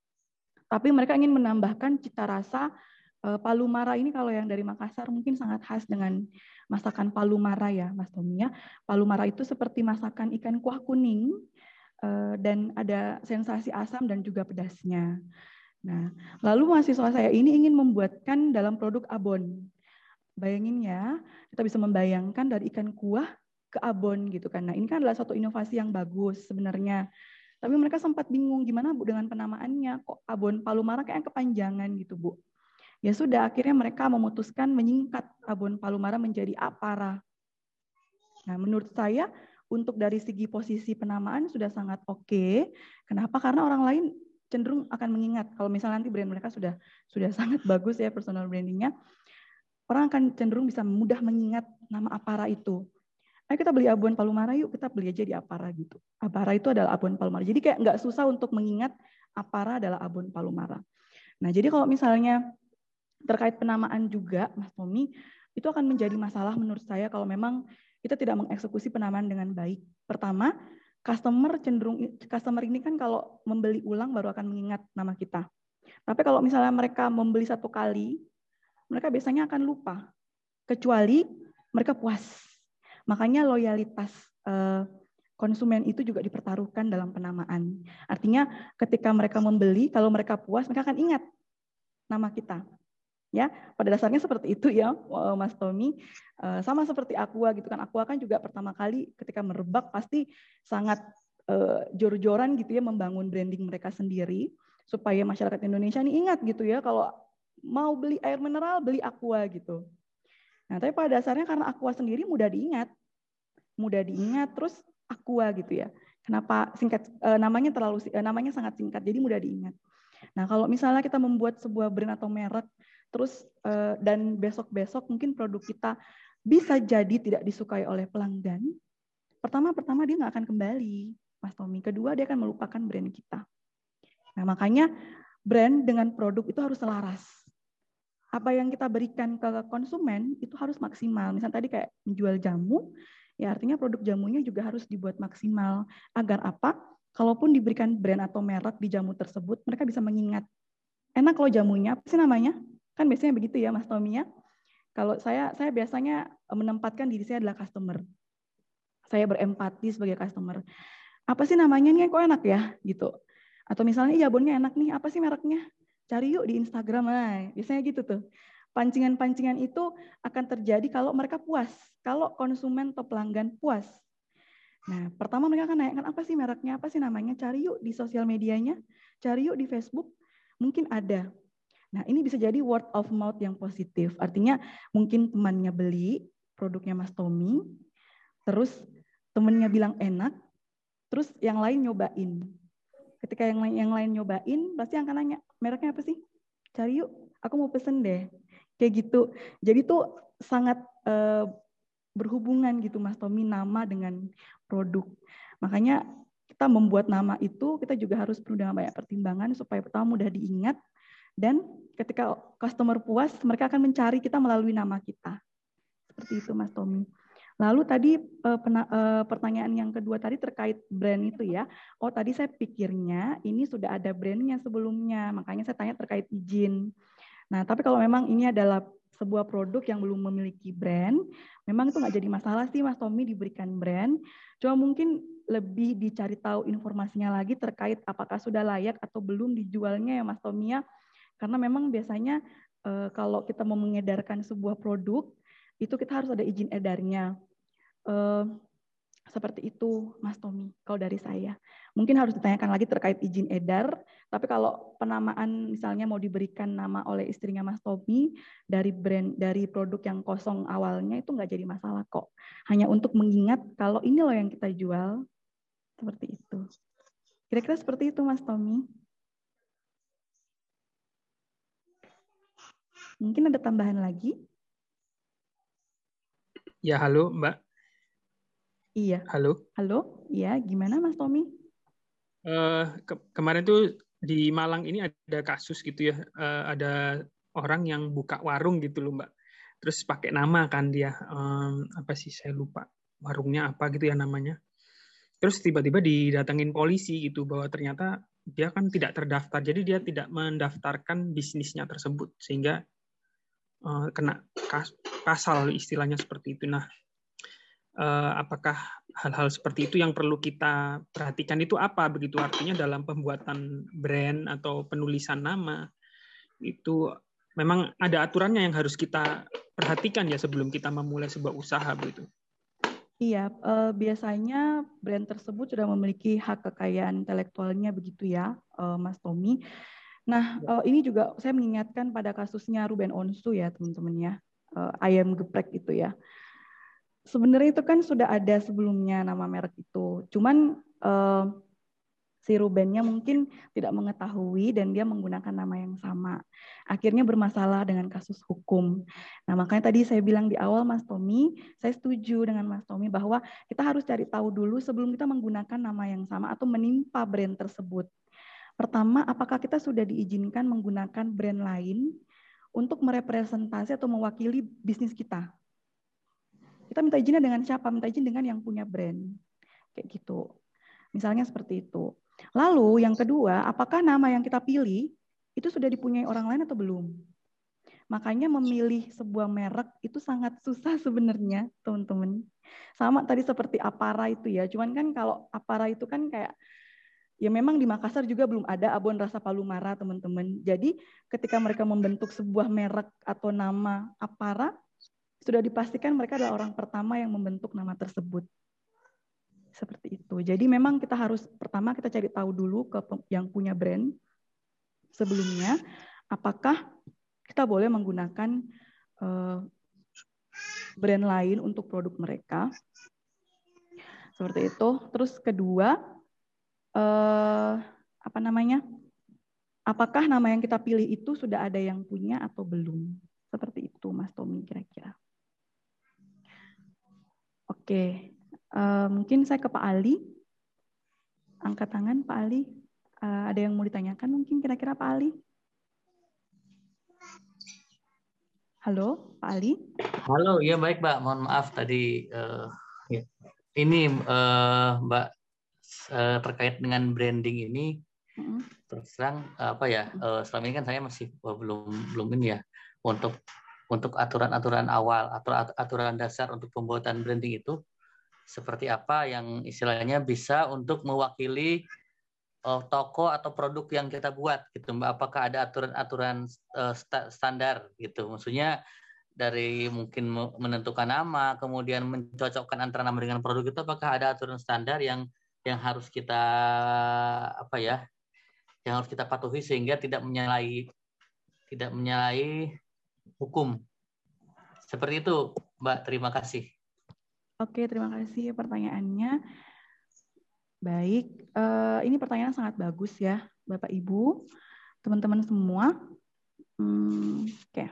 Speaker 1: tapi mereka ingin menambahkan cita rasa e, palu mara ini, kalau yang dari Makassar mungkin sangat khas dengan masakan palu mara ya Mas Tommy ya. Palu mara itu seperti masakan ikan kuah kuning e, dan ada sensasi asam dan juga pedasnya. Nah, lalu mahasiswa saya ini ingin membuatkan dalam produk abon. Bayangin ya, kita bisa membayangkan dari ikan kuah ke abon gitu kan. Nah, ini kan adalah satu inovasi yang bagus sebenarnya. Tapi mereka sempat bingung gimana Bu dengan penamaannya, kok abon palu mara kayak kepanjangan gitu Bu. Ya sudah, akhirnya mereka memutuskan menyingkat abon palu mara menjadi Apara. Nah, menurut saya untuk dari segi posisi penamaan sudah sangat oke. Kenapa? Karena orang lain cenderung akan mengingat kalau misalnya nanti brand mereka sudah sudah sangat bagus ya personal brandingnya. Orang akan cenderung bisa mudah mengingat nama Apara itu. Ayo kita beli abon palu mara yuk, kita beli aja di Apara gitu. Apara itu adalah abon palu mara. Jadi kayak nggak susah untuk mengingat Apara adalah abon palu mara. Nah, jadi kalau misalnya terkait penamaan juga, Mas Tommy, itu akan menjadi masalah menurut saya kalau memang kita tidak mengeksekusi penamaan dengan baik. Pertama, customer cenderung customer ini kan kalau membeli ulang baru akan mengingat nama kita. Tapi kalau misalnya mereka membeli satu kali, mereka biasanya akan lupa, kecuali mereka puas. Makanya loyalitas konsumen itu juga dipertaruhkan dalam penamaan. Artinya ketika mereka membeli, kalau mereka puas, mereka akan ingat nama kita. Ya, pada dasarnya seperti itu ya, Mas Tommy. Sama seperti Aqua gitu kan. Aqua kan juga pertama kali ketika merebak pasti sangat jor-joran gitu ya membangun branding mereka sendiri supaya masyarakat Indonesia ini ingat gitu ya kalau mau beli air mineral, beli Aqua gitu. Nah, tapi pada dasarnya karena Aqua sendiri mudah diingat. mudah diingat, terus Aqua gitu ya. Kenapa singkat uh, namanya terlalu uh, namanya sangat singkat, jadi mudah diingat. Nah, kalau misalnya kita membuat sebuah brand atau merek, terus uh, dan besok-besok mungkin produk kita bisa jadi tidak disukai oleh pelanggan. Pertama-pertama dia nggak akan kembali, Mas Tommy. Kedua, dia akan melupakan brand kita. Nah, makanya brand dengan produk itu harus selaras. Apa yang kita berikan ke konsumen itu harus maksimal. Misalnya tadi kayak menjual jamu, ya artinya produk jamunya juga harus dibuat maksimal. Agar apa? Kalaupun diberikan brand atau merek di jamu tersebut, mereka bisa mengingat. Enak loh jamunya, apa sih namanya? Kan biasanya begitu ya Mas Tommy ya. Kalau saya, saya biasanya menempatkan diri saya adalah customer. Saya berempati sebagai customer. Apa sih namanya nih, kok enak ya? Gitu. Atau misalnya jabonnya enak nih, apa sih mereknya? Cari yuk di Instagram. Nah, biasanya gitu tuh. Pancingan-pancingan itu akan terjadi kalau mereka puas. Kalau konsumen atau pelanggan puas. Nah, pertama mereka akan nanyakan apa sih mereknya, apa sih namanya? Cari yuk di sosial medianya, cari yuk di Facebook. Mungkin ada. Nah, ini bisa jadi word of mouth yang positif. Artinya mungkin temannya beli produknya Mas Tommy, terus temennya bilang enak, terus yang lain nyobain. Ketika yang lain, yang lain nyobain, pasti akan nanya, mereknya apa sih? Cari yuk, aku mau pesen deh. Kayak gitu. Jadi tuh sangat eh, berhubungan gitu Mas Tommy, nama dengan produk. Makanya kita membuat nama itu, kita juga harus penuh dengan banyak pertimbangan supaya pertama mudah diingat, dan ketika customer puas, mereka akan mencari kita melalui nama kita. Seperti itu Mas Tommy. Lalu tadi uh, pena, uh, pertanyaan yang kedua tadi terkait brand itu ya. Oh tadi saya pikirnya ini sudah ada brandnya sebelumnya, makanya saya tanya terkait izin. Nah tapi kalau memang ini adalah sebuah produk yang belum memiliki brand, memang itu nggak jadi masalah sih Mas Tommy diberikan brand. Cuma mungkin lebih dicari tahu informasinya lagi terkait apakah sudah layak atau belum dijualnya ya Mas Tommy ya. Karena memang biasanya uh, kalau kita mau mengedarkan sebuah produk, itu kita harus ada izin edarnya. Uh, seperti itu, Mas Tommy, kalau dari saya. Mungkin harus ditanyakan lagi terkait izin edar, tapi kalau penamaan misalnya mau diberikan nama oleh istrinya Mas Tommy dari brand, dari produk yang kosong awalnya itu nggak jadi masalah kok. Hanya untuk mengingat kalau ini loh yang kita jual, seperti itu. Kira-kira seperti itu, Mas Tommy. Mungkin ada tambahan lagi?
Speaker 4: Ya, halo Mbak.
Speaker 1: Iya.
Speaker 4: Halo.
Speaker 1: Halo, iya. Gimana Mas Tommy?
Speaker 4: Uh, ke kemarin tuh di Malang ini ada kasus gitu ya. Uh, ada orang yang buka warung gitu loh Mbak. Terus pakai nama kan dia. Um, apa sih saya lupa. Warungnya apa gitu ya namanya. Terus tiba-tiba didatengin polisi gitu bahwa ternyata dia kan tidak terdaftar. Jadi dia tidak mendaftarkan bisnisnya tersebut. Sehingga uh, kena kas pasal istilahnya seperti itu. Nah, Uh, apakah hal-hal seperti itu yang perlu kita perhatikan itu apa begitu artinya dalam pembuatan brand atau penulisan nama itu memang ada aturannya yang harus kita perhatikan ya sebelum kita memulai sebuah usaha begitu.
Speaker 1: Iya, uh, biasanya brand tersebut sudah memiliki hak kekayaan intelektualnya begitu ya, uh, Mas Tommy. Nah, uh, ini juga saya mengingatkan pada kasusnya Ruben Onsu ya teman-teman ya, uh, ayam geprek itu ya. Sebenarnya itu kan sudah ada sebelumnya nama merek itu. Cuman uh, si Rubennya mungkin tidak mengetahui dan dia menggunakan nama yang sama. Akhirnya bermasalah dengan kasus hukum. Nah makanya tadi saya bilang di awal Mas Tommy, saya setuju dengan Mas Tommy bahwa kita harus cari tahu dulu sebelum kita menggunakan nama yang sama atau menimpa brand tersebut. Pertama, apakah kita sudah diizinkan menggunakan brand lain untuk merepresentasi atau mewakili bisnis kita? Kita minta izinnya dengan siapa? Minta izin dengan yang punya brand. Kayak gitu. Misalnya seperti itu. Lalu yang kedua, apakah nama yang kita pilih itu sudah dipunyai orang lain atau belum? Makanya memilih sebuah merek itu sangat susah sebenarnya, teman-teman. Sama tadi seperti Apara itu ya. Cuman kan kalau Apara itu kan kayak ya memang di Makassar juga belum ada abon rasa Palumara, teman-teman. Jadi ketika mereka membentuk sebuah merek atau nama Apara, sudah dipastikan mereka adalah orang pertama yang membentuk nama tersebut. Seperti itu. Jadi memang kita harus pertama kita cari tahu dulu ke yang punya brand sebelumnya, apakah kita boleh menggunakan uh, brand lain untuk produk mereka. Seperti itu. Terus kedua, eh, apa namanya? Apakah nama yang kita pilih itu sudah ada yang punya atau belum? Seperti itu, Mas Tommy kira-kira. Oke, uh, mungkin saya ke Pak Ali. Angkat tangan, Pak Ali. Uh, ada yang mau ditanyakan mungkin kira-kira Pak Ali? Halo, Pak Ali.
Speaker 5: Halo, ya baik Mbak. Mohon maaf tadi. Uh, ya. Ini uh, Mbak uh, terkait dengan branding ini. Mm-hmm. Terus terang apa ya? Uh, selama ini kan saya masih uh, belum belum ini ya untuk untuk aturan-aturan awal atau aturan dasar untuk pembuatan branding itu seperti apa yang istilahnya bisa untuk mewakili uh, toko atau produk yang kita buat gitu Mbak. Apakah ada aturan-aturan uh, standar gitu? Maksudnya dari mungkin menentukan nama, kemudian mencocokkan antara nama dengan produk itu, apakah ada aturan standar yang yang harus kita apa ya? Yang harus kita patuhi sehingga tidak menyalahi tidak menyalahi hukum. Seperti itu, Mbak. Terima kasih.
Speaker 1: Oke, terima kasih pertanyaannya. Baik, uh, ini pertanyaan sangat bagus ya, Bapak Ibu, teman-teman semua. Hmm, Oke. Okay.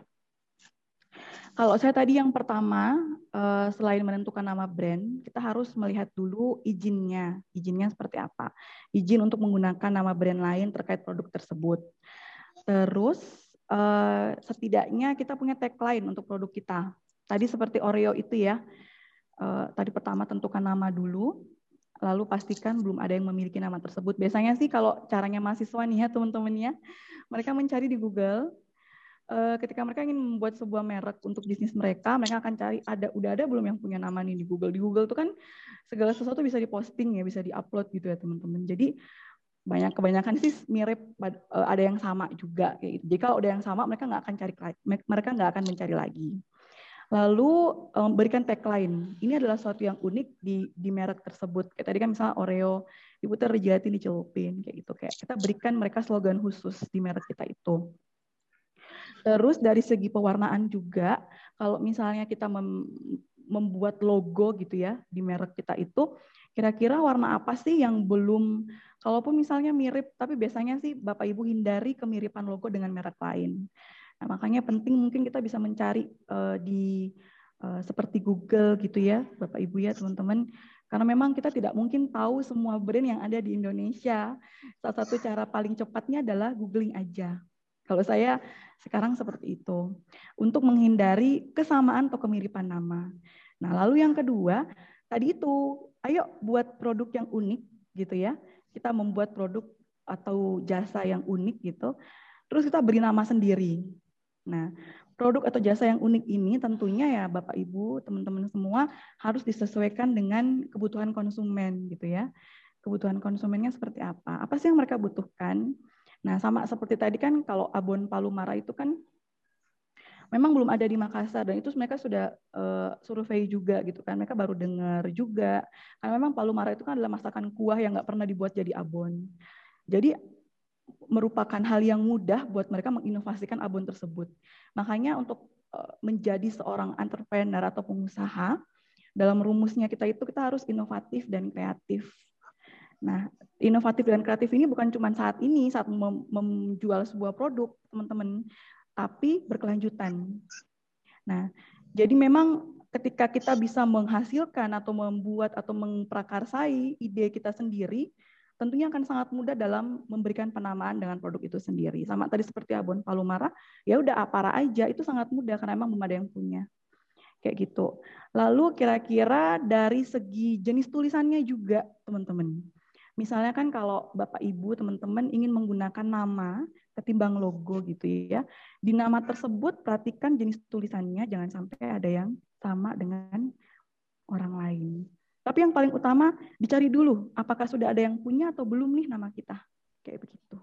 Speaker 1: Kalau saya tadi yang pertama, uh, selain menentukan nama brand, kita harus melihat dulu izinnya. Izinnya seperti apa? Izin untuk menggunakan nama brand lain terkait produk tersebut. Terus, uh, setidaknya kita punya tagline untuk produk kita. Tadi seperti Oreo itu ya. Uh, tadi pertama tentukan nama dulu, lalu pastikan belum ada yang memiliki nama tersebut. Biasanya sih kalau caranya mahasiswa nih ya teman-teman ya, mereka mencari di Google. Uh, ketika mereka ingin membuat sebuah merek untuk bisnis mereka, mereka akan cari ada udah ada belum yang punya nama nih di Google. Di Google itu kan segala sesuatu bisa diposting ya, bisa diupload gitu ya teman-teman. Jadi banyak kebanyakan sih mirip, uh, ada yang sama juga kayak gitu. Jadi kalau ada yang sama, mereka nggak akan cari mereka nggak akan mencari lagi. Lalu um, berikan tagline. Ini adalah sesuatu yang unik di di merek tersebut. Kayak tadi kan misalnya Oreo diputar, dijilatin, dicelupin kayak gitu. Kayak kita berikan mereka slogan khusus di merek kita itu. Terus dari segi pewarnaan juga, kalau misalnya kita mem membuat logo gitu ya di merek kita itu, kira-kira warna apa sih yang belum, kalaupun misalnya mirip, tapi biasanya sih Bapak Ibu hindari kemiripan logo dengan merek lain. Nah, makanya penting mungkin kita bisa mencari uh, di uh, seperti Google gitu ya, Bapak Ibu ya teman-teman. Karena memang kita tidak mungkin tahu semua brand yang ada di Indonesia. Salah satu cara paling cepatnya adalah googling aja. Kalau saya sekarang seperti itu, untuk menghindari kesamaan atau kemiripan nama. Nah, lalu yang kedua, tadi itu, ayo buat produk yang unik gitu ya. Kita membuat produk atau jasa yang unik gitu, terus kita beri nama sendiri. Nah, produk atau jasa yang unik ini tentunya ya Bapak Ibu, teman-teman semua harus disesuaikan dengan kebutuhan konsumen gitu ya. Kebutuhan konsumennya seperti apa? Apa sih yang mereka butuhkan? Nah, sama seperti tadi kan kalau abon Palumara itu kan memang belum ada di Makassar, dan itu mereka sudah uh, survei juga gitu kan. Mereka baru dengar juga. Karena memang Palumara itu kan adalah masakan kuah yang nggak pernah dibuat jadi abon. Jadi merupakan hal yang mudah buat mereka menginovasikan abon tersebut. Makanya untuk uh, menjadi seorang entrepreneur atau pengusaha, dalam rumusnya kita itu kita harus inovatif dan kreatif. Nah, inovatif dan kreatif ini bukan cuma saat ini, saat mem menjual sebuah produk, teman-teman, tapi berkelanjutan. Nah, jadi memang ketika kita bisa menghasilkan atau membuat atau memprakarsai ide kita sendiri, tentunya akan sangat mudah dalam memberikan penamaan dengan produk itu sendiri. Sama tadi seperti abon Palumara, ya udah Apara aja, itu sangat mudah karena memang belum ada yang punya. Kayak gitu. Lalu kira-kira dari segi jenis tulisannya juga, teman-teman. Misalnya kan kalau Bapak Ibu teman-teman ingin menggunakan nama ketimbang logo gitu ya. Di nama tersebut perhatikan jenis tulisannya, jangan sampai ada yang sama dengan orang lain. Tapi yang paling utama dicari dulu apakah sudah ada yang punya atau belum nih nama kita. Kayak begitu.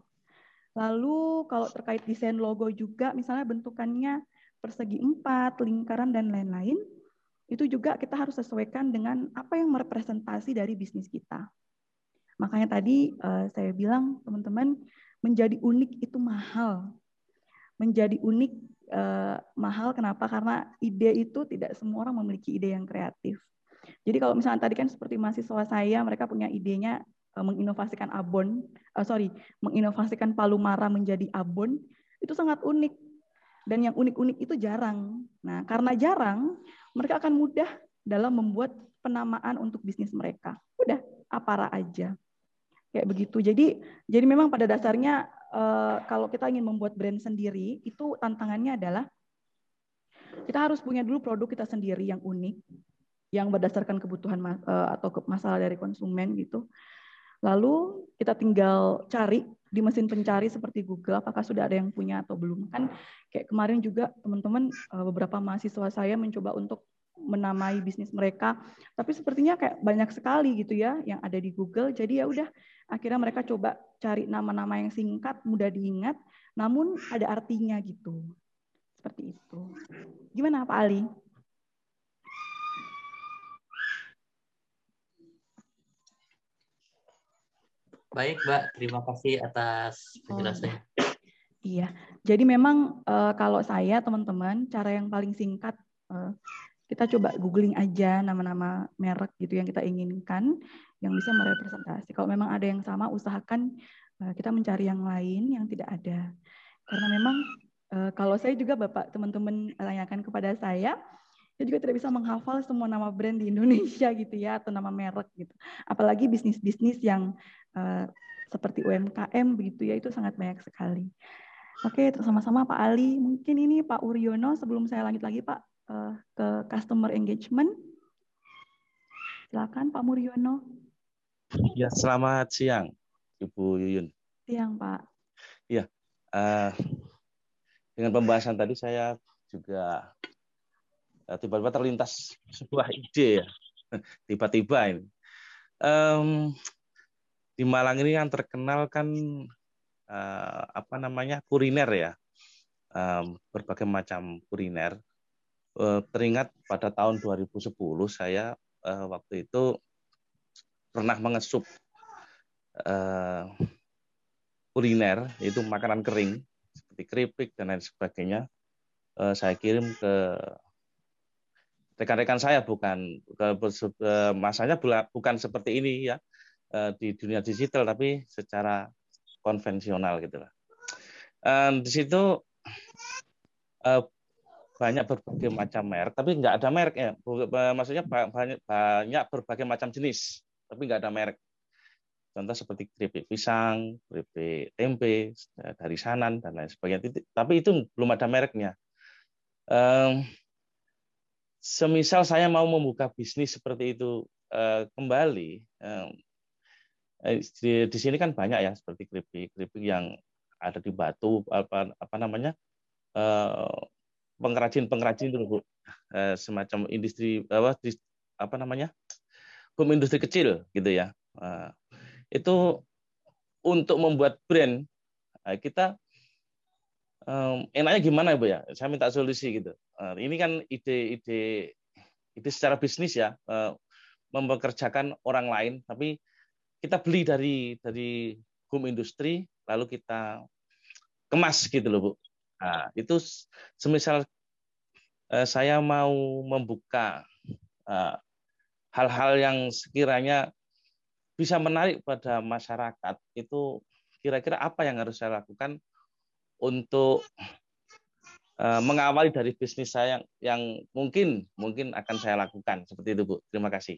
Speaker 1: Lalu kalau terkait desain logo juga misalnya bentukannya persegi empat, lingkaran dan lain-lain, itu juga kita harus sesuaikan dengan apa yang merepresentasi dari bisnis kita. Makanya tadi uh, saya bilang teman-teman, menjadi unik itu mahal. Menjadi unik uh, mahal kenapa? Karena ide itu tidak semua orang memiliki ide yang kreatif. Jadi kalau misalnya tadi kan seperti mahasiswa saya, mereka punya idenya uh, menginovasikan abon, uh, sorry, menginovasikan palu mara menjadi abon, itu sangat unik. Dan yang unik-unik itu jarang. Nah, karena jarang, mereka akan mudah dalam membuat penamaan untuk bisnis mereka. Udah, apara aja. Kayak begitu. Jadi jadi memang pada dasarnya uh, kalau kita ingin membuat brand sendiri, itu tantangannya adalah kita harus punya dulu produk kita sendiri yang unik, yang berdasarkan kebutuhan uh, atau ke masalah dari konsumen gitu. Lalu kita tinggal cari di mesin pencari seperti Google, apakah sudah ada yang punya atau belum. Kan kayak kemarin juga teman-teman uh, beberapa mahasiswa saya mencoba untuk menamai bisnis mereka, tapi sepertinya kayak banyak sekali gitu ya yang ada di Google. Jadi ya udah, akhirnya mereka coba cari nama-nama yang singkat, mudah diingat, namun ada artinya gitu. Seperti itu. Gimana Pak Ali?
Speaker 5: Baik, Mbak. Terima kasih atas penjelasannya.
Speaker 1: Oh, iya. Jadi memang uh, kalau saya teman-teman, cara yang paling singkat uh, kita coba googling aja nama-nama merek gitu yang kita inginkan, yang bisa merepresentasi. Kalau memang ada yang sama, usahakan kita mencari yang lain yang tidak ada. Karena memang kalau saya juga Bapak teman-teman tanyakan kepada saya, saya juga tidak bisa menghafal semua nama brand di Indonesia gitu ya, atau nama merek gitu. Apalagi bisnis-bisnis yang uh, seperti U M K M begitu ya, itu sangat banyak sekali. Oke, sama-sama Pak Ali. Mungkin ini Pak Uryono, sebelum saya lanjut lagi Pak, Uh, ke customer engagement. Silakan Pak Muryono.
Speaker 6: Ya, selamat siang Ibu Yuyun.
Speaker 1: Siang Pak.
Speaker 6: Ya, uh, dengan pembahasan tadi saya juga tiba-tiba uh, terlintas sebuah ide ya, tiba-tiba ini. Um, di Malang ini yang terkenal kan uh, apa namanya kuliner ya, um, berbagai macam kuliner. Teringat pada tahun dua ribu sepuluh saya uh, waktu itu pernah mengesup uh, kuliner, yaitu makanan kering seperti keripik dan lain sebagainya. Uh, saya kirim ke rekan-rekan saya, bukan ke, ke masanya bukan seperti ini ya uh, di dunia digital, tapi secara konvensional gitulah. Uh, di situ uh, banyak berbagai macam merek, tapi nggak ada merek ya. Maksudnya banyak banyak berbagai macam jenis, tapi nggak ada merek. Contoh seperti keripik pisang, keripik tempe dari Sanan dan lain sebagainya. Tapi itu belum ada mereknya. Um, semisal saya mau membuka bisnis seperti itu uh, kembali, um, di, di sini kan banyak ya seperti keripik keripik yang ada di Batu, apa apa namanya? Uh, pengrajin-pengrajin itu Bu, eh, semacam industri apa, di, apa namanya home industri kecil gitu ya. Nah, itu untuk membuat brand nah, kita um, enaknya gimana Bu ya? Saya minta solusi gitu. Nah, ini kan ide-ide ide secara bisnis ya, uh, mempekerjakan orang lain, tapi kita beli dari dari home industry lalu kita kemas gitu loh Bu. Nah, itu semisal uh, saya mau membuka hal-hal uh, yang sekiranya bisa menarik pada masyarakat, itu kira-kira apa yang harus saya lakukan untuk uh, mengawali dari bisnis saya yang, yang mungkin mungkin akan saya lakukan seperti itu Bu. Terima kasih.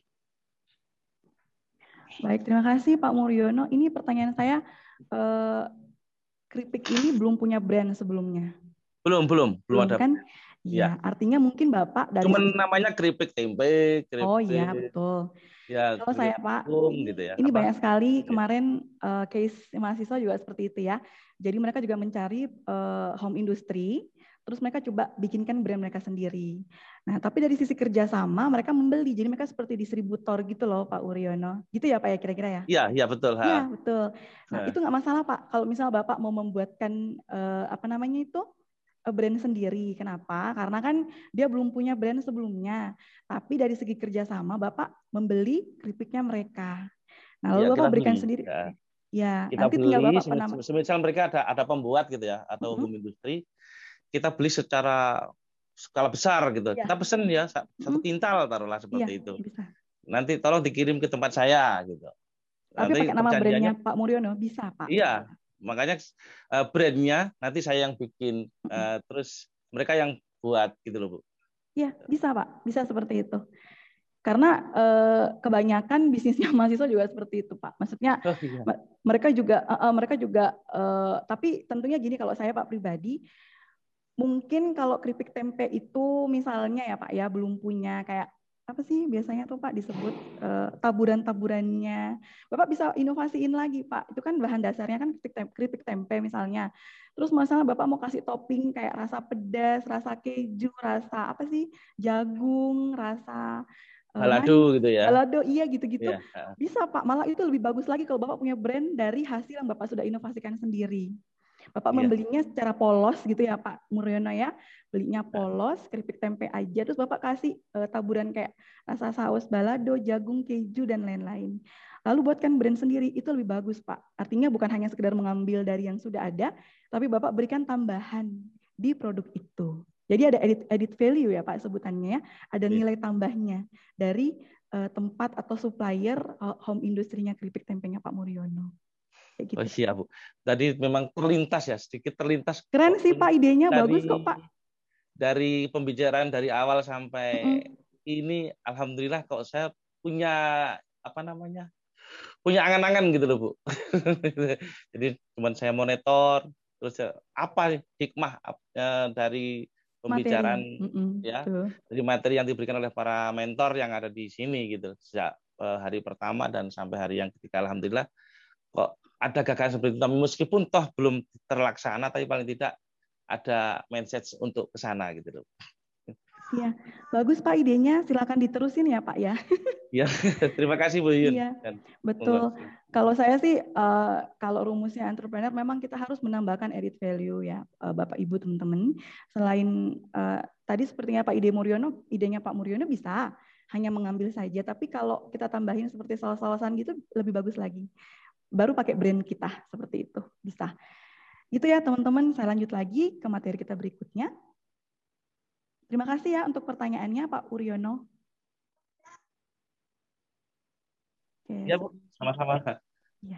Speaker 1: Baik, terima kasih Pak Muryono. Ini pertanyaan saya. Uh, Keripik ini belum punya brand sebelumnya?
Speaker 6: Belum, belum, belum, belum ada.
Speaker 1: Kan? Iya, ya. Artinya mungkin Bapak dari...
Speaker 6: Cuman namanya keripik tempe, keripik...
Speaker 1: Oh iya, betul.
Speaker 6: Ya,
Speaker 1: kalau saya Pak,
Speaker 6: gitu ya.
Speaker 1: ini
Speaker 6: Apa?
Speaker 1: banyak sekali kemarin uh, case mahasiswa juga seperti itu ya. Jadi mereka juga mencari uh, home industry, terus mereka coba bikinkan brand mereka sendiri. Nah, tapi dari sisi kerjasama mereka membeli, jadi mereka seperti distributor gitu loh Pak Uryono. Gitu ya Pak ya kira-kira ya?
Speaker 6: Iya, iya betul.
Speaker 1: Iya betul. Nah ha. itu nggak masalah Pak. Kalau misal Bapak mau membuatkan uh, apa namanya itu brand sendiri, kenapa? Karena kan dia belum punya brand sebelumnya. Tapi dari segi kerjasama Bapak membeli keripiknya mereka. Nah lalu ya, Bapak berikan beli. sendiri. Ya, ya
Speaker 6: kita
Speaker 1: nanti
Speaker 6: beli,
Speaker 1: tinggal Bapak
Speaker 6: penama. Semisal mereka ada ada pembuat gitu ya, atau mm-hmm. home industry, kita beli secara skala besar gitu. Ya. Kita pesen ya satu mm-hmm. kintal taruhlah seperti ya, itu. Bisa. nanti tolong dikirim ke tempat saya gitu.
Speaker 1: Tapi
Speaker 6: Nanti
Speaker 1: pakai nama brandnya
Speaker 6: perjanjiannya
Speaker 1: Pak Muryono bisa, Pak?
Speaker 6: iya, makanya uh, brandnya nanti saya yang bikin, uh, terus mereka yang buat gitu loh Bu.
Speaker 1: Iya, bisa Pak, bisa seperti itu. Karena eh, kebanyakan bisnisnya mahasiswa juga seperti itu, Pak. Maksudnya
Speaker 6: Oh, iya.
Speaker 1: mereka juga, uh, mereka juga, uh, tapi tentunya gini kalau saya Pak pribadi, mungkin kalau keripik tempe itu misalnya ya Pak ya belum punya kayak apa sih biasanya tuh Pak disebut uh, taburan-taburannya. Bapak bisa inovasiin lagi Pak. Itu kan bahan dasarnya kan keripik tempe, keripik tempe misalnya. Terus masalah Bapak mau kasih topping kayak rasa pedas, rasa keju, rasa apa sih jagung, rasa
Speaker 6: balado gitu ya.
Speaker 1: Balado, iya gitu-gitu.
Speaker 6: Iya.
Speaker 1: Bisa Pak, malah itu lebih bagus lagi kalau Bapak punya brand dari hasil yang Bapak sudah inovasikan sendiri. Bapak iya. membelinya secara polos gitu ya Pak Muryono ya. Belinya polos, keripik tempe aja. Terus Bapak kasih uh, taburan kayak rasa saus balado, jagung, keju, dan lain-lain. Lalu buatkan brand sendiri, itu lebih bagus Pak. Artinya bukan hanya sekedar mengambil dari yang sudah ada, tapi Bapak berikan tambahan di produk itu. Jadi ada edit, edit value ya Pak sebutannya ya, ada nilai tambahnya dari uh, tempat atau supplier uh, home industrinya keripik tempenya Pak Muryono. Kayak gitu.
Speaker 6: Oh siap Bu. Tadi memang terlintas ya, sedikit terlintas.
Speaker 1: Keren sih Pak, idenya dari, bagus kok Pak.
Speaker 6: Dari pembicaraan dari awal sampai mm-hmm. ini, alhamdulillah kok saya punya apa namanya, punya angan-angan gitu loh Bu. Jadi cuman saya monitor, terus apa hikmah uh, dari pembicaraan materi. ya Tuh. Dari materi yang diberikan oleh para mentor yang ada di sini gitu sejak hari pertama dan sampai hari yang ketiga, alhamdulillah kok ada gagasan seperti itu. Tapi meskipun toh belum terlaksana, tapi paling tidak ada mindset untuk ke sana gitu loh.
Speaker 1: Iya, bagus Pak idenya, silakan diterusin ya Pak ya.
Speaker 6: Iya, terima kasih Bu Yun.
Speaker 1: Iya, betul. Kalau saya sih, uh, kalau rumusnya entrepreneur memang kita harus menambahkan added value ya, uh, Bapak Ibu teman-teman. Selain uh, tadi sepertinya Pak ide Muryono, idenya Pak Muryono bisa hanya mengambil saja, tapi kalau kita tambahin seperti saus-sausan gitu lebih bagus lagi. Baru pakai brand kita seperti itu bisa. Gitu ya teman-teman. Saya lanjut lagi ke materi kita berikutnya. Terima kasih ya untuk pertanyaannya Pak Uryono. Oke.
Speaker 6: Ya Bu, sama-sama.
Speaker 1: Ya.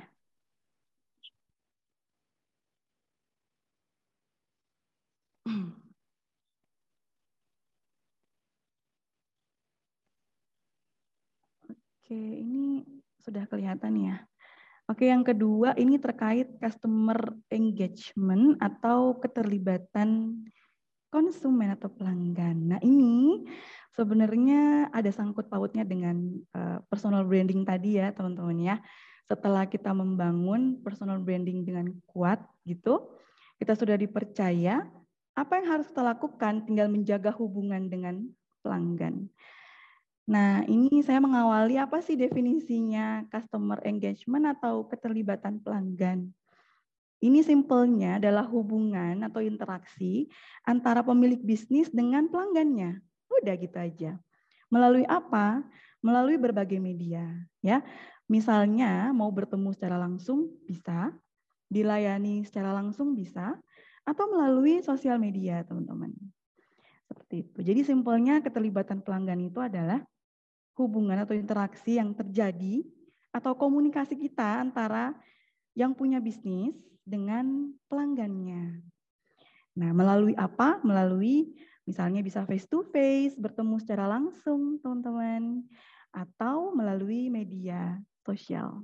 Speaker 1: Oke, ini sudah kelihatan ya. Oke, yang kedua ini terkait customer engagement atau keterlibatan konsumen atau pelanggan. Nah ini sebenarnya ada sangkut pautnya dengan uh, personal branding tadi ya teman-teman ya. Setelah kita membangun personal branding dengan kuat gitu, kita sudah dipercaya, apa yang harus kita lakukan tinggal menjaga hubungan dengan pelanggan. Nah ini saya mengawali apa sih definisinya customer engagement atau keterlibatan pelanggan. Ini simpelnya adalah hubungan atau interaksi antara pemilik bisnis dengan pelanggannya. Udah gitu aja. Melalui apa? Melalui berbagai media, ya. Misalnya mau bertemu secara langsung bisa, dilayani secara langsung bisa, atau melalui sosial media, teman-teman. Seperti itu. Jadi simpelnya keterlibatan pelanggan itu adalah hubungan atau interaksi yang terjadi atau komunikasi kita antara yang punya bisnis dengan pelanggannya. Nah, melalui apa? Melalui misalnya bisa face to face, bertemu secara langsung, teman-teman, atau melalui media sosial.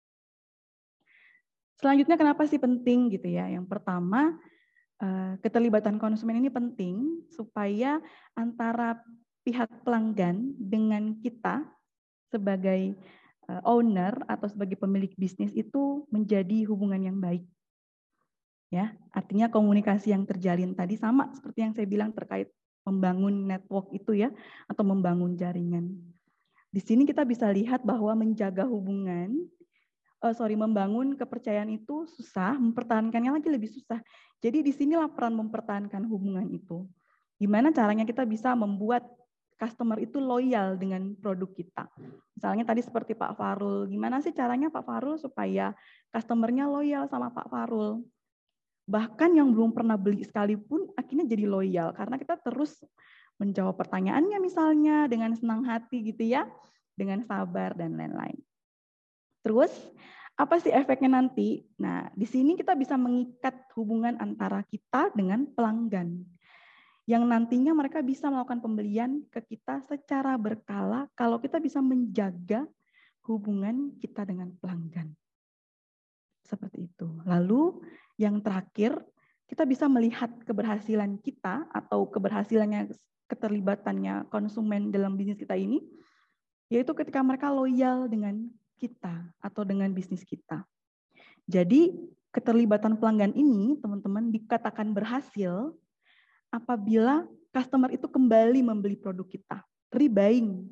Speaker 1: Selanjutnya kenapa sih penting gitu ya? Yang pertama, keterlibatan konsumen ini penting supaya antara pihak pelanggan dengan kita sebagai owner atau sebagai pemilik bisnis itu menjadi hubungan yang baik. Ya, artinya komunikasi yang terjalin tadi sama seperti yang saya bilang terkait membangun network itu ya, atau membangun jaringan. Di sini kita bisa lihat bahwa menjaga hubungan, oh sorry, membangun kepercayaan itu susah, mempertahankannya lagi lebih susah. Jadi di sinilah peran mempertahankan hubungan itu. Gimana caranya kita bisa membuat customer itu loyal dengan produk kita. Misalnya tadi seperti Pak Farul, gimana sih caranya Pak Farul supaya customernya loyal sama Pak Farul? Bahkan yang belum pernah beli sekalipun akhirnya jadi loyal karena kita terus menjawab pertanyaannya misalnya dengan senang hati gitu ya. dengan sabar, dan lain-lain. Terus, apa sih efeknya nanti? Nah, di sini kita bisa mengikat hubungan antara kita dengan pelanggan. Yang nantinya mereka bisa melakukan pembelian ke kita secara berkala kalau kita bisa menjaga hubungan kita dengan pelanggan. Seperti itu. Lalu yang terakhir, kita bisa melihat keberhasilan kita atau keberhasilannya keterlibatannya konsumen dalam bisnis kita ini, yaitu ketika mereka loyal dengan kita atau dengan bisnis kita. Jadi keterlibatan pelanggan ini, teman-teman, dikatakan berhasil apabila customer itu kembali membeli produk kita, rebuying.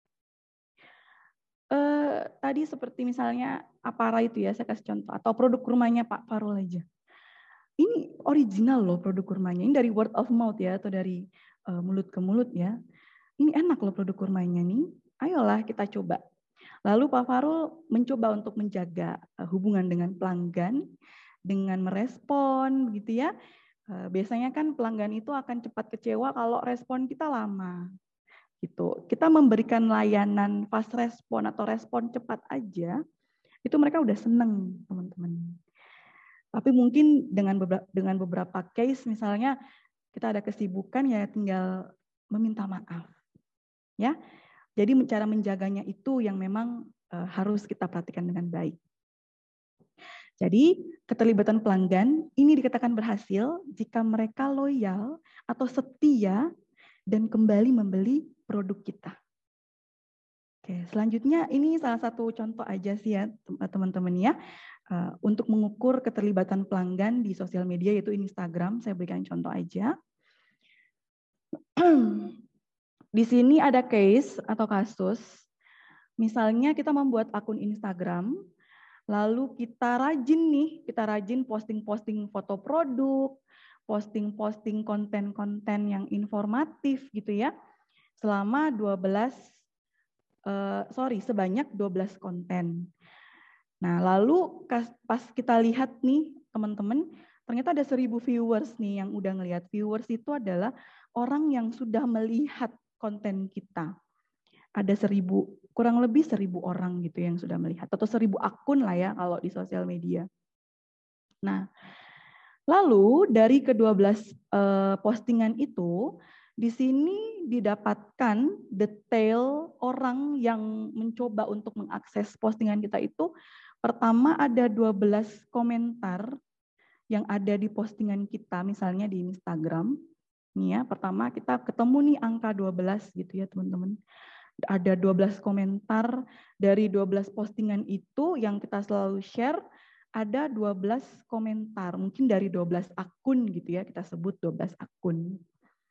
Speaker 1: Eh, tadi seperti misalnya Apara itu ya, saya kasih contoh, atau produk kurmanya Pak Farul aja. Ini original loh produk kurmanya, ini dari word of mouth ya, atau dari uh, mulut ke mulut ya. Ini enak loh produk kurmanya nih, ayolah kita coba. Lalu Pak Farul mencoba untuk menjaga uh, hubungan dengan pelanggan, dengan merespon begitu ya. Biasanya kan pelanggan itu akan cepat kecewa kalau respon kita lama. Gitu. Kita memberikan layanan fast respon atau respon cepat aja, itu mereka udah seneng, teman-teman. Tapi mungkin dengan beberapa, dengan beberapa case, misalnya kita ada kesibukan ya tinggal meminta maaf. Ya, jadi cara menjaganya itu yang memang uh, harus kita perhatikan dengan baik. Jadi keterlibatan pelanggan ini dikatakan berhasil jika mereka loyal atau setia dan kembali membeli produk kita. Oke, selanjutnya ini salah satu contoh aja sih ya teman-teman ya, untuk mengukur keterlibatan pelanggan di sosial media yaitu Instagram. Saya berikan contoh aja. Di sini ada case atau kasus, misalnya kita membuat akun Instagram, lalu kita rajin nih, kita rajin posting-posting foto produk, posting-posting konten-konten yang informatif gitu ya, selama dua belas, uh, sorry sebanyak dua belas konten. Nah lalu pas kita lihat nih teman-teman, ternyata ada seribu viewers nih yang udah ngelihat. Viewers itu adalah orang yang sudah melihat konten kita. Ada seribu, kurang lebih seribu orang gitu yang sudah melihat, atau seribu akun lah ya kalau di sosial media. Nah, lalu dari kedua belas uh, postingan itu, di sini didapatkan detail orang yang mencoba untuk mengakses postingan kita itu. Pertama ada dua belas komentar yang ada di postingan kita, misalnya di Instagram. Nih ya, pertama kita ketemu nih angka dua belas gitu ya teman-teman. Ada dua belas komentar dari dua belas postingan itu yang kita selalu share, ada dua belas komentar, mungkin dari dua belas akun gitu ya, kita sebut dua belas akun.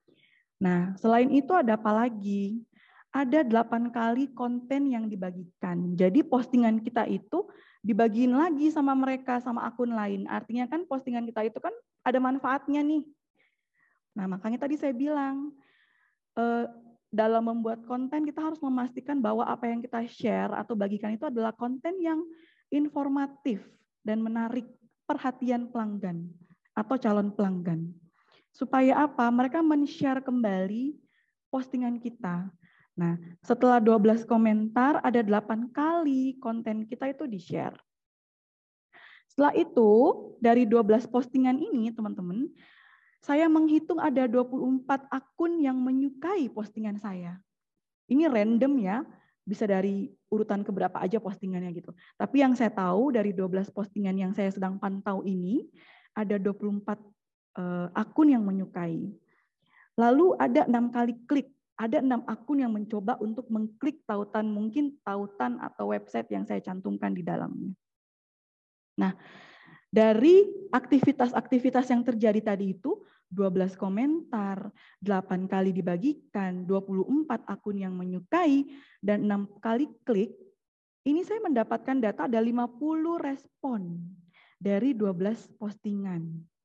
Speaker 1: Nah, selain itu ada apa lagi? Ada delapan kali konten yang dibagikan. Jadi postingan kita itu dibagiin lagi sama mereka, sama akun lain. Artinya kan postingan kita itu kan ada manfaatnya nih. Nah, makanya tadi saya bilang, eh, dalam membuat konten kita harus memastikan bahwa apa yang kita share atau bagikan itu adalah konten yang informatif dan menarik perhatian pelanggan atau calon pelanggan. Supaya apa? Mereka men-share kembali postingan kita. Nah, setelah dua belas komentar, ada delapan kali konten kita itu di-share. Setelah itu, dari dua belas postingan ini, teman-teman, saya menghitung ada dua puluh empat akun yang menyukai postingan saya. Ini random ya, bisa dari urutan keberapa aja postingannya gitu. Tapi yang saya tahu dari dua belas postingan yang saya sedang pantau ini, ada dua puluh empat uh, akun yang menyukai. Lalu ada enam kali klik, ada enam akun yang mencoba untuk mengklik tautan, mungkin tautan atau website yang saya cantumkan di dalamnya. Nah, dari aktivitas-aktivitas yang terjadi tadi itu, dua belas komentar, delapan kali dibagikan, dua puluh empat akun yang menyukai, dan enam kali klik, ini saya mendapatkan data ada lima puluh respon dari dua belas postingan.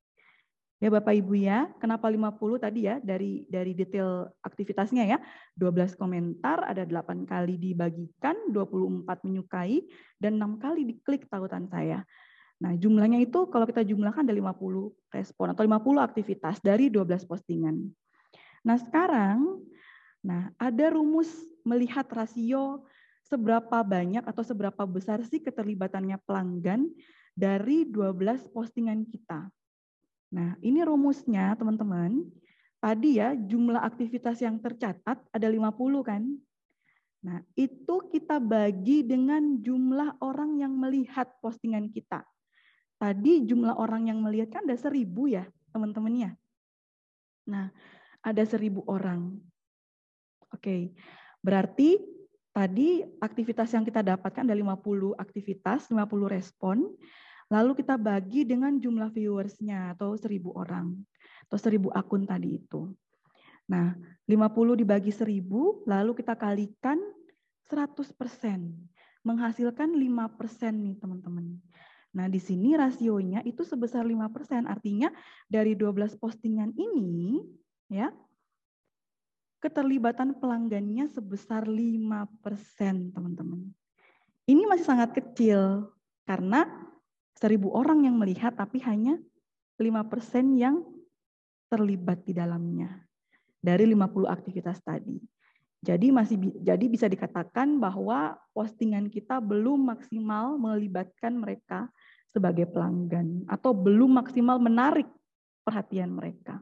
Speaker 1: Ya Bapak Ibu ya, kenapa lima puluh tadi ya, dari dari detail aktivitasnya ya, dua belas komentar, ada delapan kali dibagikan, dua puluh empat menyukai, dan enam kali diklik tautan saya. Nah, jumlahnya itu kalau kita jumlahkan ada lima puluh respon atau lima puluh aktivitas dari dua belas postingan. Nah, sekarang nah ada rumus melihat rasio seberapa banyak atau seberapa besar sih keterlibatannya pelanggan dari dua belas postingan kita. Nah, ini rumusnya teman-teman. Tadi ya jumlah aktivitas yang tercatat ada lima puluh kan. Nah, itu kita bagi dengan jumlah orang yang melihat postingan kita. Tadi jumlah orang yang melihat kan ada seribu ya teman-teman ya. Nah, ada seribu orang. Oke, berarti tadi aktivitas yang kita dapatkan ada lima puluh aktivitas, lima puluh respon. Lalu kita bagi dengan jumlah viewersnya atau seribu orang. Atau seribu akun tadi itu. Nah, lima puluh dibagi seribu, lalu kita kalikan seratus persen. Menghasilkan lima persen nih teman-teman. Nah, di sini rasionya itu sebesar lima persen. Artinya dari dua belas postingan ini, ya, keterlibatan pelanggannya sebesar lima persen teman-teman. Ini masih sangat kecil, karena seribu orang yang melihat, tapi hanya lima persen yang terlibat di dalamnya dari lima puluh aktivitas tadi. Jadi masih jadi bisa dikatakan bahwa postingan kita belum maksimal melibatkan mereka sebagai pelanggan atau belum maksimal menarik perhatian mereka.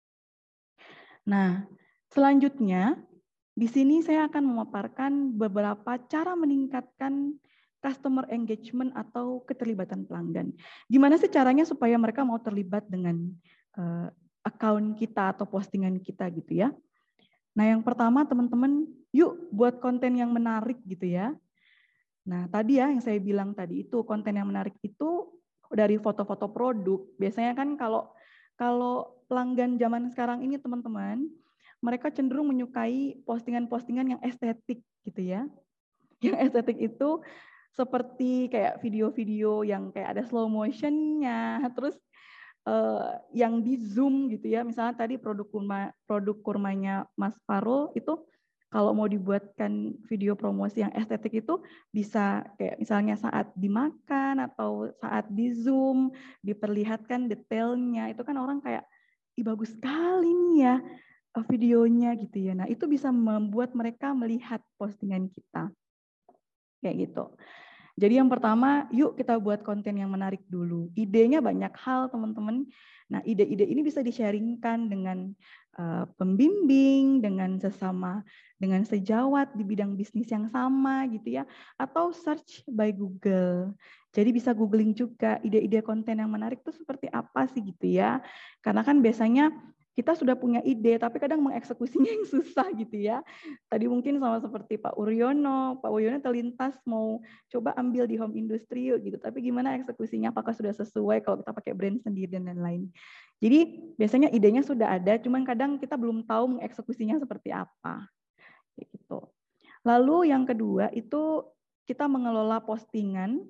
Speaker 1: Nah, selanjutnya di sini saya akan memaparkan beberapa cara meningkatkan customer engagement atau keterlibatan pelanggan. Gimana sih caranya supaya mereka mau terlibat dengan uh, account kita atau postingan kita gitu ya. Nah yang pertama teman-teman, yuk buat konten yang menarik gitu ya. Nah tadi ya yang saya bilang tadi itu konten yang menarik itu dari foto-foto produk. Biasanya kan kalau kalau pelanggan zaman sekarang ini teman-teman, mereka cenderung menyukai postingan-postingan yang estetik gitu ya. Yang estetik itu seperti kayak video-video yang kayak ada slow motion-nya, terus Uh, yang di zoom gitu ya, misalnya tadi produk kurma, produk kurmanya Mas Farul itu kalau mau dibuatkan video promosi yang estetik itu bisa kayak misalnya saat dimakan atau saat di zoom diperlihatkan detailnya, itu kan orang kayak ih bagus sekali nih ya videonya gitu ya. Nah itu bisa membuat mereka melihat postingan kita kayak gitu. Jadi yang pertama, yuk kita buat konten yang menarik dulu. Idenya banyak hal, teman-teman. Nah, ide-ide ini bisa di-sharingkan dengan uh, pembimbing, dengan sesama, dengan sejawat di bidang bisnis yang sama gitu ya. Atau search by Google. Jadi bisa googling juga ide-ide konten yang menarik itu seperti apa sih gitu ya. Karena kan biasanya kita sudah punya ide, tapi kadang mengeksekusinya yang susah gitu ya. Tadi mungkin sama seperti Pak Uryono, Pak Uryono terlintas mau coba ambil di home industry gitu, tapi gimana eksekusinya, apakah sudah sesuai kalau kita pakai brand sendiri dan lain-lain. Jadi biasanya idenya sudah ada, cuman kadang kita belum tahu mengeksekusinya seperti apa. Gitu. Lalu yang kedua itu kita mengelola postingan,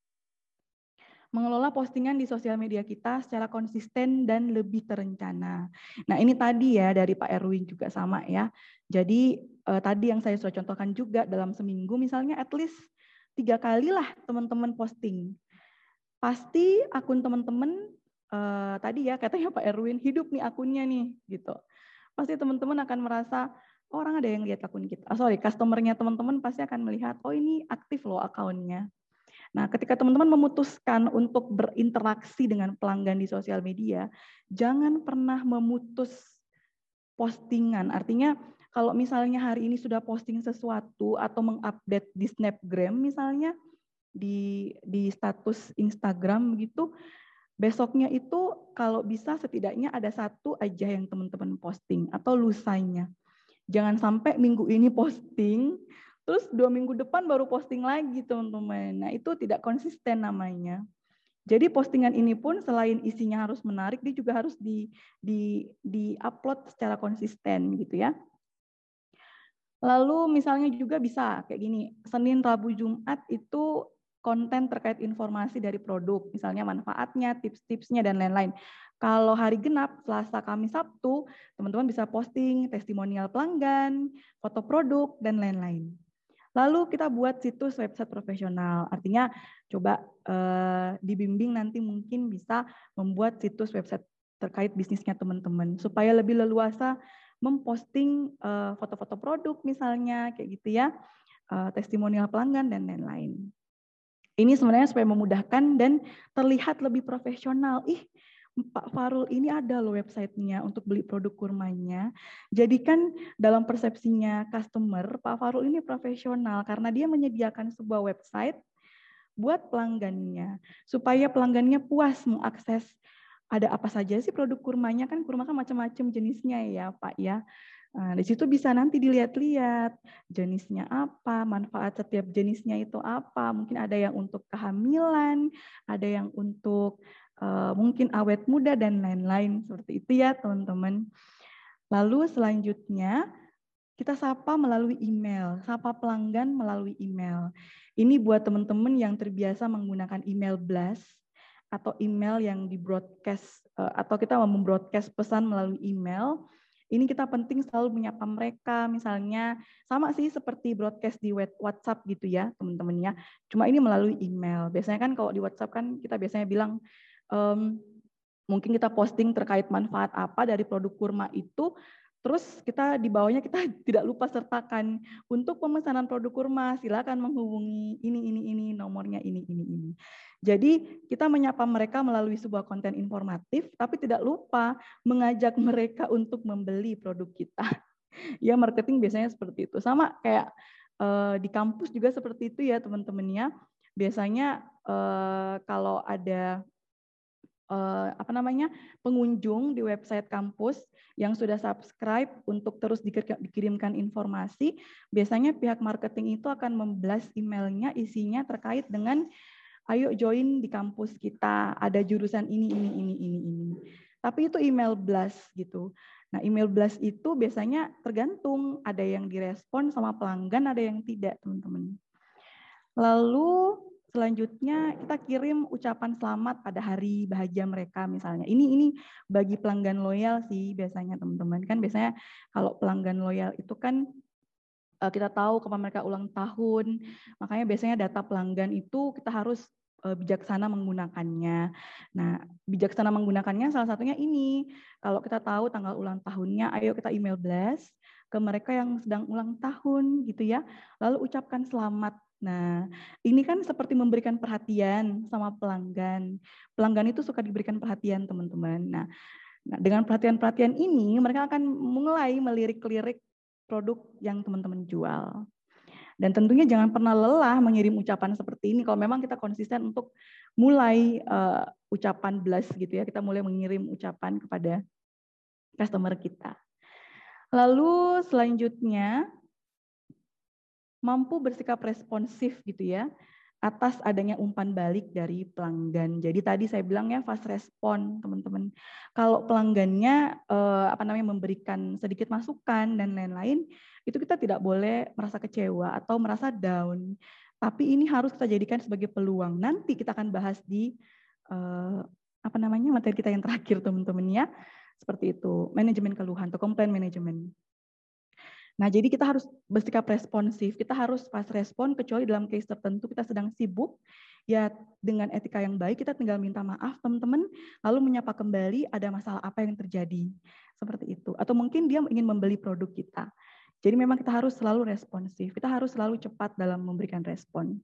Speaker 1: mengelola postingan di sosial media kita secara konsisten dan lebih terencana. Nah ini tadi ya dari Pak Erwin juga sama ya. Jadi eh, tadi yang saya sudah contohkan juga dalam seminggu misalnya at least tiga kali lah teman-teman posting. Pasti akun teman-teman eh, tadi ya katanya Pak Erwin hidup nih akunnya nih gitu. Pasti teman-teman akan merasa oh, orang ada yang lihat akun kita. Oh, sorry, customernya teman-teman pasti akan melihat oh ini aktif loh akunnya. Nah, ketika teman-teman memutuskan untuk berinteraksi dengan pelanggan di sosial media, jangan pernah memutus postingan. Artinya, kalau misalnya hari ini sudah posting sesuatu atau mengupdate di Snapgram misalnya, di, di status Instagram begitu, besoknya itu kalau bisa setidaknya ada satu aja yang teman-teman posting atau lusanya. Jangan sampai minggu ini posting, terus dua minggu depan baru posting lagi teman-teman. Nah itu tidak konsisten namanya. Jadi postingan ini pun selain isinya harus menarik, dia juga harus di, di, di upload secara konsisten gitu ya. Lalu misalnya juga bisa kayak gini, Senin, Rabu, Jumat itu konten terkait informasi dari produk, misalnya manfaatnya, tips-tipsnya, dan lain-lain. Kalau hari genap, Selasa, Kamis, Sabtu, teman-teman bisa posting testimonial pelanggan, foto produk, dan lain-lain. Lalu kita buat situs website profesional, artinya coba eh, dibimbing nanti mungkin bisa membuat situs website terkait bisnisnya teman-teman, supaya lebih leluasa memposting foto-foto produk misalnya, kayak gitu ya. uh, testimonial pelanggan, dan lain-lain. Ini sebenarnya supaya memudahkan dan terlihat lebih profesional. Ih, Pak Farul ini ada loh websitenya untuk beli produk kurmanya. Jadi kan dalam persepsinya customer, Pak Farul ini profesional karena dia menyediakan sebuah website buat pelanggannya. Supaya pelanggannya puas mengakses ada apa saja sih produk kurmanya, kan kurma kan macam-macam jenisnya ya Pak ya. Nah, di situ bisa nanti dilihat-lihat jenisnya apa, manfaat setiap jenisnya itu apa. Mungkin ada yang untuk kehamilan, ada yang untuk uh, mungkin awet muda dan lain-lain. Seperti itu ya teman-teman. Lalu selanjutnya kita sapa melalui email, sapa pelanggan melalui email. Ini buat teman-teman yang terbiasa menggunakan email blast atau email yang di broadcast uh, atau kita mau membroadcast pesan melalui email. Ini kita penting selalu menyapa mereka, misalnya sama sih seperti broadcast di WhatsApp gitu ya teman-teman ya. Cuma ini melalui email. Biasanya kan kalau di WhatsApp kan kita biasanya bilang um, mungkin kita posting terkait manfaat apa dari produk kurma itu, terus kita di bawahnya kita tidak lupa sertakan untuk pemesanan produk kurma silakan menghubungi ini ini ini nomornya ini ini ini. Jadi kita menyapa mereka melalui sebuah konten informatif, tapi tidak lupa mengajak mereka untuk membeli produk kita. Ya marketing biasanya seperti itu. Sama kayak eh, di kampus juga seperti itu ya teman-teman ya. Biasanya eh, kalau ada eh, apa namanya pengunjung di website kampus yang sudah subscribe untuk terus dikirimkan informasi, biasanya pihak marketing itu akan memblast emailnya isinya terkait dengan ayo join di kampus kita, ada jurusan ini, ini, ini, ini, ini. Tapi itu email blast gitu. Nah email blast itu biasanya tergantung, ada yang direspon sama pelanggan, ada yang tidak teman-teman. Lalu selanjutnya kita kirim ucapan selamat pada hari bahagia mereka misalnya. Ini ini bagi pelanggan loyal sih biasanya teman-teman. Kan biasanya kalau pelanggan loyal itu kan kita tahu kapan mereka ulang tahun, makanya biasanya data pelanggan itu kita harus bijaksana menggunakannya. Nah, bijaksana menggunakannya salah satunya ini, kalau kita tahu tanggal ulang tahunnya, ayo kita email blast ke mereka yang sedang ulang tahun gitu ya, lalu ucapkan selamat. Nah, ini kan seperti memberikan perhatian sama pelanggan. Pelanggan itu suka diberikan perhatian teman-teman. Nah, nah dengan perhatian-perhatian ini mereka akan mulai melirik-lirik produk yang teman-teman jual. Dan tentunya jangan pernah lelah mengirim ucapan seperti ini kalau memang kita konsisten untuk mulai uh, ucapan blast gitu ya, kita mulai mengirim ucapan kepada customer kita. Lalu selanjutnya mampu bersikap responsif gitu ya atas adanya umpan balik dari pelanggan. Jadi tadi saya bilang ya fast respon teman-teman. Kalau pelanggannya eh, apa namanya memberikan sedikit masukan dan lain-lain, itu kita tidak boleh merasa kecewa atau merasa down. Tapi ini harus kita jadikan sebagai peluang. Nanti kita akan bahas di eh, apa namanya materi kita yang terakhir teman-teman ya. Seperti itu, manajemen keluhan atau complaint management. Nah, jadi kita harus bersikap responsif, kita harus fast respon, kecuali dalam case tertentu kita sedang sibuk, ya dengan etika yang baik kita tinggal minta maaf teman-teman, lalu menyapa kembali ada masalah apa yang terjadi, seperti itu. Atau mungkin dia ingin membeli produk kita. Jadi memang kita harus selalu responsif, kita harus selalu cepat dalam memberikan respon.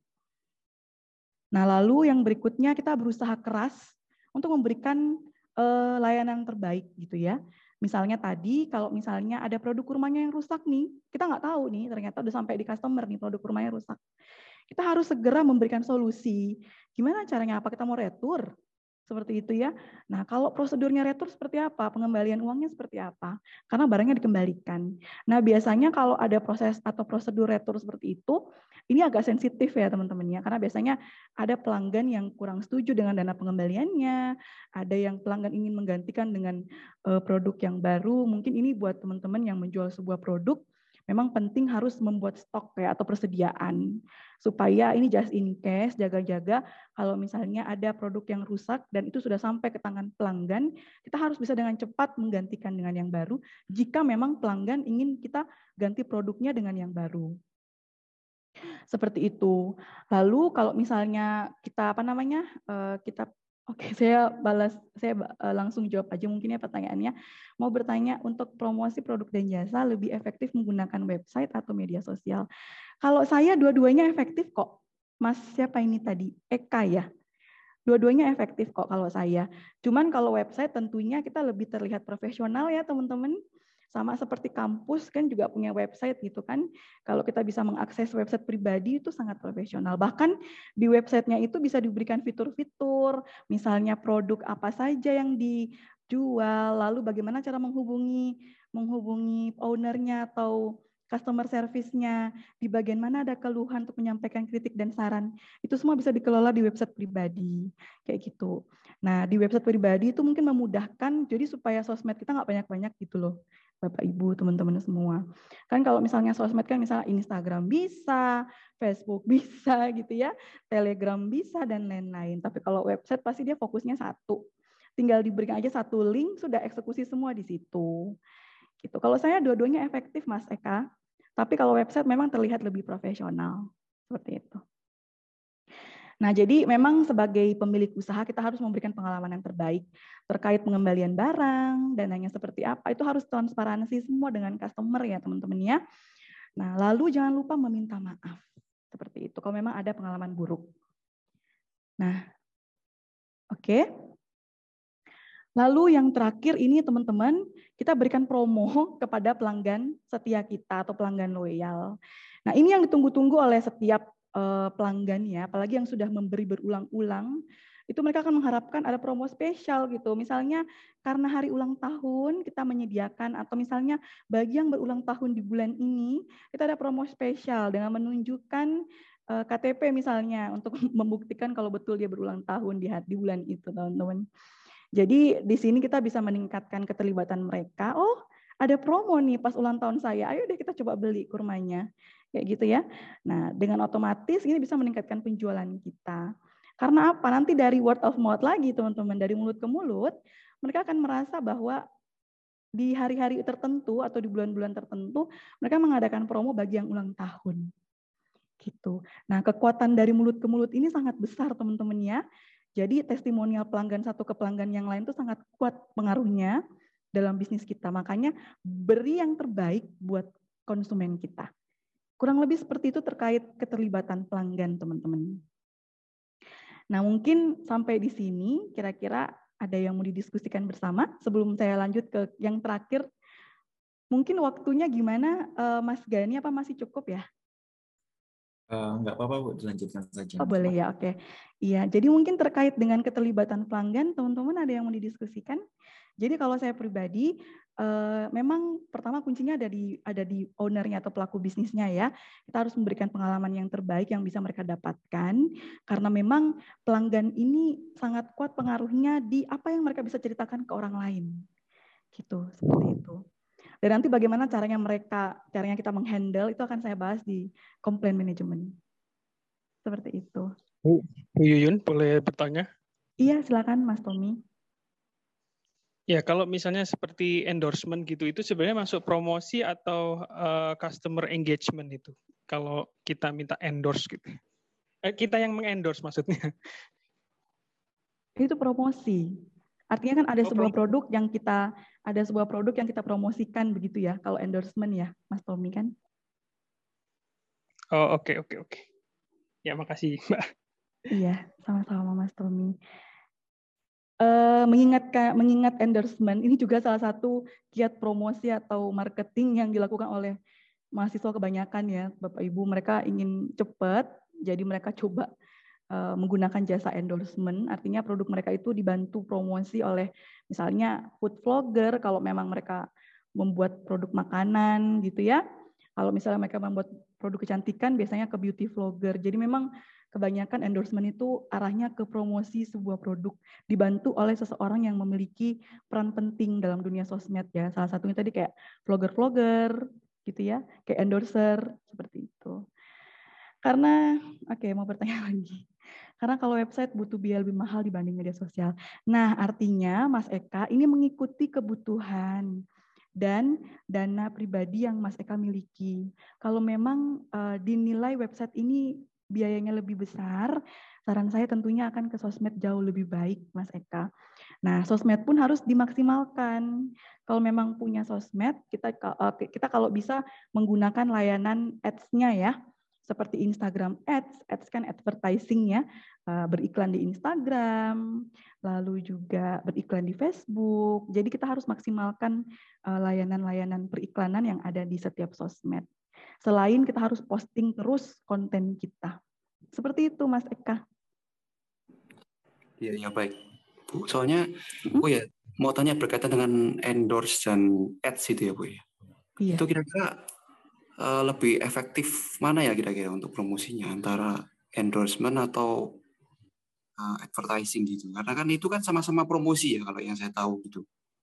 Speaker 1: Nah, lalu yang berikutnya kita berusaha keras untuk memberikan uh, layanan terbaik gitu ya. Misalnya tadi, kalau misalnya ada produk kurmanya yang rusak nih, kita nggak tahu nih, ternyata udah sampai di customer nih, produk kurmanya rusak. Kita harus segera memberikan solusi. Gimana caranya? Apa kita mau retur? Seperti itu ya. Nah, kalau prosedurnya retur seperti apa? Pengembalian uangnya seperti apa? Karena barangnya dikembalikan. Nah, biasanya kalau ada proses atau prosedur retur seperti itu, ini agak sensitif ya teman-teman ya. Karena biasanya ada pelanggan yang kurang setuju dengan dana pengembaliannya, ada yang pelanggan ingin menggantikan dengan uh, produk yang baru. Mungkin ini buat teman-teman yang menjual sebuah produk, memang penting harus membuat stok ya atau persediaan supaya ini just in case, jaga-jaga kalau misalnya ada produk yang rusak dan itu sudah sampai ke tangan pelanggan, kita harus bisa dengan cepat menggantikan dengan yang baru jika memang pelanggan ingin kita ganti produknya dengan yang baru. Seperti itu. Lalu kalau misalnya kita apa namanya kita Oke, saya balas, saya langsung jawab aja mungkin ya pertanyaannya. Mau bertanya, untuk promosi produk dan jasa lebih efektif menggunakan website atau media sosial? Kalau saya dua-duanya efektif kok. Mas siapa ini tadi? Eka ya? Dua-duanya efektif kok kalau saya. Cuman kalau website tentunya kita lebih terlihat profesional ya teman-teman. Sama seperti kampus kan juga punya website gitu kan. Kalau kita bisa mengakses website pribadi itu sangat profesional. Bahkan di websitenya itu bisa diberikan fitur-fitur, misalnya produk apa saja yang dijual, lalu bagaimana cara menghubungi menghubungi ownernya atau customer service-nya, di bagian mana ada keluhan untuk menyampaikan kritik dan saran. Itu semua bisa dikelola di website pribadi, kayak gitu. Nah, di website pribadi itu mungkin memudahkan, jadi supaya sosmed kita nggak banyak-banyak gitu loh. Bapak Ibu, teman-teman semua. Kan kalau misalnya sosmed kan misalnya Instagram bisa, Facebook bisa gitu ya, Telegram bisa dan lain-lain. Tapi kalau website pasti dia fokusnya satu. Tinggal diberikan aja satu link, sudah eksekusi semua di situ. Gitu. Kalau saya dua-duanya efektif Mas Eka, tapi kalau website memang terlihat lebih profesional. Seperti itu. Nah, jadi memang sebagai pemilik usaha kita harus memberikan pengalaman yang terbaik terkait pengembalian barang, dananya seperti apa, itu harus transparansi semua dengan customer ya teman-teman ya. Nah, lalu jangan lupa meminta maaf. Seperti itu, kalau memang ada pengalaman buruk. Nah, oke. Okay. Lalu yang terakhir ini teman-teman, kita berikan promo kepada pelanggan setia kita atau pelanggan loyal. Nah, ini yang ditunggu-tunggu oleh setiap pelanggan ya, apalagi yang sudah memberi berulang-ulang, itu mereka akan mengharapkan ada promo spesial gitu. Misalnya karena hari ulang tahun kita menyediakan, atau misalnya bagi yang berulang tahun di bulan ini, kita ada promo spesial dengan menunjukkan K T P misalnya untuk membuktikan kalau betul dia berulang tahun di, di bulan itu, teman-teman. Jadi di sini kita bisa meningkatkan keterlibatan mereka. Oh, ada promo nih pas ulang tahun saya, ayo deh kita coba beli kurmanya. Kayak gitu ya. Nah, dengan otomatis ini bisa meningkatkan penjualan kita. Karena apa? Nanti dari word of mouth lagi teman-teman, dari mulut ke mulut, mereka akan merasa bahwa di hari-hari tertentu atau di bulan-bulan tertentu, mereka mengadakan promo bagi yang ulang tahun. Gitu. Nah, kekuatan dari mulut ke mulut ini sangat besar teman-teman ya. Jadi testimonial pelanggan satu ke pelanggan yang lain itu sangat kuat pengaruhnya dalam bisnis kita. Makanya beri yang terbaik buat konsumen kita. Kurang lebih seperti itu terkait keterlibatan pelanggan, teman-teman. Nah, mungkin sampai di sini kira-kira ada yang mau didiskusikan bersama sebelum saya lanjut ke yang terakhir. Mungkin waktunya gimana, Mas Gani, apa masih cukup ya?
Speaker 7: Uh, enggak apa-apa, Bu, dilanjutkan saja.
Speaker 1: Oh, boleh ya, oke. Iya, jadi mungkin terkait dengan keterlibatan pelanggan, teman-teman ada yang mau didiskusikan? Jadi kalau saya pribadi, eh, memang pertama kuncinya ada di ada di ownernya atau pelaku bisnisnya ya. Kita harus memberikan pengalaman yang terbaik yang bisa mereka dapatkan, karena memang pelanggan ini sangat kuat pengaruhnya di apa yang mereka bisa ceritakan ke orang lain. Gitu, seperti itu. Dan nanti bagaimana caranya mereka, caranya kita menghandle, itu akan saya bahas di komplain manajemen. Seperti itu.
Speaker 4: Bu Yuyun, boleh bertanya?
Speaker 1: Iya, silakan Mas Tommy.
Speaker 4: Ya, kalau misalnya seperti endorsement gitu, itu sebenarnya masuk promosi atau uh, customer engagement itu? Kalau kita minta endorse gitu. Eh, kita yang mengendorse maksudnya.
Speaker 1: Itu promosi. Artinya kan ada
Speaker 4: oh,
Speaker 1: sebuah
Speaker 4: promosi.
Speaker 1: produk yang kita ada sebuah produk yang kita promosikan begitu ya. Kalau endorsement ya, Mas Tommy kan?
Speaker 4: Oh, oke, okay, oke, okay, oke. Okay. Ya, makasih, Mbak.
Speaker 1: Iya, sama-sama Mas Tommy. Uh, mengingat mengingat endorsement ini juga salah satu kiat promosi atau marketing yang dilakukan oleh mahasiswa kebanyakan ya Bapak Ibu. Mereka ingin cepat, jadi mereka coba uh, menggunakan jasa endorsement. Artinya produk mereka itu dibantu promosi oleh misalnya food vlogger kalau memang mereka membuat produk makanan gitu ya. Kalau misalnya mereka membuat produk kecantikan biasanya ke beauty vlogger. Jadi memang kebanyakan endorsement itu arahnya ke promosi sebuah produk, dibantu oleh seseorang yang memiliki peran penting dalam dunia sosmed ya. Salah satunya tadi kayak vlogger-vlogger gitu ya, kayak endorser seperti itu. Karena, oke okay, mau bertanya lagi. Karena kalau website butuh biaya lebih mahal dibanding media sosial. Nah, artinya Mas Eka ini mengikuti kebutuhan dan dana pribadi yang Mas Eka miliki. Kalau memang uh, dinilai website ini biayanya lebih besar, saran saya tentunya akan ke sosmed jauh lebih baik, Mas Eka. Nah, sosmed pun harus dimaksimalkan. Kalau memang punya sosmed, kita kita kalau bisa menggunakan layanan ads-nya ya, seperti Instagram Ads, Ads kan advertising ya, beriklan di Instagram, lalu juga beriklan di Facebook. Jadi kita harus maksimalkan layanan-layanan periklanan yang ada di setiap sosmed. Selain kita harus posting terus konten kita. Seperti itu, Mas Eka.
Speaker 8: Iya, ya baik. Bu, soalnya Bu ya mau tanya berkaitan dengan endorse dan ads itu ya Bu ya. Iya. Itu kira-kira uh, lebih efektif mana ya kira-kira untuk promosinya, antara endorsement atau uh, advertising gitu? Karena kan itu kan sama-sama promosi ya kalau yang saya tahu gitu.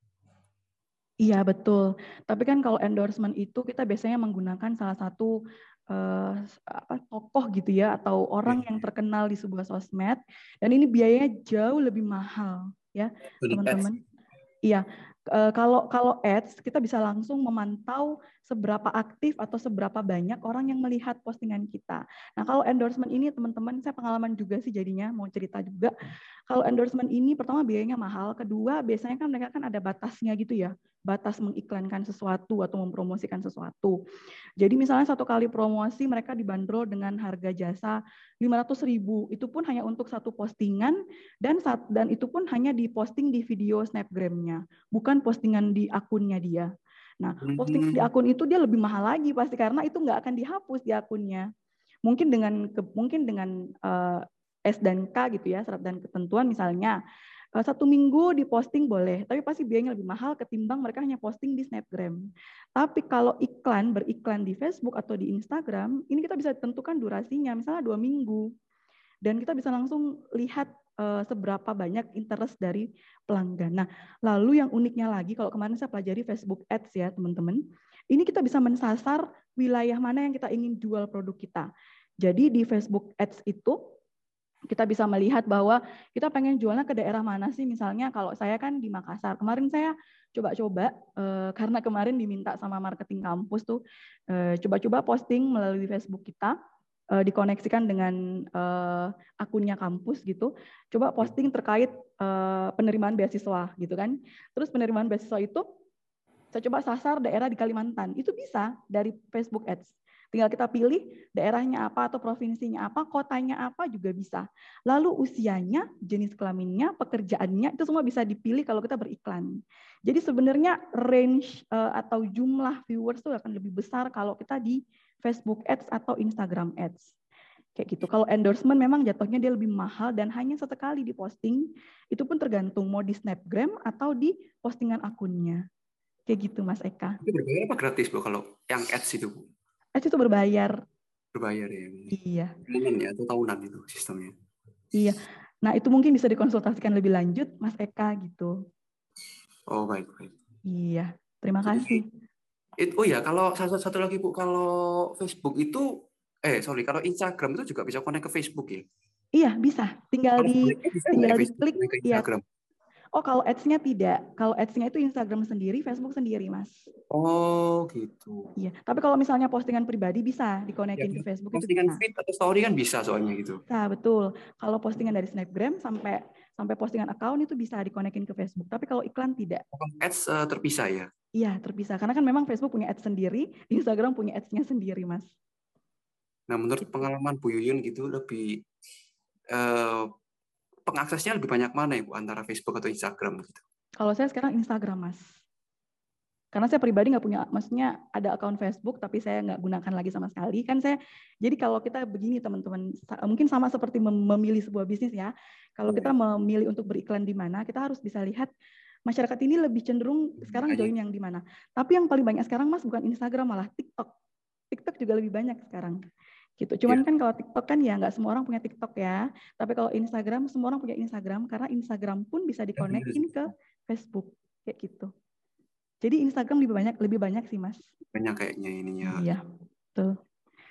Speaker 1: Iya betul. Tapi kan kalau endorsement itu kita biasanya menggunakan salah satu uh, apa, tokoh gitu ya, atau orang yang terkenal di sebuah sosmed, dan ini biayanya jauh lebih mahal ya teman-teman. Iya, uh, kalau kalau ads kita bisa langsung memantau seberapa aktif atau seberapa banyak orang yang melihat postingan kita. Nah kalau endorsement ini teman-teman, saya pengalaman juga sih jadinya, mau cerita juga. Kalau endorsement ini pertama biayanya mahal, kedua biasanya kan mereka kan ada batasnya gitu ya, batas mengiklankan sesuatu atau mempromosikan sesuatu. Jadi misalnya satu kali promosi mereka dibanderol dengan harga jasa lima ratus ribu, itu pun hanya untuk satu postingan, dan dan itu pun hanya diposting di video Snapgram-nya, bukan postingan di akunnya dia. Nah, posting di akun itu dia lebih mahal lagi pasti, karena itu nggak akan dihapus di akunnya. Mungkin dengan mungkin dengan uh, S dan K gitu ya, syarat dan ketentuan misalnya, satu minggu diposting boleh, tapi pasti biayanya lebih mahal ketimbang mereka hanya posting di Snapgram. Tapi kalau iklan, beriklan di Facebook atau di Instagram, ini kita bisa tentukan durasinya, misalnya dua minggu. Dan kita bisa langsung lihat uh, seberapa banyak interest dari pelanggan. Nah, lalu yang uniknya lagi, kalau kemarin saya pelajari Facebook Ads ya teman-teman, ini kita bisa mensasar wilayah mana yang kita ingin jual produk kita. Jadi di Facebook Ads itu, kita bisa melihat bahwa kita pengen jualnya ke daerah mana sih, misalnya kalau saya kan di Makassar. Kemarin saya coba-coba, eh, karena kemarin diminta sama marketing kampus tuh, eh, coba-coba posting melalui Facebook kita, eh, dikoneksikan dengan eh, akunnya kampus gitu, coba posting terkait eh, penerimaan beasiswa gitu kan. Terus penerimaan beasiswa itu, saya coba sasar daerah di Kalimantan, itu bisa dari Facebook Ads. Tinggal kita pilih daerahnya apa atau provinsinya apa, kotanya apa juga bisa. Lalu usianya, jenis kelaminnya, pekerjaannya, itu semua bisa dipilih kalau kita beriklan. Jadi sebenarnya range uh, atau jumlah viewers itu akan lebih besar kalau kita di Facebook Ads atau Instagram Ads. Kayak gitu. Kalau endorsement memang jatuhnya dia lebih mahal dan hanya sesekali diposting, itu pun tergantung mau di Snapgram atau di postingan akunnya. Kayak gitu Mas Eka.
Speaker 8: Itu berbayar apa gratis Bu kalau yang ads itu Bu?
Speaker 1: Ads itu berbayar.
Speaker 8: Berbayar ya.
Speaker 1: Iya.
Speaker 8: Tahunan ya atau tahunan itu sistemnya.
Speaker 1: Iya. Nah itu mungkin bisa dikonsultasikan lebih lanjut Mas Eka gitu.
Speaker 8: Oh baik baik.
Speaker 1: Iya. Terima kasih.
Speaker 8: It, oh ya kalau satu satu lagi Bu, kalau Facebook itu eh sorry kalau Instagram itu juga bisa connect ke Facebook ya?
Speaker 1: Iya bisa. Tinggal
Speaker 8: kalau
Speaker 1: di
Speaker 8: bisa
Speaker 1: tinggal
Speaker 8: ya,
Speaker 1: di klik
Speaker 8: ya.
Speaker 1: Oh, kalau ads-nya tidak. Kalau ads-nya itu Instagram sendiri, Facebook sendiri, Mas.
Speaker 8: Oh, gitu.
Speaker 1: Iya. Tapi kalau misalnya postingan pribadi bisa dikonekin ya, ke Facebook
Speaker 8: postingan
Speaker 1: itu bisa.
Speaker 8: Feed atau story kan bisa soalnya gitu.
Speaker 1: Nah, betul. Kalau postingan dari Snapgram sampai sampai postingan account itu bisa dikonekin ke Facebook. Tapi kalau iklan tidak.
Speaker 8: Ads uh, terpisah ya?
Speaker 1: Iya, terpisah. Karena kan memang Facebook punya ads sendiri, Instagram punya ads-nya sendiri, Mas.
Speaker 8: Nah, menurut gitu. Pengalaman Bu Yuyun gitu lebih uh, pengaksesnya lebih banyak mana ya Bu, antara Facebook atau Instagram gitu?
Speaker 1: Kalau saya sekarang Instagram, Mas. Karena saya pribadi nggak punya, maksudnya ada akun Facebook, tapi saya nggak gunakan lagi sama sekali. Kan saya, jadi kalau kita begini teman-teman, mungkin sama seperti memilih sebuah bisnis ya. Kalau kita memilih untuk beriklan di mana, kita harus bisa lihat masyarakat ini lebih cenderung sekarang join yang di mana. Tapi yang paling banyak sekarang Mas bukan Instagram, malah TikTok. TikTok juga lebih banyak sekarang. Gitu. Cuman yeah. kan kalau TikTok kan ya nggak semua orang punya TikTok ya. Tapi kalau Instagram semua orang punya Instagram karena Instagram pun bisa dikonekin ke Facebook kayak gitu. Jadi Instagram lebih banyak lebih banyak sih Mas.
Speaker 8: Banyak kayaknya ininya.
Speaker 1: Iya, betul.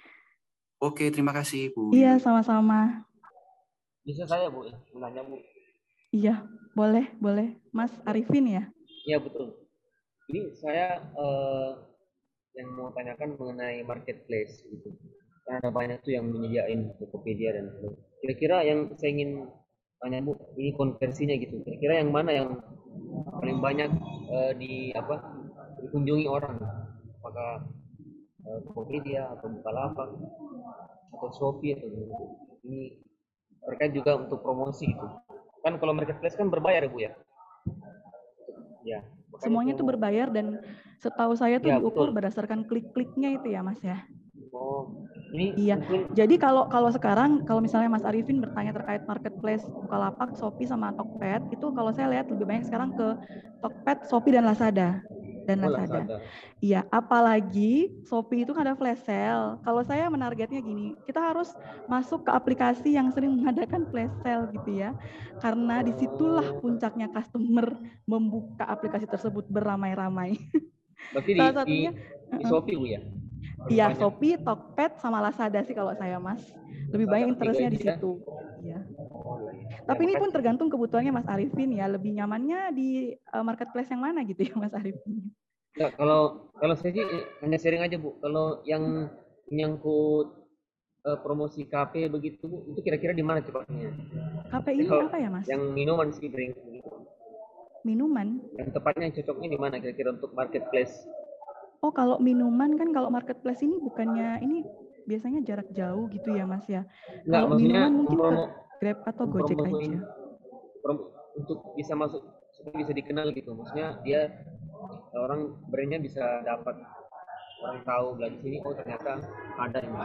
Speaker 8: Oke, terima kasih Bu.
Speaker 1: Iya, sama-sama.
Speaker 9: Bisa saya Bu, menanya Bu.
Speaker 1: Iya, boleh, boleh. Mas Arifin ya?
Speaker 9: Iya betul. Ini saya eh, yang mau tanyakan mengenai marketplace gitu. Karena ada banyak tuh yang menyediain Tokopedia dan kira-kira yang saya ingin tanya Bu, ini konversinya gitu. Kira-kira yang mana yang paling banyak uh, di apa dikunjungi orang? Apakah uh, Tokopedia atau Bukalapak atau Shopee atau ini terkait juga untuk promosi gitu. Kan kalau marketplace kan berbayar ya Bu ya? Ya.
Speaker 1: Semuanya itu berbayar dan setahu saya tuh
Speaker 9: ya,
Speaker 1: diukur
Speaker 9: betul.
Speaker 1: berdasarkan klik-kliknya itu ya Mas ya.
Speaker 9: Oh, ini
Speaker 1: iya.
Speaker 9: mungkin...
Speaker 1: Jadi kalau kalau sekarang kalau misalnya Mas Arifin bertanya terkait marketplace Bukalapak, Shopee sama Tokped, itu kalau saya lihat lebih banyak sekarang ke Tokped, Shopee dan Lazada. Dan
Speaker 9: oh,
Speaker 1: Lazada.
Speaker 9: Lazada.
Speaker 1: Iya, apalagi Shopee itu kan ada flash sale. Kalau saya menargetnya gini, kita harus masuk ke aplikasi yang sering mengadakan flash sale gitu ya. Karena disitulah puncaknya customer membuka aplikasi tersebut beramai-ramai.
Speaker 9: Berarti di,
Speaker 1: Salah satunya
Speaker 9: di, di Shopee Bu ya?
Speaker 1: Iya, Shopee, Tokped, sama Lazada sih kalau saya Mas. Lebih banyak interestnya di situ. Iya. Tapi ini pun tergantung kebutuhannya Mas Arifin ya. Lebih nyamannya di uh, marketplace yang mana gitu ya Mas Arifin?
Speaker 9: Nah, kalau kalau saya sih hanya sharing aja Bu. Kalau yang menyangkut uh, promosi K P begitu Bu, itu kira-kira di mana cepatnya?
Speaker 1: K P ini
Speaker 9: ya,
Speaker 1: apa ya Mas?
Speaker 9: Yang minuman sih, drink begitu.
Speaker 1: Minuman?
Speaker 9: Yang tepatnya yang cocoknya di mana kira-kira untuk marketplace?
Speaker 1: Oh, kalau minuman kan kalau marketplace ini bukannya ini biasanya jarak jauh gitu ya Mas ya.
Speaker 9: Enggak,
Speaker 1: kalau minuman mungkin
Speaker 9: promo,
Speaker 1: ke Grab atau Gojek aja.
Speaker 9: Promo, untuk bisa masuk supaya bisa dikenal gitu. Maksudnya dia orang brandnya bisa dapat orang tahu belajar sini, oh ternyata ada ini.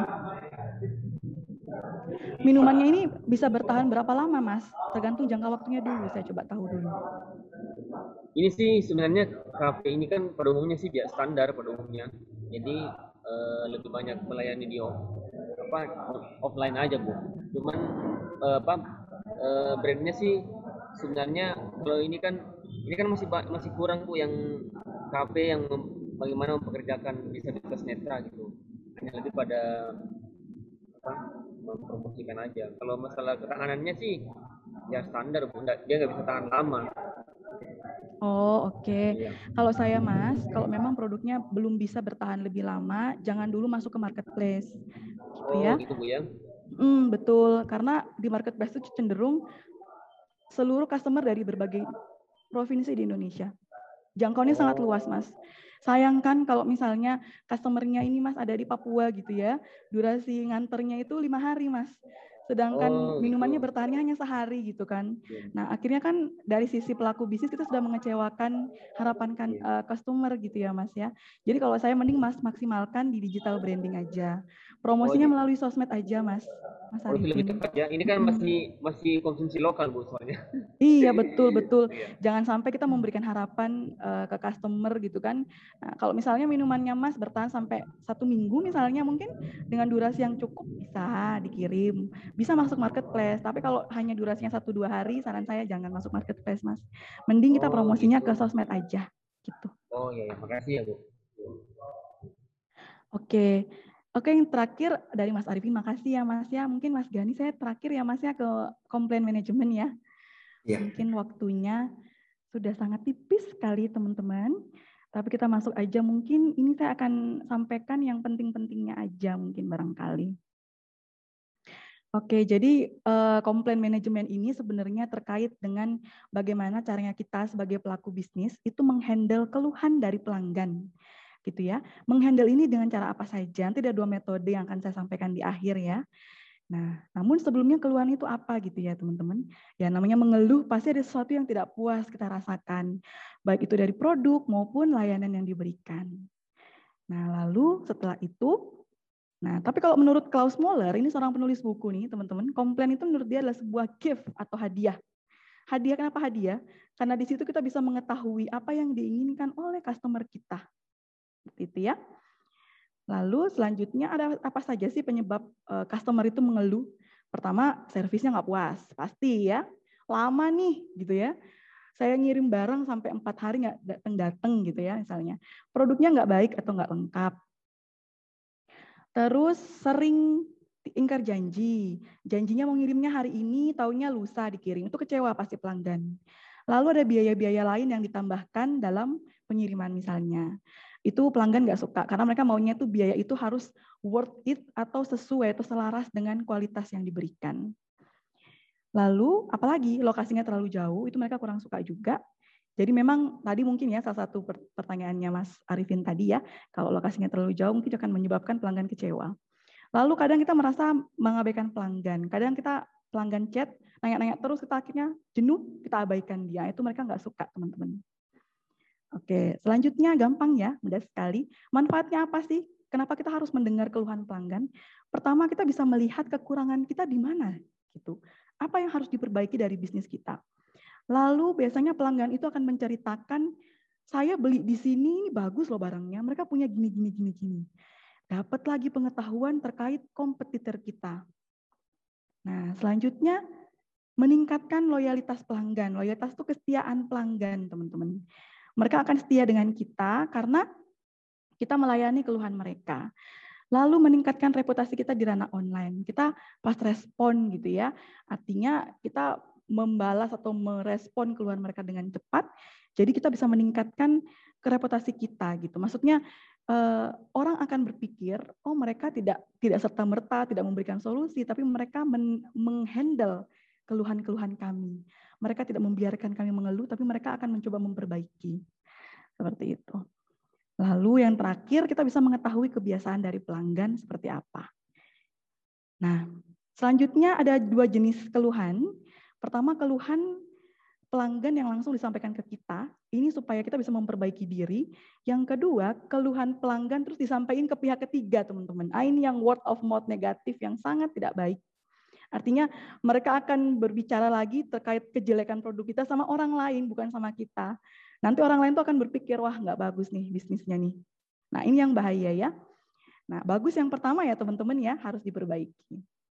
Speaker 1: Minumannya ini bisa bertahan berapa lama Mas? Tergantung jangka waktunya dulu, saya coba tahu dulu.
Speaker 9: Ini sih sebenarnya kafe ini kan pada umumnya sih biasa standar pada umumnya. Jadi uh, lebih banyak melayani di off, apa offline aja Bu. Cuman uh, apa uh, brandnya sih sebenarnya kalau ini kan ini kan masih masih kurang Bu yang kafe yang mem, bagaimana mempekerjakan disabilitas netra gitu. Hanya lebih pada apa mempromosikan aja. Kalau masalah ketahanannya sih ya standar Bu, nggak, dia nggak bisa tahan lama.
Speaker 1: Oh oke, okay.
Speaker 9: Iya.
Speaker 1: Kalau saya Mas, kalau memang produknya belum bisa bertahan lebih lama, jangan dulu masuk ke marketplace, gitu
Speaker 9: oh,
Speaker 1: ya.
Speaker 9: gitu Bu ya?
Speaker 1: Hmm, betul, karena di marketplace itu cenderung seluruh customer dari berbagai provinsi di Indonesia. Jangkauannya oh. sangat luas Mas. Sayangkan kalau misalnya customernya ini Mas ada di Papua gitu ya, durasi nganternya itu lima hari Mas. Sedangkan oh, minumannya gitu. Bertahannya hanya sehari gitu kan. Nah akhirnya kan dari sisi pelaku bisnis kita sudah mengecewakan harapan kan, uh, customer gitu ya Mas ya. Jadi kalau saya mending Mas maksimalkan di digital branding aja. Promosinya oh, gitu. Melalui sosmed aja Mas. Mas Arifin.
Speaker 9: Oh, lebih cepat ya. Ini kan masih hmm. masih konsumsi lokal Bu soalnya.
Speaker 1: Iya betul betul. Jangan sampai kita memberikan harapan uh, ke customer gitu kan. Nah, kalau misalnya minumannya Mas bertahan sampai satu minggu misalnya mungkin dengan durasi yang cukup bisa dikirim. Bisa masuk marketplace, tapi kalau hanya durasinya satu dua hari, saran saya jangan masuk marketplace, Mas. Mending kita promosinya oh, gitu. Ke sosmed aja, gitu.
Speaker 9: Oh iya, makasih ya Bu.
Speaker 1: Oke, oke yang terakhir dari Mas Arifin, makasih ya Mas ya. Mungkin Mas Gani saya terakhir ya Mas ya ke komplain manajemen ya. Ya. Mungkin waktunya sudah sangat tipis sekali teman-teman. Tapi kita masuk aja mungkin ini saya akan sampaikan yang penting-pentingnya aja mungkin barangkali. Oke, jadi uh, komplain manajemen ini sebenarnya terkait dengan bagaimana caranya kita sebagai pelaku bisnis itu menghandle keluhan dari pelanggan, gitu ya. Menghandle ini dengan cara apa saja? Nanti ada dua metode yang akan saya sampaikan di akhir ya. Nah, namun sebelumnya keluhan itu apa gitu ya teman-teman? Ya namanya mengeluh pasti ada sesuatu yang tidak puas kita rasakan, baik itu dari produk maupun layanan yang diberikan. Nah, lalu setelah itu Nah, tapi kalau menurut Klaus Moller, ini seorang penulis buku nih, teman-teman, komplain itu menurut dia adalah sebuah gift atau hadiah. Hadiah kenapa hadiah? Karena di situ kita bisa mengetahui apa yang diinginkan oleh customer kita. Seperti itu ya. Lalu selanjutnya ada apa saja sih penyebab uh, customer itu mengeluh? Pertama, servisnya nggak puas, pasti ya. Lama nih, gitu ya. Saya ngirim barang sampai empat hari nggak datang-datang gitu ya, misalnya. Produknya nggak baik atau nggak lengkap. Terus sering ingkar janji. Janjinya mau ngirimnya hari ini, taunya lusa dikirim. Itu kecewa pasti pelanggan. Lalu ada biaya-biaya lain yang ditambahkan dalam pengiriman misalnya. Itu pelanggan nggak suka, karena mereka maunya tuh biaya itu harus worth it atau sesuai atau selaras dengan kualitas yang diberikan. Lalu apalagi lokasinya terlalu jauh, itu mereka kurang suka juga. Jadi memang tadi mungkin ya salah satu pertanyaannya Mas Arifin tadi ya, kalau lokasinya terlalu jauh mungkin akan menyebabkan pelanggan kecewa. Lalu kadang kita merasa mengabaikan pelanggan, kadang kita pelanggan chat, nanya-nanya terus, kita akhirnya jenuh, kita abaikan dia. Itu mereka nggak suka, teman-teman. Oke, selanjutnya gampang ya, mudah sekali. Manfaatnya apa sih? Kenapa kita harus mendengar keluhan pelanggan? Pertama, kita bisa melihat kekurangan kita di mana, gitu. Apa yang harus diperbaiki dari bisnis kita. Lalu biasanya pelanggan itu akan menceritakan, saya beli di sini, ini bagus loh barangnya, mereka punya gini, gini, gini, gini. Dapat lagi pengetahuan terkait kompetitor kita. Nah, selanjutnya meningkatkan loyalitas pelanggan. Loyalitas itu kesetiaan pelanggan, teman-teman. Mereka akan setia dengan kita karena kita melayani keluhan mereka. Lalu meningkatkan reputasi kita di ranah online. Kita fast respon gitu ya. Artinya kita membalas atau merespon keluhan mereka dengan cepat. Jadi kita bisa meningkatkan reputasi kita gitu. Maksudnya eh, orang akan berpikir, oh mereka tidak tidak serta-merta tidak memberikan solusi, tapi mereka men, menghandle keluhan-keluhan kami. Mereka tidak membiarkan kami mengeluh, tapi mereka akan mencoba memperbaiki. Seperti itu. Lalu yang terakhir, kita bisa mengetahui kebiasaan dari pelanggan seperti apa. Nah, selanjutnya ada dua jenis keluhan. Pertama, keluhan pelanggan yang langsung disampaikan ke kita, ini supaya kita bisa memperbaiki diri. Yang kedua, keluhan pelanggan terus disampaikan ke pihak ketiga, teman-teman. Ah, ini yang word of mouth negatif yang sangat tidak baik. Artinya mereka akan berbicara lagi terkait kejelekan produk kita sama orang lain, bukan sama kita. Nanti orang lain tuh akan berpikir, wah nggak bagus nih bisnisnya nih. Nah ini yang bahaya ya. Nah bagus yang pertama ya teman-teman ya, harus diperbaiki.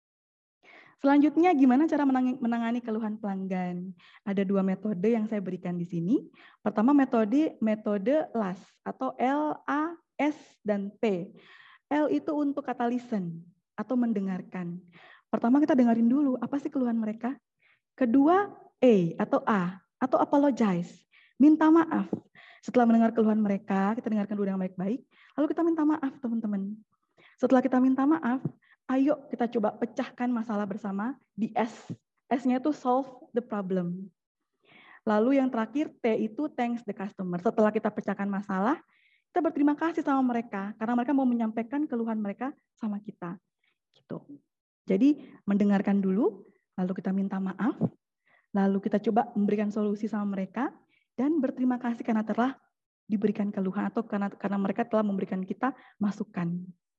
Speaker 1: Selanjutnya gimana cara menangani keluhan pelanggan? Ada dua metode yang saya berikan di sini. Pertama metode metode L A S atau L A S dan T. L itu untuk kata listen atau mendengarkan. Pertama kita dengerin dulu apa sih keluhan mereka. Kedua E atau A atau apologize. Minta maaf. Setelah mendengar keluhan mereka, kita dengarkan dulu dengan baik-baik. Lalu kita minta maaf teman-teman. Setelah kita minta maaf, ayo kita coba pecahkan masalah bersama di S. S-nya itu solve the problem. Lalu yang terakhir T itu thanks the customer. Setelah kita pecahkan masalah, kita berterima kasih sama mereka karena mereka mau menyampaikan keluhan mereka sama kita. Gitu. Jadi mendengarkan dulu, lalu kita minta maaf, lalu kita coba memberikan solusi sama mereka dan berterima kasih karena telah diberikan keluhan atau karena karena mereka telah memberikan kita masukan.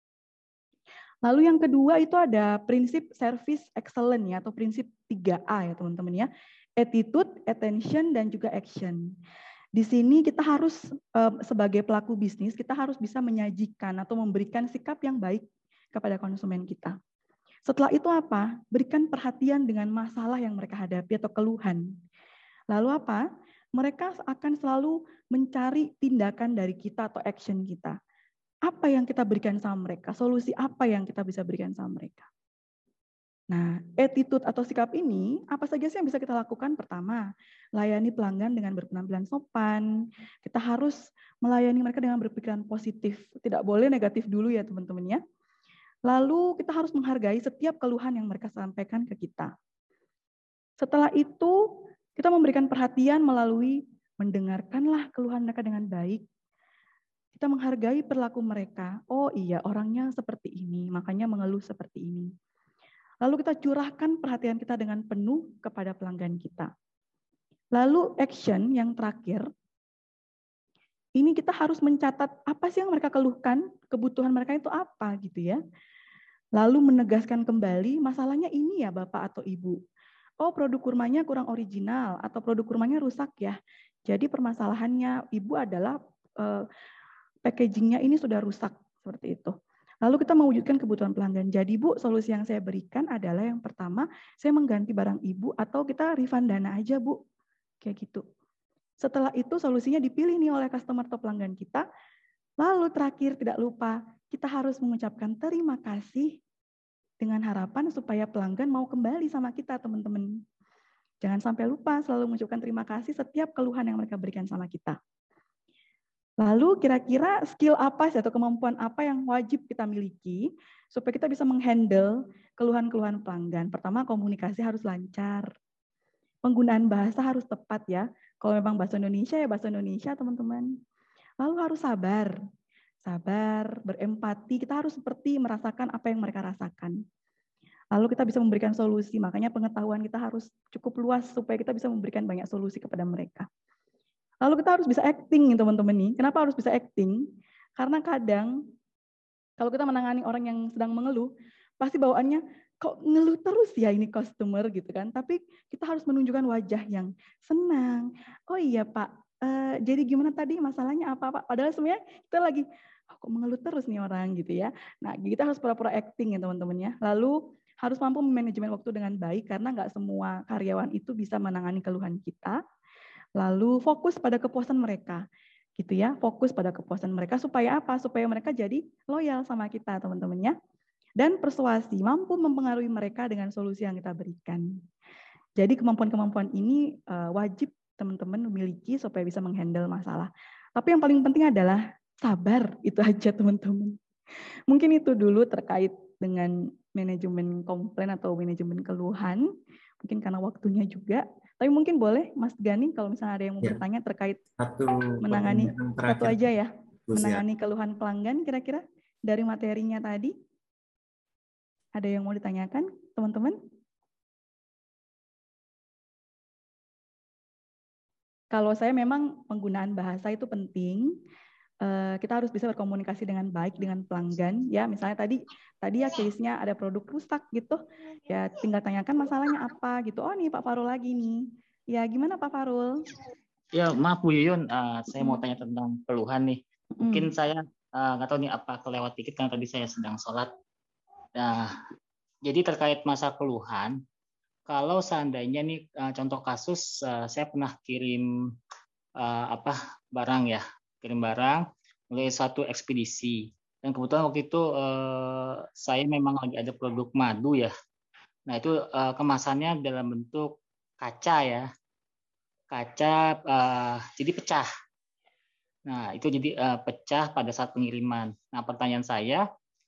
Speaker 1: Lalu yang kedua itu ada prinsip service excellent ya, atau prinsip tiga A ya teman-teman ya. Attitude, attention, dan juga action. Di sini kita harus sebagai pelaku bisnis, kita harus bisa menyajikan atau memberikan sikap yang baik kepada konsumen kita. Setelah itu apa? Berikan perhatian dengan masalah yang mereka hadapi atau keluhan. Lalu apa? Mereka akan selalu mencari tindakan dari kita atau action kita. Apa yang kita berikan sama mereka? Solusi apa yang kita bisa berikan sama mereka? Nah, attitude atau sikap ini, apa saja sih yang bisa kita lakukan? Pertama, layani pelanggan dengan berpenampilan sopan. Kita harus melayani mereka dengan berpikiran positif. Tidak boleh negatif dulu ya teman-teman ya. Lalu kita harus menghargai setiap keluhan yang mereka sampaikan ke kita. Setelah itu, kita memberikan perhatian melalui mendengarkanlah keluhan mereka dengan baik. Kita menghargai perilaku mereka. Oh iya, orangnya seperti ini, makanya mengeluh seperti ini. Lalu kita curahkan perhatian kita dengan penuh kepada pelanggan kita. Lalu action yang terakhir, ini kita harus mencatat apa sih yang mereka keluhkan, kebutuhan mereka itu apa gitu ya. Lalu menegaskan kembali masalahnya ini ya Bapak atau Ibu. Oh produk kurmanya kurang original atau produk kurmanya rusak ya. Jadi permasalahannya Ibu adalah eh, packagingnya ini sudah rusak seperti itu. Lalu kita mewujudkan kebutuhan pelanggan. Jadi Bu, solusi yang saya berikan adalah yang pertama, saya mengganti barang Ibu atau kita refund dana aja Bu. Kayak gitu. Setelah itu solusinya dipilih nih oleh customer atau pelanggan kita. Lalu terakhir tidak lupa, kita harus mengucapkan terima kasih dengan harapan supaya pelanggan mau kembali sama kita teman-teman. Jangan sampai lupa selalu mengucapkan terima kasih setiap keluhan yang mereka berikan sama kita. Lalu kira-kira skill apa sih atau kemampuan apa yang wajib kita miliki supaya kita bisa menghandle keluhan-keluhan pelanggan? Pertama, komunikasi harus lancar. Penggunaan bahasa harus tepat ya. Kalau memang bahasa Indonesia ya bahasa Indonesia teman-teman. Lalu harus sabar. Sabar, berempati. Kita harus seperti merasakan apa yang mereka rasakan. Lalu kita bisa memberikan solusi. Makanya pengetahuan kita harus cukup luas supaya kita bisa memberikan banyak solusi kepada mereka. Lalu kita harus bisa acting nih teman-teman nih. Kenapa harus bisa acting? Karena kadang kalau kita menangani orang yang sedang mengeluh, pasti bawaannya kok ngeluh terus ya ini customer gitu kan. Tapi kita harus menunjukkan wajah yang senang. Oh iya Pak, uh, jadi gimana tadi masalahnya apa Pak? Padahal sebenarnya kita lagi oh, kok mengeluh terus nih orang gitu ya. Nah kita harus pura-pura acting ya teman-teman ya. Lalu harus mampu memanajemen waktu dengan baik karena nggak semua karyawan itu bisa menangani keluhan kita. Lalu fokus pada kepuasan mereka, gitu ya. Fokus pada kepuasan mereka supaya apa? Supaya mereka jadi loyal sama kita, teman-teman ya. Dan persuasi, mampu mempengaruhi mereka dengan solusi yang kita berikan. Jadi kemampuan-kemampuan ini uh, wajib teman-teman memiliki supaya bisa menghandle masalah. Tapi yang paling penting adalah sabar, itu aja teman-teman. Mungkin itu dulu terkait dengan manajemen komplain atau manajemen keluhan. Mungkin karena waktunya juga. Tapi mungkin boleh Mas Gani kalau misalnya ada yang mau ya. bertanya terkait
Speaker 7: satu
Speaker 1: menangani satu aja ya,
Speaker 7: Terus
Speaker 1: menangani
Speaker 7: ya.
Speaker 1: keluhan pelanggan kira-kira dari materinya tadi. Ada yang mau ditanyakan, teman-teman? Kalau saya memang penggunaan bahasa itu penting. Kita harus bisa berkomunikasi dengan baik dengan pelanggan. Ya, misalnya tadi tadi ya case-nya ada produk rusak gitu. Ya, tinggal tanyakan masalahnya apa gitu. Oh, nih Pak Farul lagi nih. Ya, gimana Pak Farul?
Speaker 3: Ya, maaf Bu Yuyun, uh, saya mm. mau tanya tentang keluhan nih. Mungkin mm. saya nggak uh, tahu nih apa kelewat dikit karena tadi saya sedang sholat. Nah, jadi terkait masa keluhan, kalau seandainya nih uh, contoh kasus uh, saya pernah kirim uh, apa barang ya. kirim barang oleh satu ekspedisi dan kebetulan waktu itu eh, saya memang lagi ada produk madu ya. Nah itu eh, kemasannya dalam bentuk kaca ya, kaca eh, jadi pecah. Nah itu jadi eh, pecah pada saat pengiriman. Nah pertanyaan saya,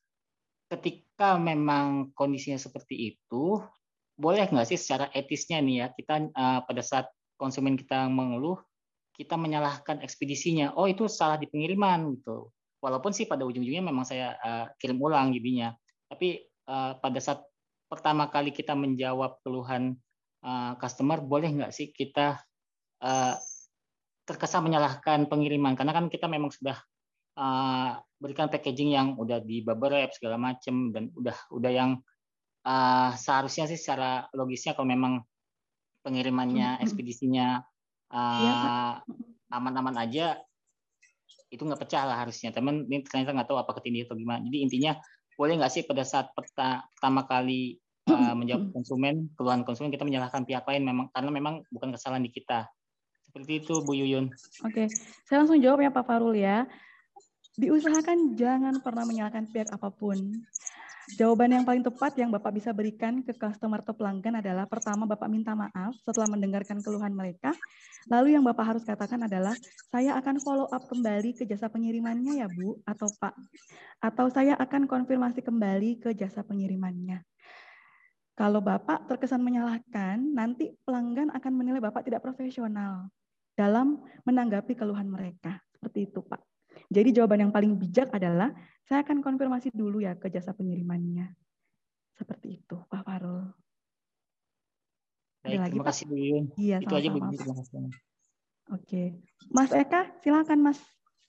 Speaker 3: ketika memang kondisinya seperti itu, boleh nggak sih secara etisnya nih ya kita eh, pada saat konsumen kita mengeluh kita menyalahkan ekspedisinya, oh itu salah di pengiriman gitu. Walaupun sih pada ujung-ujungnya memang saya uh, kirim ulang jadinya. Tapi uh, pada saat pertama kali kita menjawab keluhan uh, customer, boleh nggak sih kita uh, terkesan menyalahkan pengiriman? Karena kan kita memang sudah uh, berikan packaging yang udah di bubble wrap segala macam dan udah udah yang uh, seharusnya sih secara logisnya kalau memang pengirimannya, ekspedisinya Uh, aman-aman aja itu nggak pecah lah harusnya. Teman ini ternyata nggak tahu apa ketindih atau gimana. Jadi intinya boleh nggak sih pada saat peta, pertama kali uh, menjawab konsumen keluhan konsumen kita menyalahkan pihak lain memang karena memang bukan kesalahan di kita. Seperti itu Bu Yuyun.
Speaker 1: Oke, saya langsung jawab ya Pak Farul ya. Diusahakan jangan pernah menyalahkan pihak apapun. Jawaban yang paling tepat yang Bapak bisa berikan ke customer atau pelanggan adalah pertama Bapak minta maaf setelah mendengarkan keluhan mereka. Lalu yang Bapak harus katakan adalah saya akan follow up kembali ke jasa pengirimannya ya Bu atau Pak. Atau saya akan konfirmasi kembali ke jasa pengirimannya. Kalau Bapak terkesan menyalahkan, nanti pelanggan akan menilai Bapak tidak profesional dalam menanggapi keluhan mereka. Seperti itu Pak. Jadi jawaban yang paling bijak adalah saya akan konfirmasi dulu ya ke jasa pengirimannya. Seperti itu, Pak Farul.
Speaker 3: Baik, lagi, terima Pak? kasih Bu Yuyun.
Speaker 1: Iya,
Speaker 3: itu aja Bu Yuyun.
Speaker 1: Oke. Mas Eka, silakan Mas.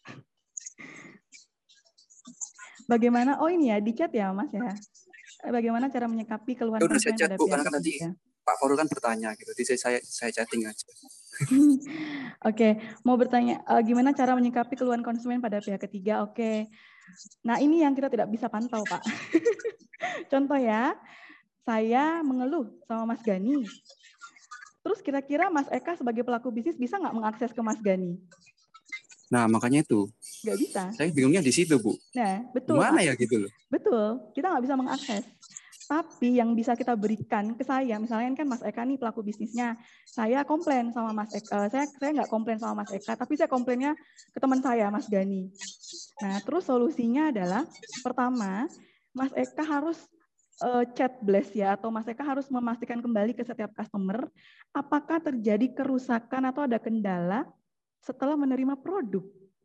Speaker 1: Bagaimana? Oh ini ya, di chat ya Mas ya. Bagaimana cara menyikapi keluhan
Speaker 8: konsumen saya chat,
Speaker 1: pada
Speaker 8: Bu,
Speaker 1: pihak
Speaker 8: karena tadi
Speaker 1: ya?
Speaker 8: Pak Farul kan bertanya gitu. Jadi saya saya chatting aja.
Speaker 1: Oke, okay. Mau bertanya uh, gimana cara menyikapi keluhan konsumen pada pihak ketiga? Oke. Okay. Nah, ini yang kita tidak bisa pantau, Pak. Contoh ya, saya mengeluh sama Mas Gani. Terus kira-kira Mas Eka sebagai pelaku bisnis bisa nggak mengakses ke Mas Gani?
Speaker 8: Nah, makanya itu.
Speaker 1: Nggak bisa.
Speaker 8: Saya bingungnya di situ, Bu.
Speaker 1: Nah, betul.
Speaker 8: Gimana
Speaker 1: Pak.
Speaker 8: ya gitu loh?
Speaker 1: Betul, kita nggak bisa mengakses. Tapi yang bisa kita berikan ke saya, misalnya kan Mas Eka nih pelaku bisnisnya, saya komplain sama Mas Eka, saya saya nggak komplain sama Mas Eka, tapi saya komplainnya ke teman saya, Mas Gani. Nah, terus solusinya adalah pertama, Mas Eka harus uh, chat blast ya, atau Mas Eka harus memastikan kembali ke setiap customer apakah terjadi kerusakan atau ada kendala setelah menerima produk,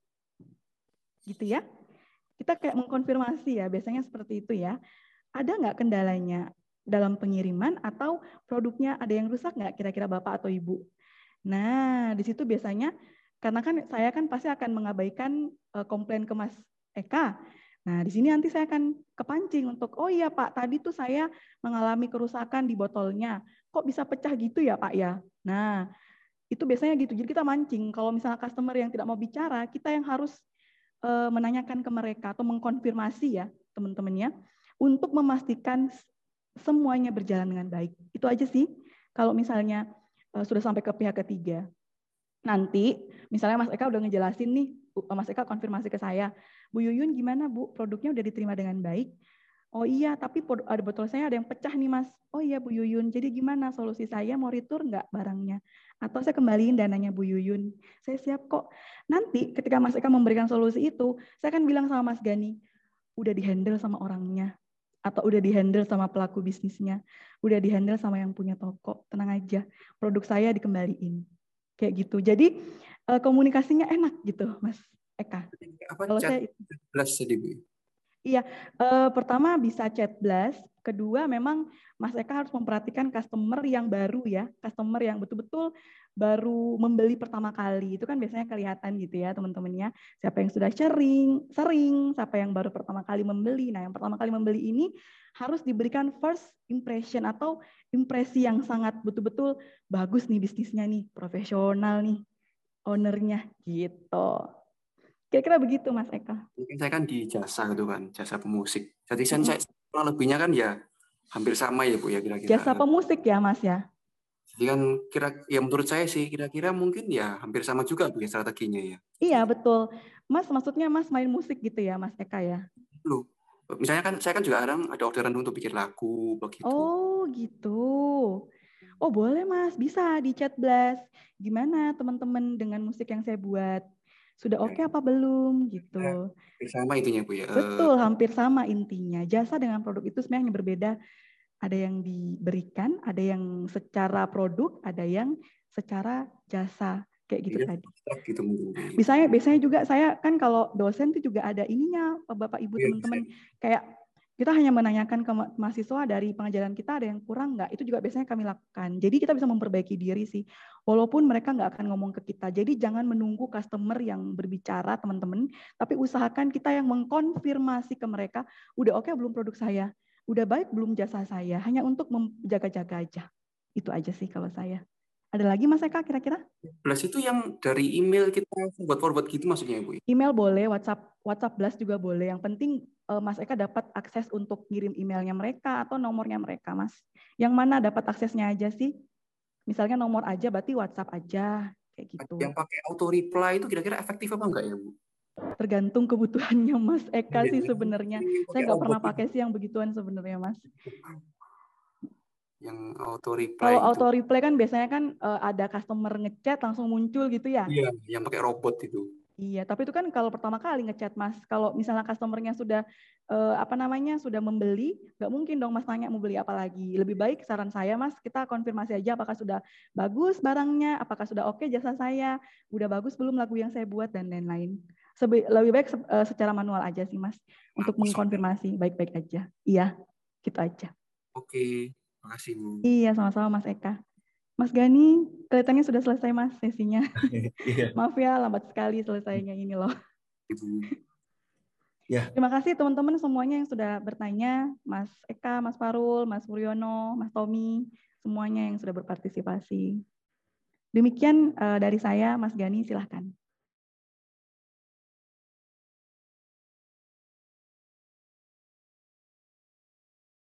Speaker 1: gitu ya. Kita kayak mengkonfirmasi ya, biasanya seperti itu ya. Ada nggak kendalanya dalam pengiriman atau produknya ada yang rusak nggak kira-kira Bapak atau Ibu? Nah, di situ biasanya karena kan saya kan pasti akan mengabaikan uh, komplain ke Mas Eka. Nah, di sini nanti saya akan kepancing untuk, oh iya Pak, tadi tuh saya mengalami kerusakan di botolnya. Kok bisa pecah gitu ya Pak ya? Nah, itu biasanya gitu. Jadi kita mancing. Kalau misalnya customer yang tidak mau bicara, kita yang harus uh, menanyakan ke mereka atau mengkonfirmasi ya teman-temannya, untuk memastikan semuanya berjalan dengan baik. Itu aja sih. Kalau misalnya uh, sudah sampai ke pihak ketiga. Nanti, misalnya Mas Eka udah ngejelasin nih, Mas Eka konfirmasi ke saya, Bu Yuyun gimana Bu, produknya udah diterima dengan baik? Oh iya, tapi ada botol saya ada yang pecah nih Mas. Oh iya Bu Yuyun, jadi gimana solusi saya, mau return nggak barangnya? Atau saya kembaliin dananya Bu Yuyun? Saya siap kok. Nanti ketika Mas Eka memberikan solusi itu, saya akan bilang sama Mas Gani, udah dihandle sama orangnya. Atau udah dihandle sama pelaku bisnisnya, udah dihandle sama yang punya toko, tenang aja, produk saya dikembaliin. Kayak gitu. Jadi komunikasinya enak gitu, Mas Eka.
Speaker 8: Apa
Speaker 1: Kalau
Speaker 8: chat
Speaker 1: saya
Speaker 8: blast tadi, Bu?
Speaker 1: Iya, eh, pertama bisa chat blast, kedua memang Mas Eka harus memperhatikan customer yang baru ya, customer yang betul-betul baru membeli pertama kali, itu kan biasanya kelihatan gitu ya teman-temannya, siapa yang sudah sering, sering, siapa yang baru pertama kali membeli. Nah yang pertama kali membeli ini harus diberikan first impression atau impresi yang sangat betul-betul bagus nih bisnisnya nih, profesional nih, ownernya gitu. Kira-kira begitu Mas Eka.
Speaker 8: Mungkin saya kan di jasa gitu kan, jasa pemusik. Jadi kan saya kurang lebihnya kan ya hampir sama ya Bu ya kira-kira.
Speaker 1: Jasa pemusik ya Mas ya.
Speaker 8: Jadi kan kira ya menurut saya sih kira-kira mungkin ya hampir sama juga Bu ya strateginya ya.
Speaker 1: Iya betul. Mas maksudnya Mas main musik gitu ya Mas Eka ya.
Speaker 8: Loh, misalnya kan saya kan juga kadang ada orderan untuk bikin lagu begitu.
Speaker 1: Oh gitu. Oh boleh Mas, bisa di chat blast. Gimana teman-teman dengan musik yang saya buat? Sudah oke okay apa belum gitu.
Speaker 8: Hampir sama itunya Bu ya.
Speaker 1: Betul, hampir sama intinya. Jasa dengan produk itu sebenarnya berbeda. Ada yang diberikan, ada yang secara produk, ada yang secara jasa kayak gitu ya, tadi. Gitu Biasanya biasanya juga saya kan kalau dosen itu juga ada ininya Bapak Ibu ya, teman-teman kayak kita hanya menanyakan ke mahasiswa dari pengajaran kita ada yang kurang nggak, itu juga biasanya kami lakukan. Jadi kita bisa memperbaiki diri sih, walaupun mereka nggak akan ngomong ke kita. Jadi jangan menunggu customer yang berbicara teman-teman, tapi usahakan kita yang mengkonfirmasi ke mereka, udah oke okay belum produk saya, udah baik belum jasa saya, hanya untuk menjaga-jaga aja. Itu aja sih kalau saya. Ada lagi Mas Eka kira-kira?
Speaker 8: Blast itu yang dari email kita forward-forward gitu maksudnya Bu?
Speaker 1: Email boleh, WhatsApp WhatsApp Blast juga boleh. Yang penting Mas Eka dapat akses untuk ngirim emailnya mereka atau nomornya mereka, Mas. Yang mana dapat aksesnya aja sih? Misalnya nomor aja, berarti WhatsApp aja, kayak gitu.
Speaker 8: Yang pakai auto reply itu kira-kira efektif apa enggak ya, Bu?
Speaker 1: Tergantung kebutuhannya Mas Eka sih sebenarnya. Saya nggak pernah pakai sih yang begituan sebenarnya, Mas.
Speaker 8: Yang auto reply.
Speaker 1: Kalau auto reply kan biasanya kan ada customer ngechat langsung muncul gitu ya?
Speaker 8: Iya, yang pakai robot itu.
Speaker 1: Iya, tapi itu kan kalau pertama kali ngechat Mas. Kalau misalnya customernya sudah eh, apa namanya sudah membeli, nggak mungkin dong Mas tanya mau beli apa lagi. Lebih baik saran saya Mas, kita konfirmasi aja apakah sudah bagus barangnya, apakah sudah oke jasa saya, udah bagus belum lagu yang saya buat dan lain-lain. Lebih baik uh, secara manual aja sih Mas, untuk mengkonfirmasi baik-baik aja. Iya, gitu aja.
Speaker 8: Oke, makasih Bu.
Speaker 1: Iya, sama-sama Mas Eka. Mas Gani, kelihatannya sudah selesai Mas sesinya. Iya. Maaf ya, lambat sekali selesainya ini loh. Ya. Terima kasih teman-teman semuanya yang sudah bertanya, Mas Eka, Mas Farul, Mas Wuryono, Mas Tommy, semuanya yang sudah berpartisipasi. Demikian uh, dari saya, Mas Gani, silahkan.